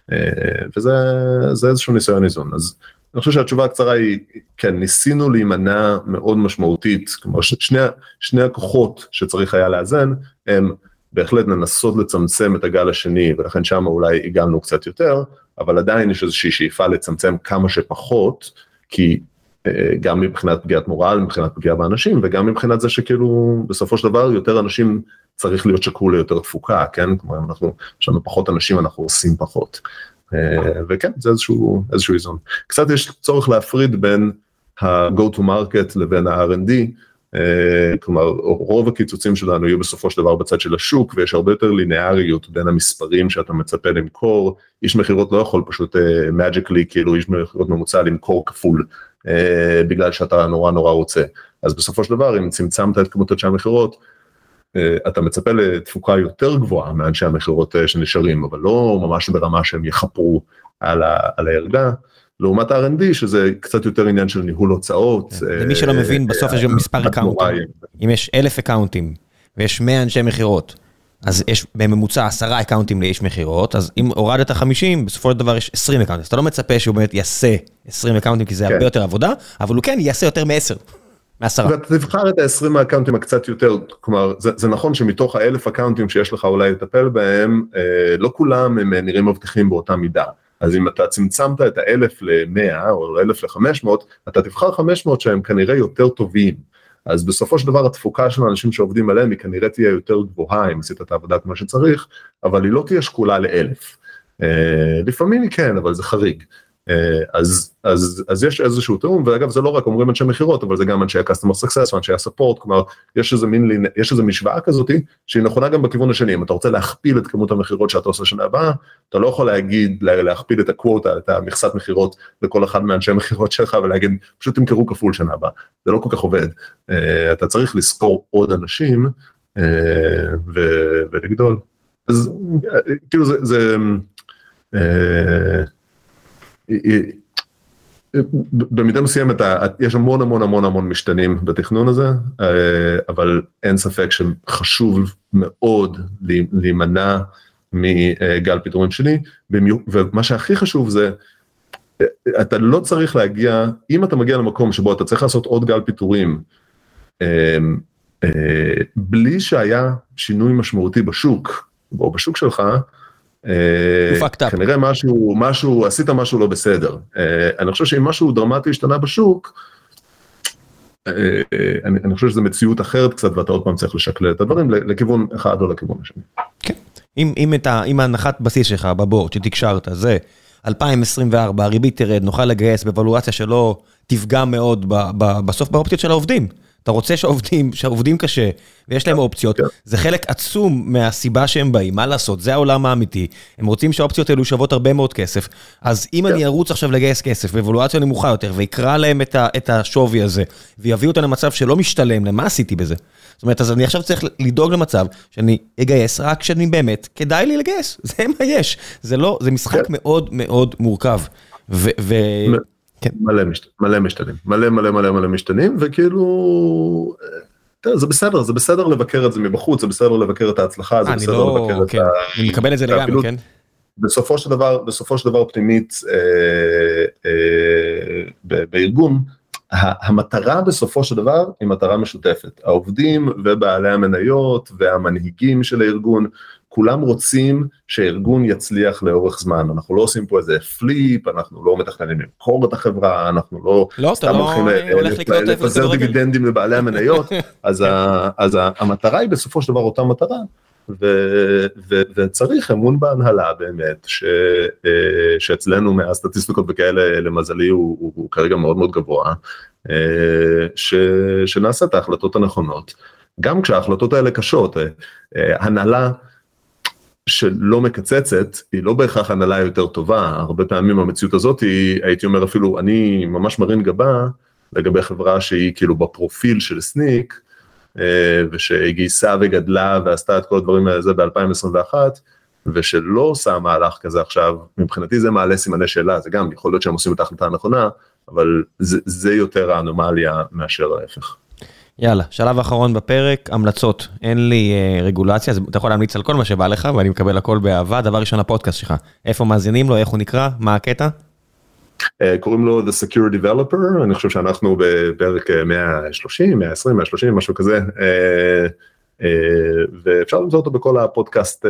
וזה איזשהו ניסיון איזון. אז אני חושב שהתשובה הקצרה היא, כן, ניסינו להימנע מאוד משמעותית, כמו שני הכוחות שצריך היה לאזן, הם בהחלט ננסות לצמצם את הגל השני, ולכן שם אולי הגענו קצת יותר, אבל עדיין יש איזושהי שאיפה לצמצם כמה שפחות, כי גם מבחינת פגיעת מורל, מבחינת פגיעה באנשים, וגם מבחינת זה שכאילו בסופו של דבר יותר אנשים צריך להיות שקול ליותר תפוקה, כן? כלומר, יש לנו פחות אנשים, אנחנו עושים פחות. וכן, זה איזשהו איזון. קצת יש צורך להפריד בין ה-go to market לבין ה-R&D, כלומר, רוב הקיצוצים שלנו יהיו בסופו של דבר בצד של השוק, ויש הרבה יותר ליניאריות בין המספרים שאתה מצפה למכור, איש מחירות לא יכול פשוט magically, כאילו איש מחירות ממוצע למכור כפול, בגלל שאתה נורא נורא רוצה. אז בסופו של דבר, אם צמצמת את כמות אנשי המחירות, אתה מצפה לתפוקה יותר גבוהה מאנשי המחירות שנשארים, אבל לא ממש ברמה שהם יחפרו על הערגה, לעומת ה-R&D, שזה קצת יותר עניין של ניהול הוצאות. למי שלא מבין, בסוף יש גם מספר אקאונטים. אם יש 1,000 אקאונטים, ויש 100 אנשי מחירות, אז יש בממוצע 10 אקאונטים לאיש מחירות, אז אם הורדת 50, בסופו של דבר יש 20 אקאונטים. אז אתה לא מצפה שהוא באמת יעשה 20 אקאונטים, כי זה הרבה יותר עבודה, אבל הוא כן יעשה יותר מ-10. ואתה תבחר את ה-20 האקאונטים הקצת יותר, כלומר, זה נכון שמתוך ה-1,000 אקאונטים שיש לך אולי לטפל בהם, לא כולם הם נראים מבטיחים באותה מידה. אז אם אתה צמצמת את ה-1,000 ל-100 או 1,000 ל-500, אתה תבחר 500 שהם כנראה יותר טובים. אז בסופו של דבר התפוקה של האנשים שעובדים עליהם היא כנראה תהיה יותר גבוהה אם עשית את העבודה כמו שצריך, אבל היא לא תהיה שקולה ל-1,000. לפעמים היא כן, אבל זה חריג. אז יש איזשהו תאום, ואגב זה לא רק אומרים אנשי מחירות, אבל זה גם אנשי ה-customer success ואנשי ה-support, כלומר יש איזו משוואה כזאת שהיא נכונה גם בכיוון השני, אם אתה רוצה להכפיל את כמות המחירות שאתה עושה שנה הבאה, אתה לא יכול להכפיל את הקווטה, את המכסת מחירות לכל אחד מאנשי המחירות שלך, ולהגיד פשוט תמכרו כפול שנה הבאה, זה לא כל כך עובד, אתה צריך לזכור עוד אנשים ולגדול, אז כאילו זה במידה מסוימת יש המון משתנים בתכנון הזה, אבל אין ספק שחשוב מאוד להימנע מגל פיטורים שני, ומה שהכי חשוב זה, אתה לא צריך להגיע, אם אתה מגיע למקום שבו אתה צריך לעשות עוד גל פיטורים, בלי שהיה שינוי משמעותי בשוק, או בשוק שלך, כנראה עשית משהו לא בסדר. אני חושב שאם משהו דרמטי השתנה בשוק, אני חושב שזו מציאות אחרת קצת, ואתה עוד פעם צריך לשקלל את הדברים לכיוון אחד או לכיוון השני. כן. אם ההנחת בסיס שלך בבורד שתקשרת, זה 2024, הריבית תרד, נוכל לגייס בוולואציה שלא תפגע מאוד בסוף באופציות של העובדים. אתה רוצה שהעובדים קשה, ויש להם אופציות, זה חלק עצום מהסיבה שהם באים, מה לעשות, זה העולם האמיתי, הם רוצים שהאופציות האלו שוות הרבה מאוד כסף, אז אם אני ארוץ עכשיו לגייס כסף, בוולואציה נמוכה יותר, ויקרא להם את השווי הזה, ויביאו אותם למצב שלא משתלם, למה עשיתי בזה? זאת אומרת, אז אני עכשיו צריך לדאוג למצב, שאני אגייס רק כשאני באמת, כדאי לי לגייס, זה מה יש, זה משחק מאוד מאוד מורכב, מלא משתנים, וכאילו, זה בסדר לבקר את זה מבחוץ, זה בסדר לבקר את ההצלחה, זה בסדר לבקר את אני מקבל את זה לגמרי, כן? בסופו של דבר פנימית בארגון, המטרה בסופו של דבר היא מטרה משותפת, העובדים ובעלי המניות והמנהיגים של הארגון, כולם רוצים שהארגון יצליח לאורך זמן, אנחנו לא עושים פה איזה פליפ, אנחנו לא מתכננים למכור את החברה, אנחנו לא סתם הולכים לפזר דיבידנדים לבעלי המניות, אז המטרה היא בסופו של דבר אותה מטרה, וצריך אמון בהנהלה באמת, שאצלנו מהסטטיסטיקות וכאלה למזלי הוא כרגע מאוד מאוד גבוה, שנעשה את ההחלטות הנכונות, גם כשההחלטות האלה קשות, הנהלה שלא מקצצת, היא לא בהכרח הנהלה יותר טובה, הרבה פעמים המציאות הזאת, הייתי אומר אפילו, אני ממש מרים גבה, לגבי חברה שהיא כאילו בפרופיל של סניק, ושהיא גייסה וגדלה ועשתה את כל הדברים הזה ב-2021, ושלא עושה מהלך כזה עכשיו, מבחינתי זה מעלה סימני שאלה, זה גם יכול להיות שהם עושים את ההחלטה הנכונה, אבל זה יותר האנומליה מאשר ההפך. יאללה, שלב האחרון בפרק, המלצות, אין לי רגולציה, אתה יכול להמליץ על כל מה שבא לך, ואני מקבל הכל באהבה, דבר ראשון הפודקאסט שלך, איפה מאזינים לו, איך הוא נקרא, מה הקטע? קוראים לו The Secure Developer, אני חושב שאנחנו בפרק 130, 120, 130, משהו כזה, ואפשר למצוא אותו בכל הפודקאסט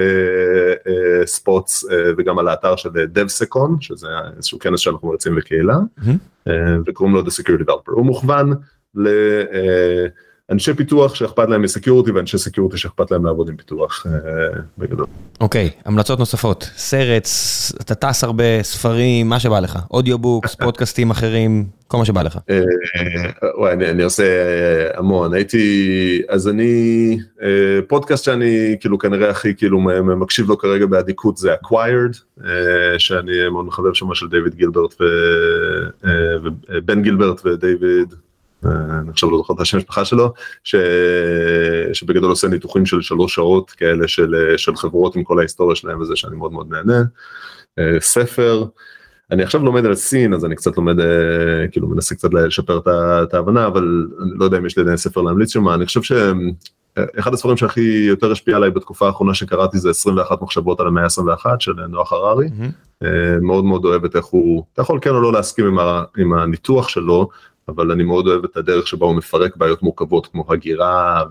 ספוטס, וגם על האתר של DevSecon, שזה איזשהו כנס שאנחנו מרצים בקהילה, וקוראים לו The Secure Developer, הוא מוכוון לאנשי פיתוח שאכפת להם מסקיוריטי, ואנשי סקיוריטי שאכפת להם לעבוד עם פיתוח בגדול. אוקיי, המלצות נוספות, סרט, אתה טס הרבה, ספרים, מה שבא לך, אודיובוקס, פודקאסטים אחרים, כל מה שבא לך. וואי, אני עושה המון, אז אני, פודקאסט שאני כאילו כנראה הכי כאילו מקשיב לו כרגע בעדיקות, זה Acquired, שאני מאוד מחבר שמה של דיוויד גילברט ובן גילברט ודייוויד, אני חושב לא זוכר את השם המשפחה שלו, שבגדול עושה ניתוחים של 3 שעות כאלה של חברות עם כל ההיסטוריה שלהם וזה שאני מאוד מאוד נהנה. ספר, אני עכשיו לומד על סין, אז אני קצת לומד, כאילו מנסה קצת לשפר את ההבנה, אבל אני לא יודע אם יש לי עדיין ספר להמליץ שמה, אני חושב שאחד הספרים שהכי יותר השפיע עליי בתקופה האחרונה שקראתי זה 21 מחשבות על המאה ה-21 של נוח הררי, מאוד מאוד אוהב את איך הוא, אתה יכול כן או לא להסכים עם הניתוח שלו, אבל אני מאוד אוהב את הדרך שבה הוא מפרק בעיות מורכבות כמו הגירה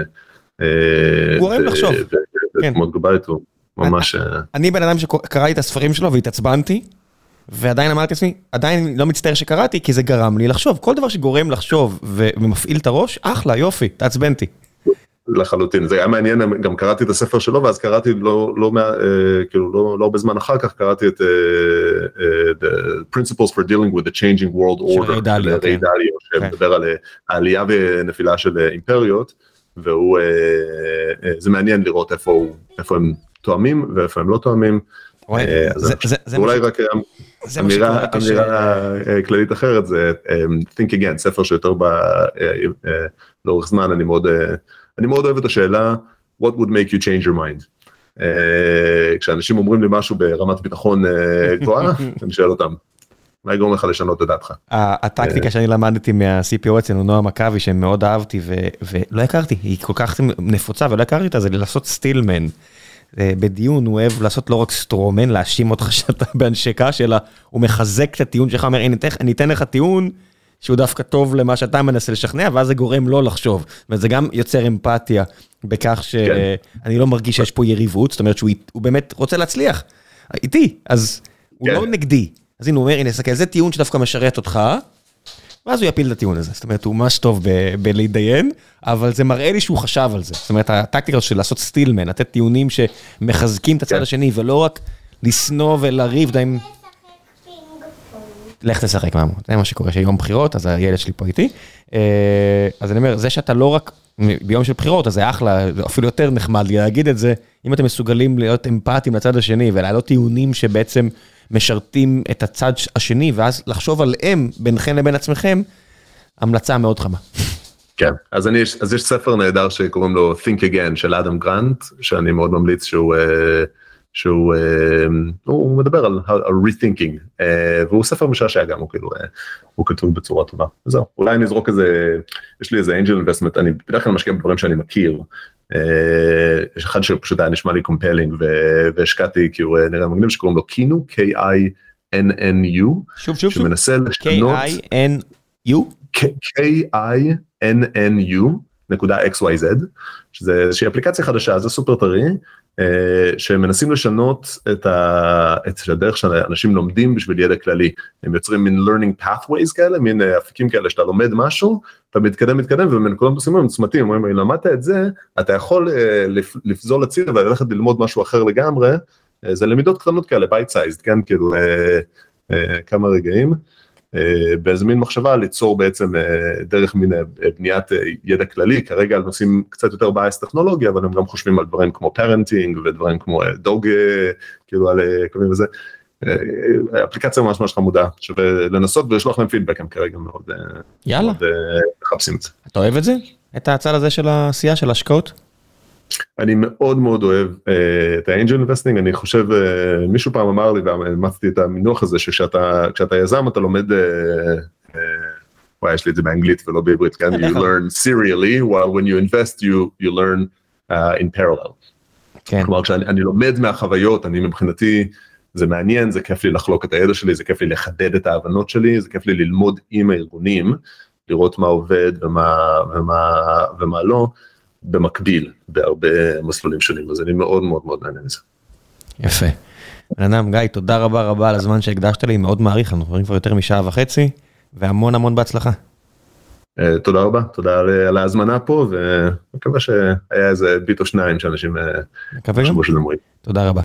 גורם לחשוב. מאוד גלובלית, הוא ממש... אני בן אדם שקראתי את הספרים שלו והתעצבנתי, ועדיין אמרתי לעצמי, עדיין לא מצטער שקראתי, כי זה גרם לי לחשוב. כל דבר שגורם לחשוב ומפעיל את הראש, אחלה, יופי, תעצבנתי. לחלוטין, זה היה מעניין, גם קראתי את הספר שלו, ואז קראתי לא הרבה זמן אחר כך, קראתי את The Principles for Dealing with the Changing World Order, של ריי דליו, שמדבר על העלייה ונפילה של אימפריות, והוא, זה מעניין לראות איפה הם תואמים, ואיפה הם לא תואמים, אולי רק אמירה כללית אחרת, זה Think Again, ספר שיותר לאורך זמן, אני מאוד אוהב את השאלה, what would make you change your mind? כשאנשים אומרים לי משהו ברמת ביטחון גבוהה, אני שואל אותם, מה יגרום לך לשנות את דעתך? הטקטיקה שאני למדתי מה-CPO אצלנו, נועה מקאבי, שמאוד אהבתי, ולא הכרתי, היא כל כך נפוצה, ולא הכרתי אותה, זה לעשות סטילמן. בדיון הוא אוהב לעשות לא רק סטרומן, להאשים אותך שאתה בהנשקה שלה, הוא מחזק את הטיעון שלך, אומר, אני אתן לך טיעון, שהוא דווקא טוב למה שאתה מנסה לשכנע, ואז זה גורם לא לחשוב. וזה גם יוצר אמפתיה בכך שאני לא מרגיש שיש פה יריבות, זאת אומרת שהוא באמת רוצה להצליח. איתי, אז הוא לא נגדי. אז הנה הוא אומר, הנה, סקל, זה טיעון שדווקא משרת אותך, ואז הוא יפיל את הטיעון הזה. זאת אומרת, הוא ממש טוב בלהתדיין, אבל זה מראה לי שהוא חשב על זה. זאת אומרת, הטקטיקה של לעשות סטילמן, לתת טיעונים שמחזקים את הצד השני, ולא רק לשנוא ולריב, די עם... לך תשחק מאמו, זה מה שקורה, שיום בחירות, אז הילד שלי פה איתי. אז אני אומר, זה שאתה לא רק ביום של בחירות, אז זה אחלה, אפילו יותר נחמד לי להגיד את זה, אם אתם מסוגלים להיות אמפתיים לצד השני, ולהעלות טיעונים שבעצם משרתים את הצד השני, ואז לחשוב עליהם ביניכם לבין עצמכם, המלצה מאוד חמה. כן, אז יש ספר נהדר שקוראים לו Think Again של אדם גרנט, שאני מאוד ממליץ שהוא מדבר על rethinking, והוא ספר משעשע גם, הוא כתוב בצורה טובה. וזהו, אולי נזרוק איזה, יש לי איזה angel investment, אני בדרך כלל משקיע בדברים שאני מכיר, יש אחד שפשוט היה נשמע לי קומפלינג, והשקעתי כי הוא נראה מגניב שקוראים לו קינו, K-I-N-N-U, שוב, שמנסה לשנות, K-I-N-U? K-I-N-N-U.xyz, שזה איזושהי אפליקציה חדשה, זה סופר טרי, שמנסים לשנות את הדרך שאנשים לומדים בשביל ידע כללי. הם יוצרים מין learning pathways כאלה, מין אפיקים כאלה שאתה לומד משהו, אתה מתקדם, ומנקודם עושים הם צמתים, אומרים, אם למדת את זה, אתה יכול לפזול לציר וללכת ללמוד משהו אחר לגמרי, זה למידות קטנות כאלה, bite sized, כן, כאילו, כמה רגעים, באיזה מין מחשבה ליצור בעצם דרך מין בניית ידע כללי, כרגע על נושאים קצת יותר בייס טכנולוגיה, אבל הם גם חושבים על דברים כמו פרנטינג, ודברים כמו דוג, כאילו על כל מיני וזה, אפליקציה ממש ממש חמודה, שווה לנסות ולשלוח להם פידבק, הם כרגע מאוד מחפשים את זה. אתה אוהב את זה? את הצד הזה של העשייה, של השקעות? אני מאוד מאוד אוהב את האנג'ל אינבסטינג, אני חושב, מישהו פעם אמר לי, ואמצתי את המינוח הזה, שכשאתה יזם אתה לומד, יש לי את זה באנגלית ולא בעברית, כן? You learn serially, while when you invest you learn in parallel. כלומר, כשאני לומד מהחוויות, אני מבחינתי, זה מעניין, זה כיף לי לחלוק את הידע שלי, זה כיף לי לחדד את ההבנות שלי, זה כיף לי ללמוד עם הארגונים, לראות מה עובד ומה לא, במקביל, בהרבה מסלולים שונים, אז אני מאוד מאוד מאוד נהנה מזה. יפה. בנאדם, גיא, תודה רבה על הזמן שהקדשת לי, מאוד מעריך, אנחנו חברים כבר יותר משעה וחצי, והמון המון בהצלחה. תודה רבה, תודה על ההזמנה פה, ומקווה שהיה איזה ביט או שניים שאנשים חשבו שזה מועיל. תודה רבה.